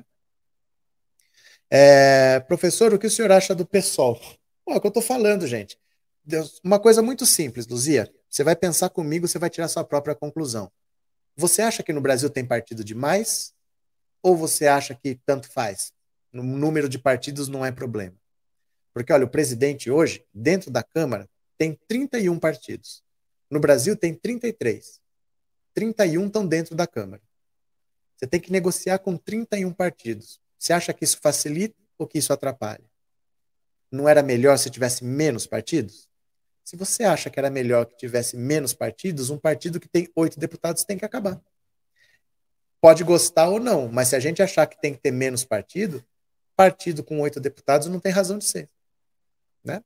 É, professor, o que o senhor acha do PSOL? Pô, é o que eu tô falando, gente. Deus, uma coisa muito simples, Luzia. Você vai pensar comigo, você vai tirar sua própria conclusão. Você acha que no Brasil tem partido demais? Ou você acha que tanto faz? O número de partidos não é problema. Porque, olha, o presidente hoje, dentro da Câmara, tem trinta e um partidos. No Brasil tem trinta e três. trinta e um estão dentro da Câmara. Você tem que negociar com trinta e um partidos. Você acha que isso facilita ou que isso atrapalha? Não era melhor se tivesse menos partidos? Se você acha que era melhor que tivesse menos partidos, um partido que tem oito deputados tem que acabar. Pode gostar ou não, mas se a gente achar que tem que ter menos partido, partido com oito deputados não tem razão de ser. Né?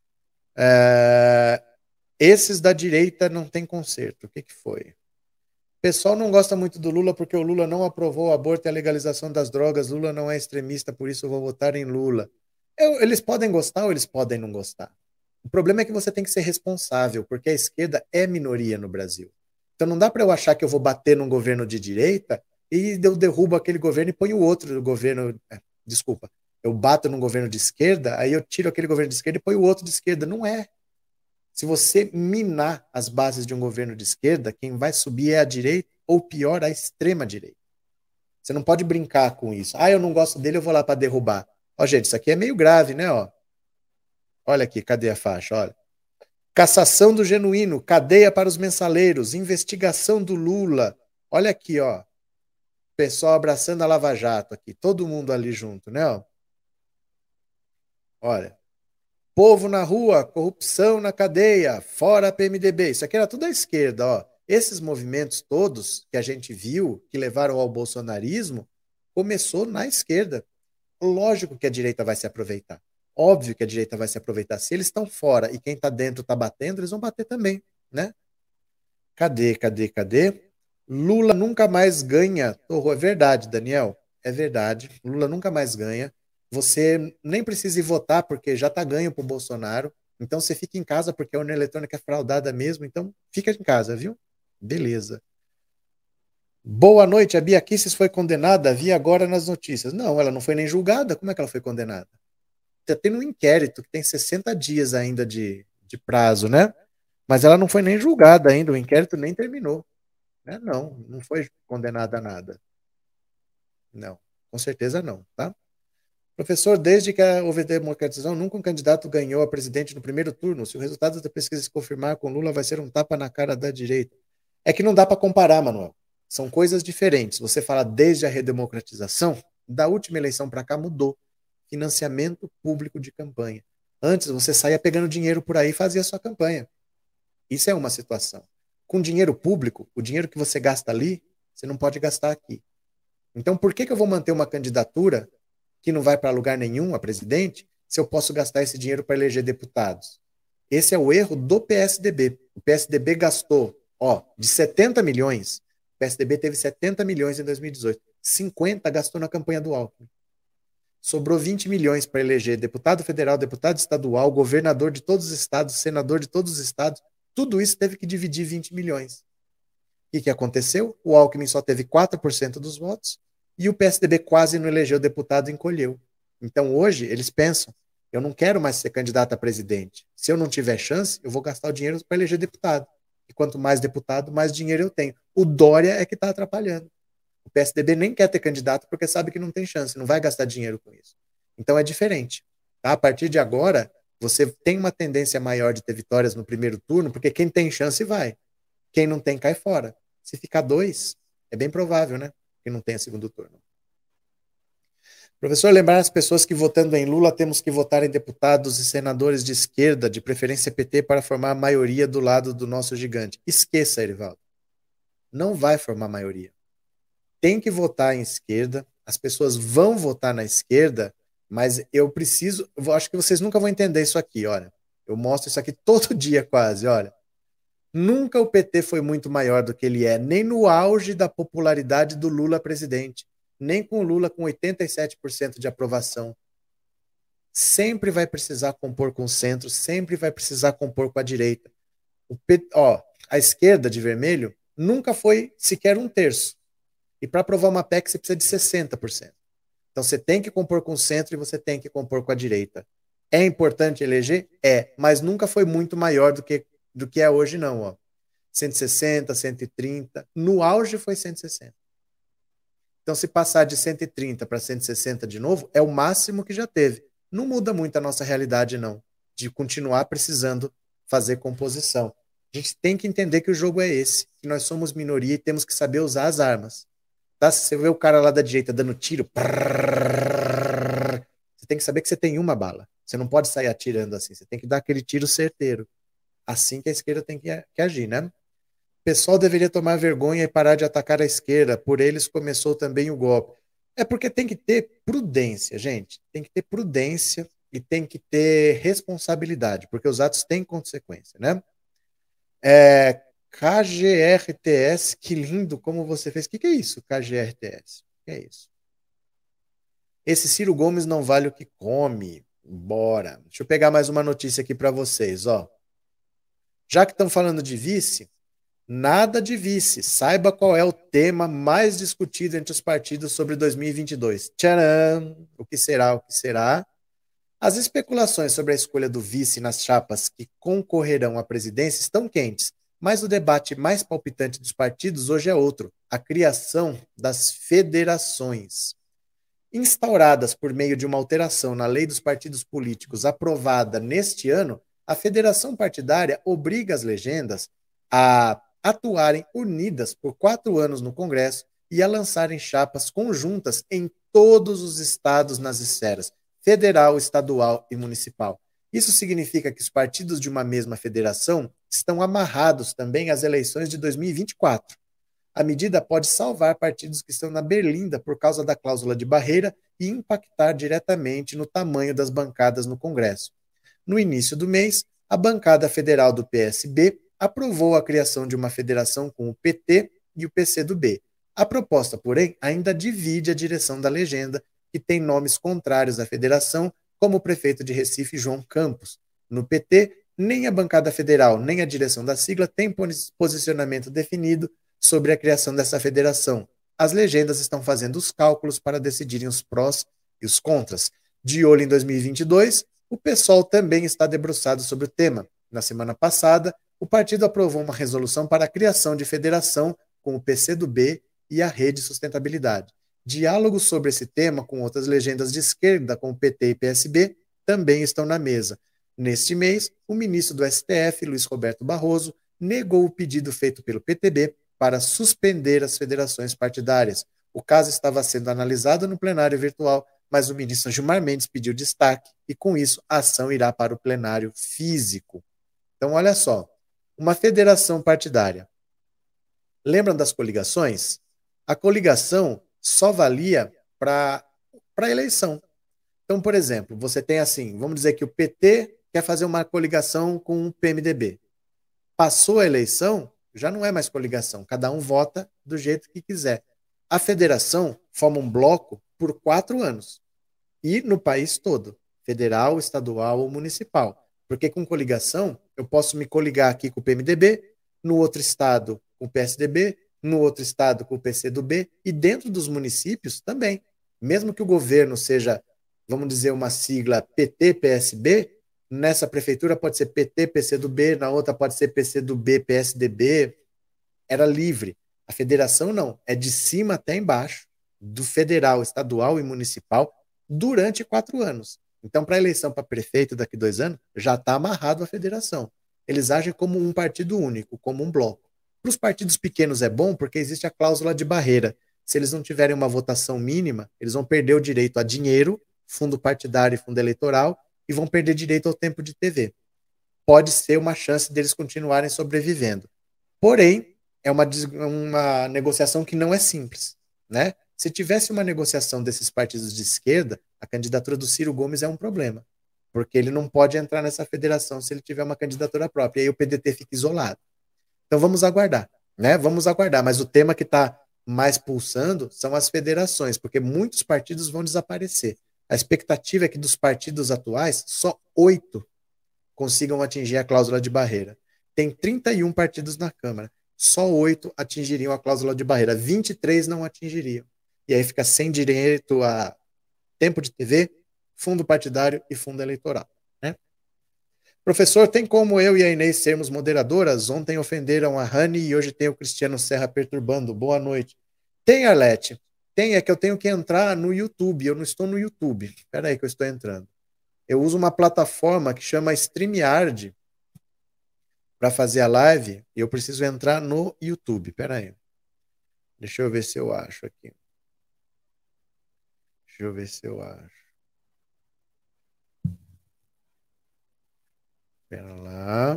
É... Esses da direita não tem conserto. O que, que foi? O pessoal não gosta muito do Lula porque o Lula não aprovou o aborto e a legalização das drogas. Lula não é extremista, por isso eu vou votar em Lula. Eu, eles podem gostar ou eles podem não gostar. O problema é que você tem que ser responsável, porque a esquerda é minoria no Brasil. Então não dá para eu achar que eu vou bater num governo de direita e eu derrubo aquele governo e ponho outro governo... Desculpa, eu bato num governo de esquerda, aí eu tiro aquele governo de esquerda e ponho outro de esquerda. Não é. Se você minar as bases de um governo de esquerda, quem vai subir é a direita, ou pior, a extrema direita. Você não pode brincar com isso. Ah, eu não gosto dele, eu vou lá para derrubar. Ó, gente, isso aqui é meio grave, né? Ó. Olha aqui, cadê a faixa? Olha. Cassação do Genuíno, cadeia para os mensaleiros, investigação do Lula. Olha aqui, ó. Pessoal abraçando a Lava Jato aqui, todo mundo ali junto, né? Ó. Olha. Povo na rua, corrupção na cadeia, fora a P M D B. Isso aqui era tudo à esquerda, ó. Esses movimentos todos que a gente viu, que levaram ao bolsonarismo, começou na esquerda. Lógico que a direita vai se aproveitar. Óbvio que a direita vai se aproveitar. Se eles estão fora e quem está dentro está batendo, eles vão bater também, né? Cadê, cadê, cadê? Lula nunca mais ganha. Oh, é verdade, Daniel. É verdade. Lula nunca mais ganha. Você nem precisa ir votar porque já está ganho para o Bolsonaro. Então você fica em casa porque a urna eletrônica é fraudada mesmo. Então fica em casa, viu? Beleza. Boa noite. A Bia Kicis foi condenada. Vi agora nas notícias. Não, ela não foi nem julgada. Como é que ela foi condenada? Está tendo um inquérito que tem sessenta dias ainda de, de prazo, né? Mas ela não foi nem julgada ainda. O inquérito nem terminou. Né? Não, não foi condenada a nada. Não, com certeza não, tá? Professor, desde que houve democratização, nunca um candidato ganhou a presidente no primeiro turno. Se o resultado da pesquisa se confirmar com Lula, vai ser um tapa na cara da direita. É que não dá para comparar, Manuel. São coisas diferentes. Você fala desde a redemocratização, da última eleição para cá mudou. Financiamento público de campanha. Antes você saía pegando dinheiro por aí e fazia sua campanha. Isso é uma situação. Com dinheiro público, o dinheiro que você gasta ali, você não pode gastar aqui. Então por que que eu vou manter uma candidatura que não vai para lugar nenhum, a presidente, se eu posso gastar esse dinheiro para eleger deputados? Esse é o erro do P S D B. O P S D B gastou, ó, de setenta milhões, o P S D B teve setenta milhões em dois mil e dezoito, cinquenta gastou na campanha do Alckmin. Sobrou vinte milhões para eleger deputado federal, deputado estadual, governador de todos os estados, senador de todos os estados, tudo isso teve que dividir vinte milhões. O que, que aconteceu? O Alckmin só teve quatro por cento dos votos, e o P S D B quase não elegeu deputado e encolheu. Então hoje eles pensam Eu não quero mais ser candidato a presidente. Se eu não tiver chance, eu vou gastar o dinheiro para eleger deputado. E quanto mais deputado, mais dinheiro eu tenho. O Dória é que está atrapalhando. O P S D B nem quer ter candidato porque sabe que não tem chance, não vai gastar dinheiro com isso. Então é diferente. Tá? A partir de agora, você tem uma tendência maior de ter vitórias no primeiro turno, porque quem tem chance vai. Quem não tem, cai fora. Se ficar dois, é bem provável, né? Que não tenha segundo turno. Professor, lembrar as pessoas que votando em Lula temos que votar em deputados e senadores de esquerda, de preferência P T, para formar a maioria do lado do nosso gigante. Esqueça, Erivaldo. Não vai formar maioria. Tem que votar em esquerda, as pessoas vão votar na esquerda, mas eu preciso, eu acho que vocês nunca vão entender isso aqui, olha. Eu mostro isso aqui todo dia quase, olha. Nunca o P T foi muito maior do que ele é, nem no auge da popularidade do Lula presidente. Nem com o Lula com oitenta e sete por cento de aprovação. Sempre vai precisar compor com o centro, sempre vai precisar compor com a direita. O P... Ó, a esquerda de vermelho nunca foi sequer um terço. E para aprovar uma P E C você precisa de sessenta por cento. Então você tem que compor com o centro e você tem que compor com a direita. É importante eleger? É, mas nunca foi muito maior do que, do que é hoje não. Ó. cento e sessenta, cento e trinta, no auge foi cento e sessenta. Então, se passar de cento e trinta para cento e sessenta de novo, é o máximo que já teve. Não muda muito a nossa realidade, não, de continuar precisando fazer composição. A gente tem que entender que o jogo é esse, que nós somos minoria e temos que saber usar as armas. Tá? Se você vê o cara lá da direita dando tiro, você tem que saber que você tem uma bala. Você não pode sair atirando assim, você tem que dar aquele tiro certeiro. Assim que a esquerda tem que, que agir, né? O pessoal deveria tomar vergonha e parar de atacar a esquerda. Por eles começou também o golpe. É porque tem que ter prudência, gente. Tem que ter prudência e tem que ter responsabilidade, porque os atos têm consequência, né? É, K G R T S, que lindo como você fez. O que, que é isso, K G R T S? O que é isso? Esse Ciro Gomes não vale o que come. Bora. Deixa eu pegar mais uma notícia aqui para vocês, ó. Já que estão falando de vice, nada de vice. Saiba qual é o tema mais discutido entre os partidos sobre dois mil e vinte e dois. Tcharam! O que será, o que será? As especulações sobre a escolha do vice nas chapas que concorrerão à presidência estão quentes, mas o debate mais palpitante dos partidos hoje é outro: a criação das federações. Instauradas por meio de uma alteração na lei dos partidos políticos aprovada neste ano, a federação partidária obriga as legendas a atuarem unidas por quatro anos no Congresso e a lançarem chapas conjuntas em todos os estados nas esferas federal, estadual e municipal. Isso significa que os partidos de uma mesma federação estão amarrados também às eleições de dois mil e vinte e quatro. A medida pode salvar partidos que estão na berlinda por causa da cláusula de barreira e impactar diretamente no tamanho das bancadas no Congresso. No início do mês, a bancada federal do P S B aprovou a criação de uma federação com o P T e o P C do B. A proposta, porém, ainda divide a direção da legenda, que tem nomes contrários à federação, como o prefeito de Recife, João Campos. No P T, nem a bancada federal, nem a direção da sigla têm posicionamento definido sobre a criação dessa federação. As legendas estão fazendo os cálculos para decidirem os prós e os contras. De olho em dois mil e vinte e dois, o PSOL também está debruçado sobre o tema. Na semana passada, o partido aprovou uma resolução para a criação de federação com o P C do B e a Rede Sustentabilidade. Diálogos sobre esse tema com outras legendas de esquerda, como P T e P S B, também estão na mesa. Neste mês, o ministro do S T F, Luiz Roberto Barroso, negou o pedido feito pelo P T B para suspender as federações partidárias. O caso estava sendo analisado no plenário virtual, mas o ministro Gilmar Mendes pediu destaque e, com isso, a ação irá para o plenário físico. Então, olha só, uma federação partidária. Lembram das coligações? A coligação só valia para a eleição. Então, por exemplo, você tem assim, vamos dizer que o P T quer fazer uma coligação com o P M D B. Passou a eleição, já não é mais coligação, cada um vota do jeito que quiser. A federação forma um bloco por quatro anos. E no país todo, federal, estadual ou municipal. Porque com coligação, eu posso me coligar aqui com o P M D B, no outro estado com o P S D B, no outro estado com o P C do B, e dentro dos municípios também. Mesmo que o governo seja, vamos dizer, uma sigla P T P S B, nessa prefeitura pode ser P T P C do B, na outra pode ser P C do B P S D B, era livre. A federação não, é de cima até embaixo, do federal, estadual e municipal, durante quatro anos. Então, para a eleição para prefeito daqui dois anos, já está amarrado a federação. Eles agem como um partido único, como um bloco. Para os partidos pequenos é bom porque existe a cláusula de barreira. Se eles não tiverem uma votação mínima, eles vão perder o direito a dinheiro, fundo partidário e fundo eleitoral, e vão perder direito ao tempo de T V. Pode ser uma chance deles continuarem sobrevivendo. Porém, é uma, uma negociação que não é simples, né? Se tivesse uma negociação desses partidos de esquerda, a candidatura do Ciro Gomes é um problema, porque ele não pode entrar nessa federação se ele tiver uma candidatura própria, e aí o P D T fica isolado. Então vamos aguardar, né? Vamos aguardar, mas o tema que está mais pulsando são as federações, porque muitos partidos vão desaparecer. A expectativa é que dos partidos atuais, só oito consigam atingir a cláusula de barreira. Tem trinta e um partidos na Câmara, só oito atingiriam a cláusula de barreira, vinte e três não atingiriam. E aí fica sem direito a tempo de T V, fundo partidário e fundo eleitoral, né? Professor, tem como eu e a Inês sermos moderadoras? Ontem ofenderam a Rani e hoje tem o Cristiano Serra perturbando. Boa noite. Tem, Arlete. Tem, é que eu tenho que entrar no YouTube. Eu não estou no YouTube. Espera aí que eu estou entrando. Eu uso uma plataforma que chama StreamYard para fazer a live e eu preciso entrar no YouTube. Espera aí. Deixa eu ver se eu acho aqui. Deixa eu ver se eu acho. Espera lá.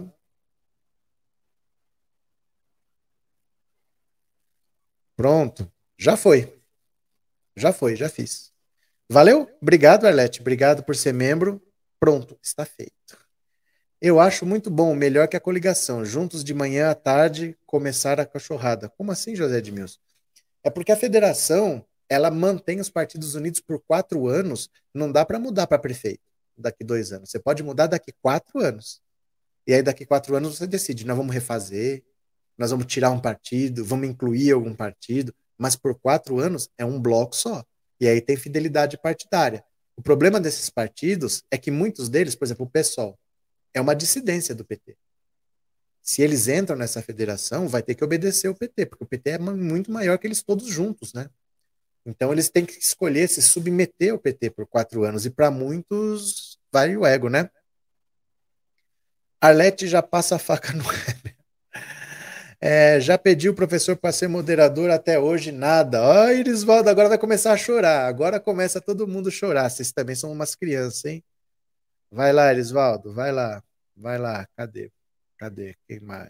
Pronto. Já foi. Já foi, já fiz. Valeu? Obrigado, Arlete. Obrigado por ser membro. Pronto, está feito. Eu acho muito bom, melhor que a coligação. Juntos de manhã à tarde, começar a cachorrada. Como assim, José Edmilson? É porque a federação, ela mantém os partidos unidos por quatro anos. Não dá para mudar para prefeito daqui dois anos. Você pode mudar daqui quatro anos. E aí daqui quatro anos você decide, nós vamos refazer, nós vamos tirar um partido, vamos incluir algum partido, mas por quatro anos é um bloco só. E aí tem fidelidade partidária. O problema desses partidos é que muitos deles, por exemplo, o PSOL, é uma dissidência do P T. Se eles entram nessa federação, vai ter que obedecer o P T, porque o P T é muito maior que eles todos juntos, né? Então eles têm que escolher se submeter ao P T por quatro anos, e para muitos vai o ego, né? Arlete já passa a faca no web. É, já pedi o professor para ser moderador, até hoje nada. Ó, Irisvaldo, agora vai começar a chorar. Agora começa todo mundo a chorar. Vocês também são umas crianças, hein? Vai lá, Irisvaldo, vai lá. Vai lá, cadê? Cadê? Quem mais?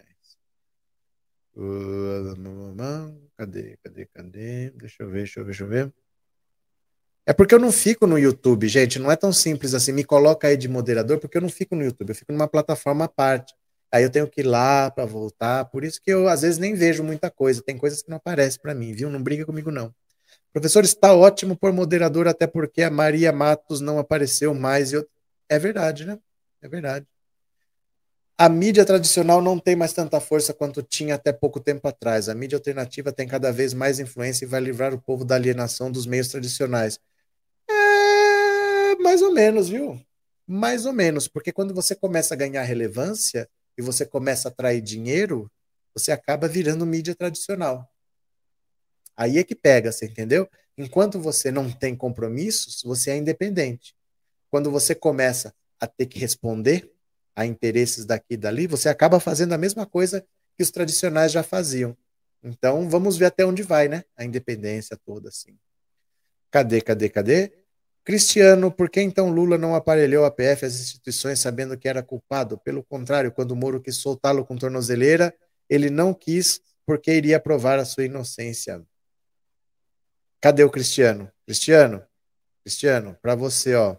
Cadê? Cadê? Cadê? Deixa eu ver, deixa eu ver, deixa eu ver. É porque eu não fico no YouTube, gente. Não é tão simples assim. Me coloca aí de moderador, porque eu não fico no YouTube. Eu fico numa plataforma à parte. Aí eu tenho que ir lá para voltar. Por isso que eu, às vezes, nem vejo muita coisa. Tem coisas que não aparecem para mim, viu? Não briga comigo, não. Professor, está ótimo por moderador, até porque a Maria Matos não apareceu mais. Eu... É verdade, né? É verdade. A mídia tradicional não tem mais tanta força quanto tinha até pouco tempo atrás. A mídia alternativa tem cada vez mais influência e vai livrar o povo da alienação dos meios tradicionais. É, mais ou menos, viu? Mais ou menos, porque quando você começa a ganhar relevância e você começa a atrair dinheiro, você acaba virando mídia tradicional. Aí é que pega, você entendeu? Enquanto você não tem compromissos, você é independente. Quando você começa a ter que responder a interesses daqui e dali, você acaba fazendo a mesma coisa que os tradicionais já faziam. Então, vamos ver até onde vai, né? A independência toda, assim. Cadê, cadê, cadê? Cristiano, por que então Lula não aparelhou a P F e as instituições sabendo que era culpado? Pelo contrário, quando o Moro quis soltá-lo com tornozeleira, ele não quis porque iria provar a sua inocência. Cadê o Cristiano? Cristiano, Cristiano, para você, ó.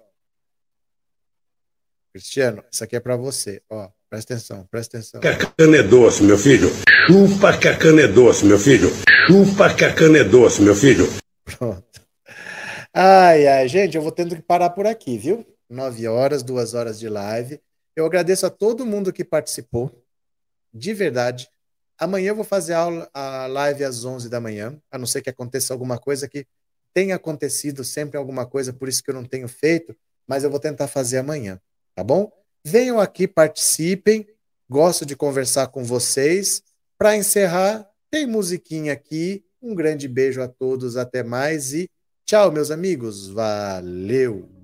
Cristiano, isso aqui é para você, ó. Presta atenção, presta atenção. Que a cana é doce, meu filho. Chupa que a cana é doce, meu filho. Chupa que a cana é doce, meu filho. Pronto. Ai, ai, gente, eu vou tendo que parar por aqui, viu? Nove horas, duas horas de live. Eu agradeço a todo mundo que participou, de verdade. Amanhã eu vou fazer a, aula, a live às onze da manhã, a não ser que aconteça alguma coisa que tem acontecido sempre alguma coisa, por isso que eu não tenho feito, mas eu vou tentar fazer amanhã, tá bom? Venham aqui, participem, gosto de conversar com vocês. Para encerrar, tem musiquinha aqui, um grande beijo a todos, até mais e tchau, meus amigos, valeu!